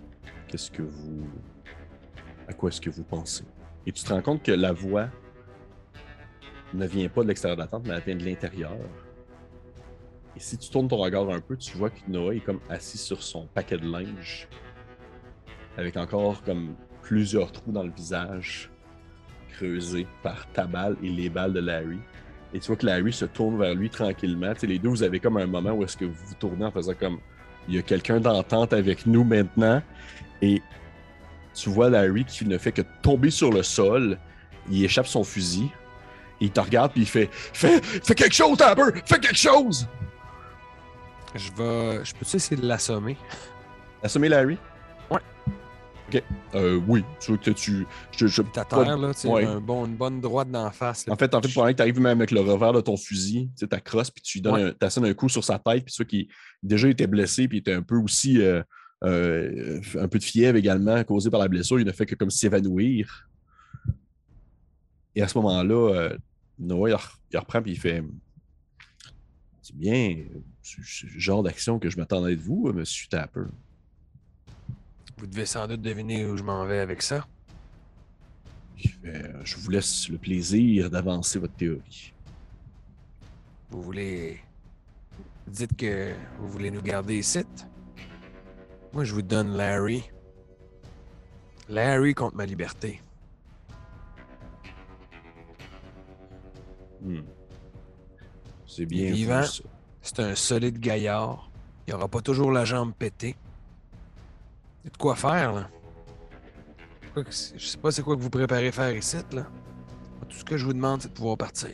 À quoi est-ce que vous pensez? Et tu te rends compte que la voix ne vient pas de l'extérieur de la tente, mais elle vient de l'intérieur. Et si tu tournes ton regard un peu, tu vois que Noah est comme assis sur son paquet de linge, avec encore comme plusieurs trous dans le visage, creusés par ta balle et les balles de Larry. Et tu vois que Larry se tourne vers lui tranquillement. Tu sais, les deux, vous avez comme un moment où est-ce que vous vous tournez en faisant comme il y a quelqu'un d'entente avec nous maintenant. Et tu vois Larry qui ne fait que tomber sur le sol. Il échappe son fusil. Et il te regarde puis il fait Fais quelque chose, Tapper! Fais quelque chose! je peux-tu essayer de l'assommer? Assommer Larry? Ouais. Ok. Oui. Tu veux que tu. Ta terre, là, tu sais, ouais. une bonne droite d'en face. Là, En fait, pendant que tu arrives même avec le revers de ton fusil, tu t'accrosses puis tu lui donnes t'assènes un coup sur sa tête, puis tu vois qu'il déjà était blessé, puis il était un peu aussi un peu de fièvre également causé par la blessure. Il ne fait que comme s'évanouir. Et à ce moment-là, Noah, il reprend puis il fait c'est bien, c'est le genre d'action que je m'attendais de vous, monsieur Tapper. vous devez sans doute deviner où je m'en vais avec ça. Je vous laisse le plaisir d'avancer votre théorie. Vous voulez... Dites que vous voulez nous garder ici. Moi, je vous donne Larry. Larry contre ma liberté. C'est bien vivant, vu, ça. c'est un solide gaillard. Il aura pas toujours la jambe pétée. Il y a de quoi faire, là. Je sais pas c'est quoi que vous préparez faire ici, là. Tout ce que je vous demande, c'est de pouvoir partir.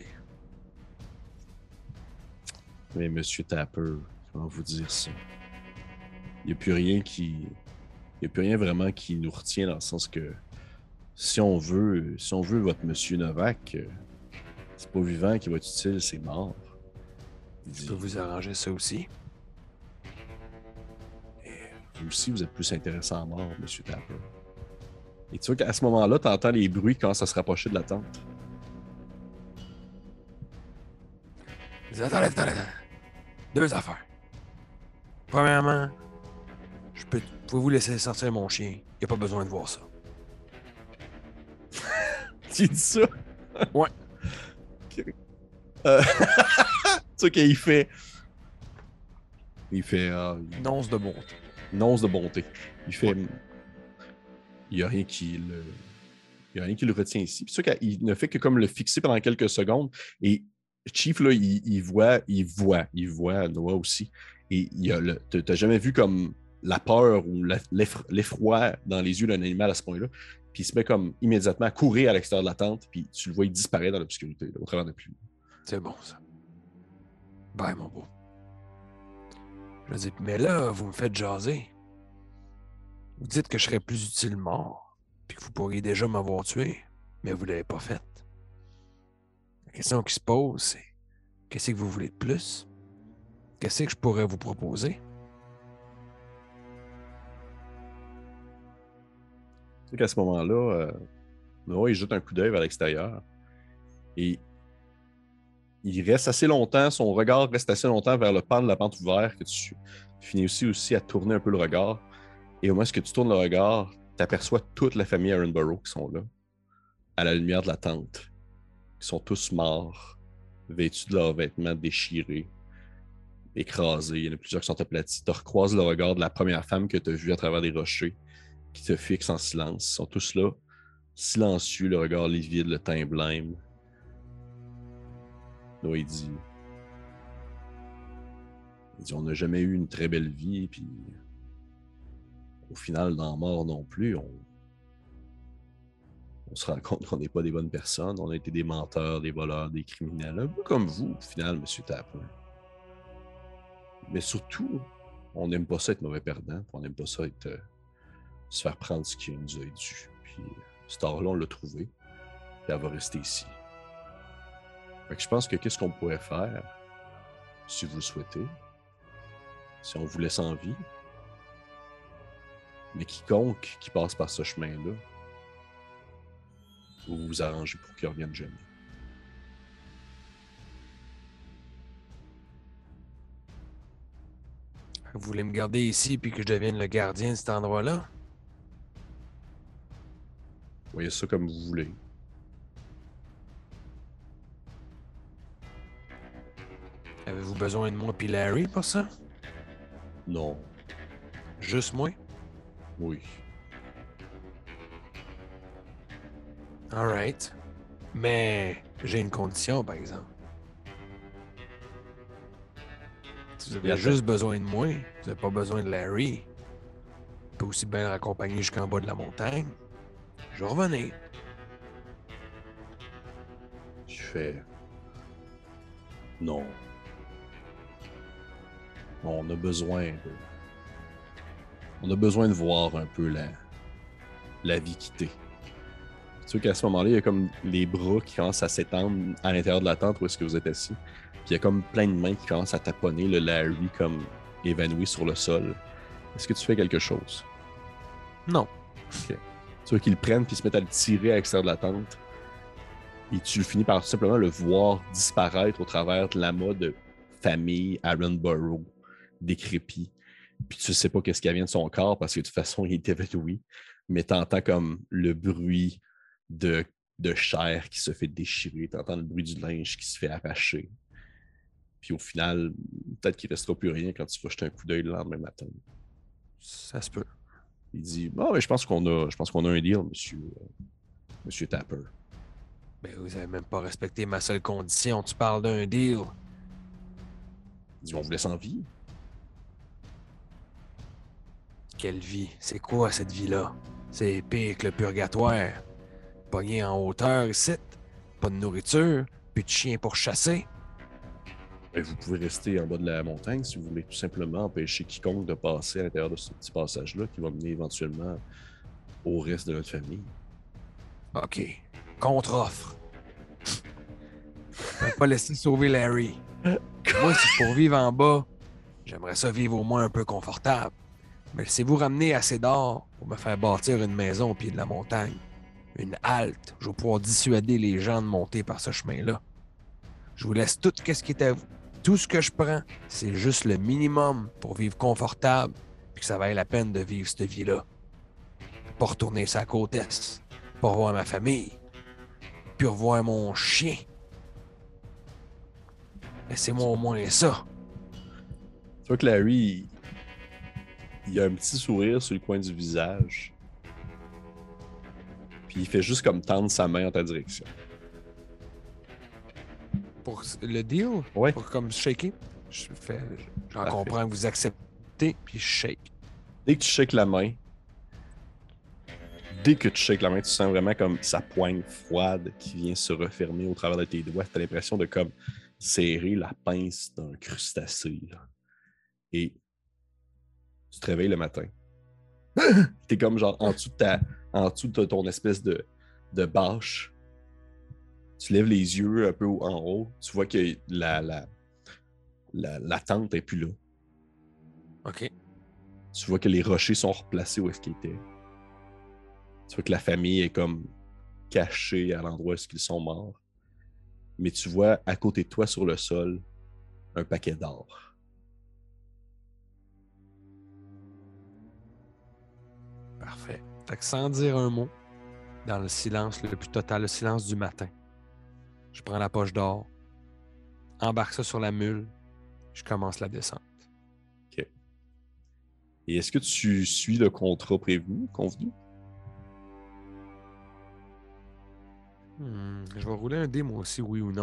Mais monsieur Tapper, comment vous dire ça? Il n'y a plus rien qui... Il n'y a plus rien vraiment qui nous retient dans le sens que si on veut votre monsieur Novak, c'est pas vivant qui va être utile, c'est mort. Il Je dit, peux vous arranger ça aussi. vous aussi, vous êtes plus intéressant à mort, Monsieur Tapper. Et tu vois qu'à ce moment-là, tu entends les bruits qui commencent à se rapprocher de la tente. Attendez. Deux affaires. Premièrement, pouvez-vous laisser sortir mon chien? Il n'y a pas besoin de voir ça. Tu dis ça? Ouais. Tu vois qu'il fait. Il fait. Une once de bonté. Une once de bonté. Il fait. Ouais. Il n'y a rien qui le. Il y a rien qui le retient ici. Puis c'est sûr qu'il ne fait que comme le fixer pendant quelques secondes. Et Chief, là, il voit Noah aussi. Et tu n'as jamais vu comme la peur ou l'effroi dans les yeux d'un animal à ce point-là. Puis il se met comme immédiatement à courir à l'extérieur de la tente. Puis tu le vois, il disparaît dans l'obscurité, là, au travers de la pluie. C'est bon, ça. Bye, mon beau. Je dis, mais là, vous me faites jaser. Vous dites que je serais plus utile mort, puis que vous pourriez déjà m'avoir tué, mais vous ne l'avez pas fait. La question qui se pose, c'est qu'est-ce que vous voulez de plus? Qu'est-ce que je pourrais vous proposer? Tu sais qu'à ce moment-là, Noah, il jette un coup d'œil vers l'extérieur. Et il reste assez longtemps, son regard reste assez longtemps vers le pan de la pente ouverte que tu finis aussi à tourner un peu le regard. Et au moment où tu tournes le regard, tu aperçois toute la famille Aaronborough qui sont là, à la lumière de la tente. Ils sont tous morts, vêtus de leurs vêtements déchirés, écrasés. Il y en a plusieurs qui sont aplatis. Tu recroises le regard de la première femme que tu as vue à travers des rochers, qui te fixe en silence. Ils sont tous là, silencieux, le regard livide, le teint blême. Là, il dit, on n'a jamais eu une très belle vie, puis au final, dans la mort non plus, on se rend compte qu'on n'est pas des bonnes personnes. On a été des menteurs, des voleurs, des criminels, un peu comme vous, au final, M. Tapper. Mais surtout, on n'aime pas ça être mauvais perdant, on n'aime pas ça être se faire prendre ce qui nous a été dû. Puis cette heure-là, on l'a trouvé, puis elle va rester ici. Fait que je pense que qu'est-ce qu'on pourrait faire, si vous le souhaitez, si on vous laisse en vie, mais quiconque qui passe par ce chemin-là, vous vous arrangez pour qu'il revienne jamais. Vous voulez me garder ici puis que je devienne le gardien de cet endroit-là? Voyez ça comme vous voulez. Avez-vous besoin de moi puis Larry pour ça? Non. Juste moi? Oui. Alright. Mais j'ai une condition, par exemple. Si vous avez juste besoin de moi, vous n'avez pas besoin de Larry. Vous pouvez aussi bien le raccompagner jusqu'en bas de la montagne. Je vais revenir. Je fais... Non. On a besoin de voir un peu la vie quitter. Tu vois qu'à ce moment-là, il y a comme les bras qui commencent à s'étendre à l'intérieur de la tente où est-ce que vous êtes assis. Puis il y a comme plein de mains qui commencent à taponner le Larry comme évanoui sur le sol. Est-ce que tu fais quelque chose? Non. OK. Tu vois qu'ils le prennent puis se mettent à le tirer à l'extérieur de la tente. Et tu finis par tout simplement le voir disparaître au travers de l'amas de famille Aaronborough décrépit. Puis tu sais pas qu'est-ce qui vient de son corps parce que de toute façon, il est évanoui. Mais t'entends comme le bruit de chair qui se fait déchirer. T'entends le bruit du linge qui se fait arracher. Puis au final, peut-être qu'il ne restera plus rien quand tu vas jeter un coup d'œil le lendemain matin. Ça se peut. Il dit, mais je pense qu'on a un deal, monsieur Tapper. Ben, vous avez même pas respecté ma seule condition. Tu parles d'un deal. Il dit, on vous laisse en vie. Quelle vie? C'est quoi cette vie-là? C'est pire que le purgatoire. Pogné en hauteur ici. Pas de nourriture. Plus de chiens pour chasser. Et vous pouvez rester en bas de la montagne si vous voulez tout simplement empêcher quiconque de passer à l'intérieur de ce petit passage-là qui va mener éventuellement au reste de notre famille. OK. Contre-offre. Je vais pas laisser sauver Larry. Moi, si je pour vivre en bas, j'aimerais ça vivre au moins un peu confortable. Mais laissez-vous ramener assez d'or pour me faire bâtir une maison au pied de la montagne. Une halte. Je vais pouvoir dissuader les gens de monter par ce chemin-là. Je vous laisse tout ce qui est à vous. Tout ce que je prends, c'est juste le minimum pour vivre confortable puis que ça vaille la peine de vivre cette vie-là. Pas retourner sa côte est, pas revoir ma famille, puis revoir mon chien. Laissez-moi au moins ça. Tu vois que Larry, il a un petit sourire sur le coin du visage. Puis il fait juste comme tendre sa main en ta direction. Pour le deal? Ouais. Pour comme shaker? J'en comprends que vous acceptez, puis je shake. Dès que tu shakes la main, tu sens vraiment comme sa poigne froide qui vient se refermer au travers de tes doigts. Tu as l'impression de comme serrer la pince d'un crustacé. Là. Et tu te réveilles le matin. T'es comme genre en dessous de ton espèce de bâche. Tu lèves les yeux un peu en haut. Tu vois que la tente n'est plus là. OK. Tu vois que les rochers sont replacés où est-ce qu'ils étaient. Tu vois que la famille est comme cachée à l'endroit où ils sont morts. Mais tu vois à côté de toi sur le sol un paquet d'or. Parfait. Fait que sans dire un mot, dans le silence le plus total, le silence du matin, je prends la poche d'or, embarque ça sur la mule, je commence la descente. OK. Et est-ce que tu suis le contrat convenu? Je vais rouler un dé, moi aussi, oui ou non.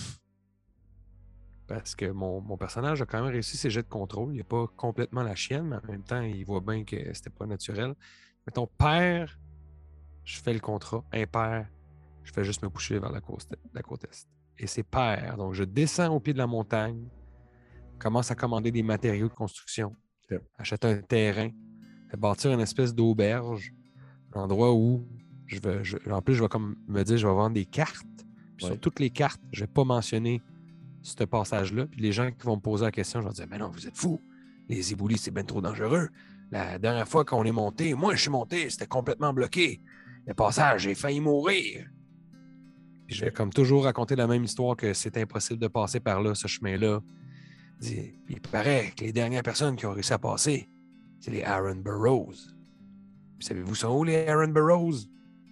Parce que mon personnage a quand même réussi ses jets de contrôle. Il n'est pas complètement la chienne, mais en même temps, il voit bien que c'était pas naturel. Mettons, pair, je fais le contrat. Impair, je fais juste me coucher vers la côte est. Et c'est pair. Donc, je descends au pied de la montagne, commence à commander des matériaux de construction, Okay. achète un terrain, fais bâtir une espèce d'auberge, un endroit où en plus, je vais comme me dire, je vais vendre des cartes. Puis sur toutes les cartes, je ne vais pas mentionner ce passage-là. Puis les gens qui vont me poser la question, je vais dire, mais non, vous êtes fous. Les éboulis, c'est bien trop dangereux. La dernière fois qu'on est monté, moi, je suis monté, c'était complètement bloqué. Le passage, j'ai failli mourir. Puis je vais comme toujours raconter la même histoire que c'est impossible de passer par là, ce chemin-là. Il paraît que les dernières personnes qui ont réussi à passer, c'est les Aaron Burroughs. Puis savez-vous sont où, les Aaron Burroughs?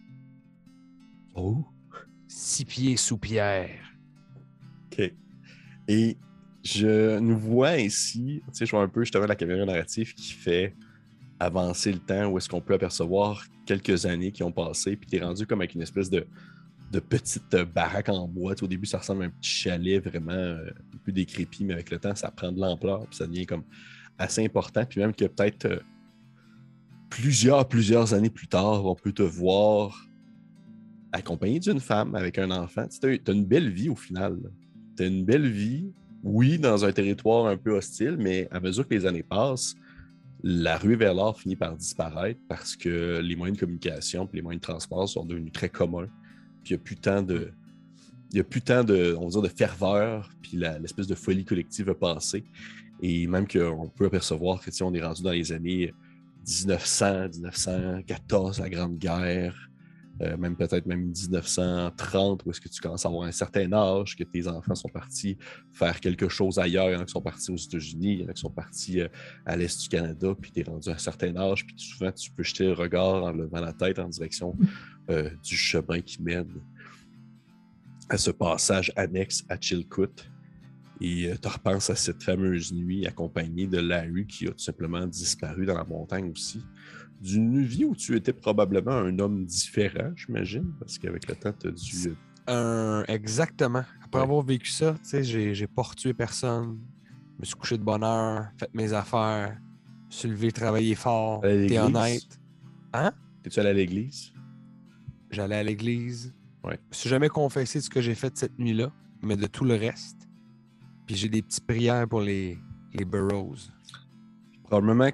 Oh! 6 pieds sous pierre. OK. Et je nous vois ici, tu sais, je vois un peu justement la caméra narrative qui fait avancer le temps où est-ce qu'on peut apercevoir quelques années qui ont passé, puis t'es rendu comme avec une espèce de petite baraque en bois. Au début, ça ressemble à un petit chalet vraiment un peu décrépit, mais avec le temps, ça prend de l'ampleur, puis ça devient comme assez important. Puis même que peut-être plusieurs années plus tard, on peut te voir accompagné d'une femme avec un enfant. Tu as une belle vie au final. Tu as une belle vie, oui, dans un territoire un peu hostile, mais à mesure que les années passent, la ruée vers l'or finit par disparaître parce que les moyens de communication et les moyens de transport sont devenus très communs. Puis il n'y a plus tant de. Il n'y a plus tant de, on va dire, de ferveur, puis l'espèce de folie collective a passé. Et même qu'on peut apercevoir que on est rendu dans les années 1900, 1914, la Grande Guerre, même peut-être même 1930, où est-ce que tu commences à avoir un certain âge, que tes enfants sont partis faire quelque chose ailleurs. Il y en a qui sont partis aux États-Unis, il y en a qui sont partis à l'est du Canada, puis tu es rendu à un certain âge, puis souvent tu peux jeter le regard en levant la tête en direction du chemin qui mène à ce passage annexe à Chilkoot. Et tu repenses à cette fameuse nuit accompagnée de Larry qui a tout simplement disparu dans la montagne aussi. D'une vie où tu étais probablement un homme différent, j'imagine, parce qu'avec le temps, tu as dû... Exactement. Après avoir vécu ça, j'ai pas retué personne. Je me suis couché de bonne heure, fait mes affaires, me suis levé, travaillé fort, t'es honnête. Hein? T'es-tu allé à l'église? J'allais à l'église. Ouais. Je me suis jamais confessé de ce que j'ai fait cette nuit-là, mais de tout le reste. Puis j'ai des petites prières pour les Burroughs. Probablement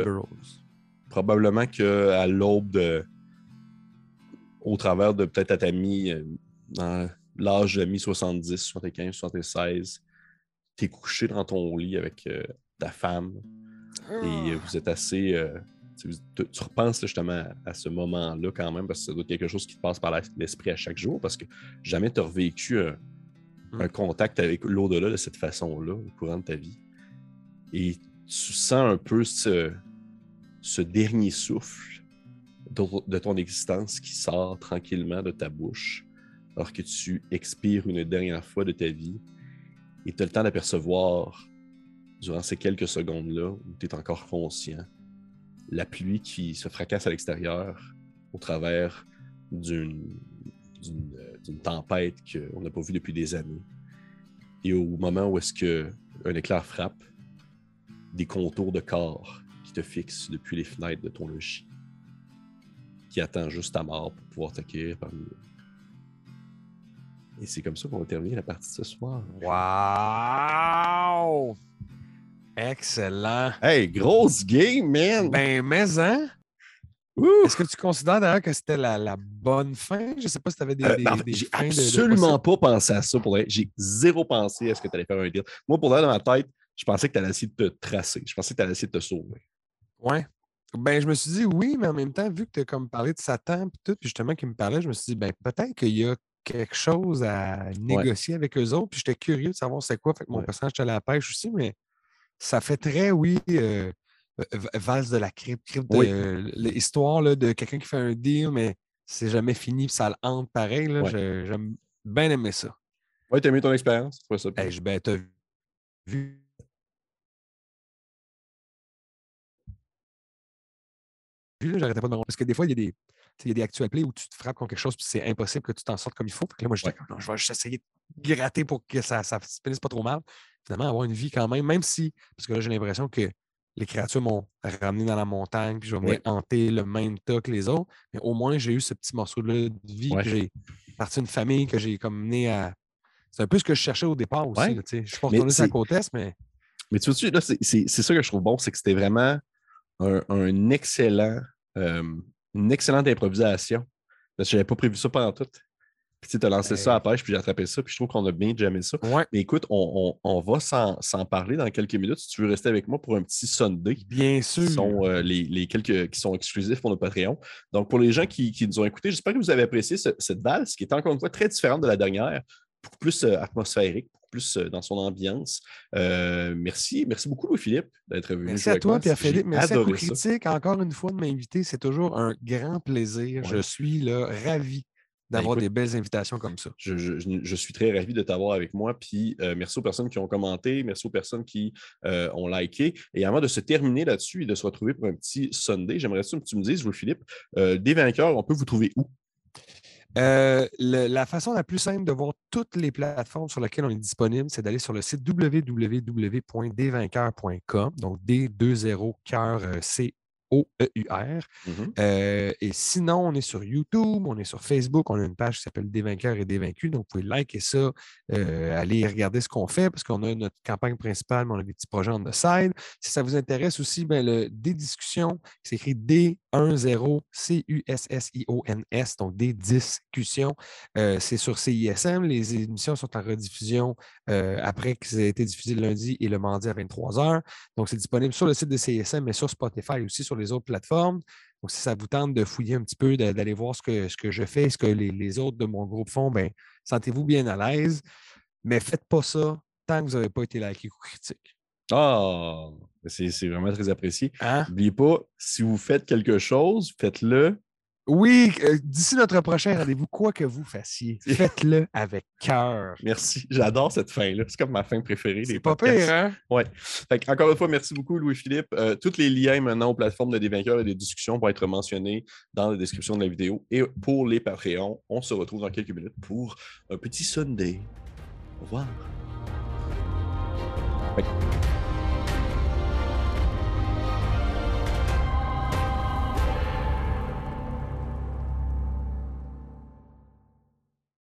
que à l'aube au travers de peut-être à ta dans l'âge de mi-70, 75, 76, tu es couché dans ton lit avec ta femme et vous êtes assez... tu repenses là, justement à ce moment-là quand même, parce que ça doit être quelque chose qui te passe par l'esprit à chaque jour, parce que jamais tu as revécu un contact avec l'au-delà de cette façon-là au courant de ta vie. Et tu sens un peu ce dernier souffle de ton existence qui sort tranquillement de ta bouche alors que tu expires une dernière fois de ta vie et tu as le temps d'apercevoir durant ces quelques secondes-là où tu es encore conscient la pluie qui se fracasse à l'extérieur au travers d'une tempête qu'on n'a pas vue depuis des années. Et au moment où est-ce qu'un éclair frappe, des contours de corps qui te fixent depuis les fenêtres de ton logis, qui attend juste ta mort pour pouvoir t'accueillir parmi eux. Et c'est comme ça qu'on va terminer la partie de ce soir. Wow! Excellent! Hey, grosse game, man! Ben, mais hein? Ouh! Est-ce que tu considères d'ailleurs que c'était la bonne fin? Je sais pas si tu avais des J'ai fins absolument pas pensé à ça pour vrai. J'ai zéro pensé à ce que tu allais faire un deal. Moi, pour vrai, dans ma tête, je pensais que tu allais essayer de te tracer. Je pensais que tu allais essayer de te sauver. Ouais. Ben, je me suis dit oui, mais en même temps, vu que tu as comme parlé de Satan et tout, puis justement qu'il me parlait, je me suis dit, ben, peut-être qu'il y a quelque chose à négocier avec eux autres. Puis j'étais curieux de savoir c'est quoi. Fait que mon personnage était à la pêche aussi, mais ça fait très, oui, valse de la crypte l'histoire là, de quelqu'un qui fait un deal, mais c'est jamais fini, puis ça le hante pareil. Là, j'aime bien aimer ça. Ouais, t'as aimé ton expérience? Tu ça bien? Hey, ben, t'as vu. J'arrêtais pas de me rendre. Parce que des fois, il y a des actual plays où tu te frappes contre quelque chose puis c'est impossible que tu t'en sortes comme il faut. Fait que là, moi, j'étais comme, non, je vais juste essayer de gratter pour que ça se finisse pas trop mal. Finalement, avoir une vie quand même si, parce que là, j'ai l'impression que les créatures m'ont ramené dans la montagne puis je vais venir hanter le même tas que les autres. Mais au moins, j'ai eu ce petit morceau-là de vie que j'ai parti d'une famille que j'ai comme mené à. C'est un peu ce que je cherchais au départ aussi. Là, je suis pas retourné sur la côte est, mais. Mais tu vois, là, c'est ça que je trouve bon, c'est que c'était vraiment un excellent, une excellente improvisation. Parce que je n'avais pas prévu ça pendant tout. Puis tu as lancé ça à la pêche, puis j'ai attrapé ça, puis je trouve qu'on a bien jammé ça. Ouais. Mais écoute, on va s'en parler dans quelques minutes. Si tu veux rester avec moi pour un petit Sunday. Bien sûr. Qui sont les quelques qui sont exclusifs pour nos Patreons. Donc, pour les gens qui nous ont écoutés, j'espère que vous avez apprécié cette valse qui est encore une fois très différente de la dernière, beaucoup plus atmosphérique, beaucoup plus dans son ambiance. Merci beaucoup, Louis-Philippe, d'être venu merci jouer à avec toi, moi. Pierre-Philippe. Merci à Coup adoré ça. Critique, encore une fois, de m'inviter. C'est toujours un grand plaisir. Ouais. Je suis là, ravi d'avoir des belles invitations comme ça. Je suis très ravi de t'avoir avec moi. Puis merci aux personnes qui ont commenté, merci aux personnes qui ont liké. Et avant de se terminer là-dessus et de se retrouver pour un petit Sunday, j'aimerais que tu me dises, Louis-Philippe, des vainqueurs, on peut vous trouver où? La façon la plus simple de voir toutes les plateformes sur lesquelles on est disponible, c'est d'aller sur le site www.desvainqueurs.com, donc D20 C OEUR. Et sinon, on est sur YouTube, on est sur Facebook, on a une page qui s'appelle Des vainqueurs et des vaincus. Donc, vous pouvez liker ça, aller regarder ce qu'on fait parce qu'on a notre campagne principale, mais on a des petits projets on the side. Si ça vous intéresse aussi, des discussions, c'est écrit D10CUSSIONS, donc des discussions. C'est sur CISM. Les émissions sont en rediffusion après qu'ils aient été diffusés le lundi et le mardi à 23h. Donc, c'est disponible sur le site de CISM, mais sur Spotify aussi sur les autres plateformes. Donc, si ça vous tente de fouiller un petit peu, d'aller voir ce que je fais, ce que les autres de mon groupe font, bien, sentez-vous bien à l'aise. Mais faites pas ça tant que vous n'avez pas été liké ou critique. Ah, c'est vraiment très apprécié. Hein? N'oubliez pas, si vous faites quelque chose, faites-le. Oui, d'ici notre prochain rendez-vous, quoi que vous fassiez, faites-le avec cœur. Merci. J'adore cette fin-là. C'est comme ma fin préférée. C'est pas pire, hein? Ouais. Encore une fois, merci beaucoup, Louis-Philippe. Tous les liens maintenant aux plateformes de Des vainqueurs et des discussions vont être mentionnés dans la description de la vidéo. Et pour les Patreons, on se retrouve dans quelques minutes pour un petit Sunday. Au revoir.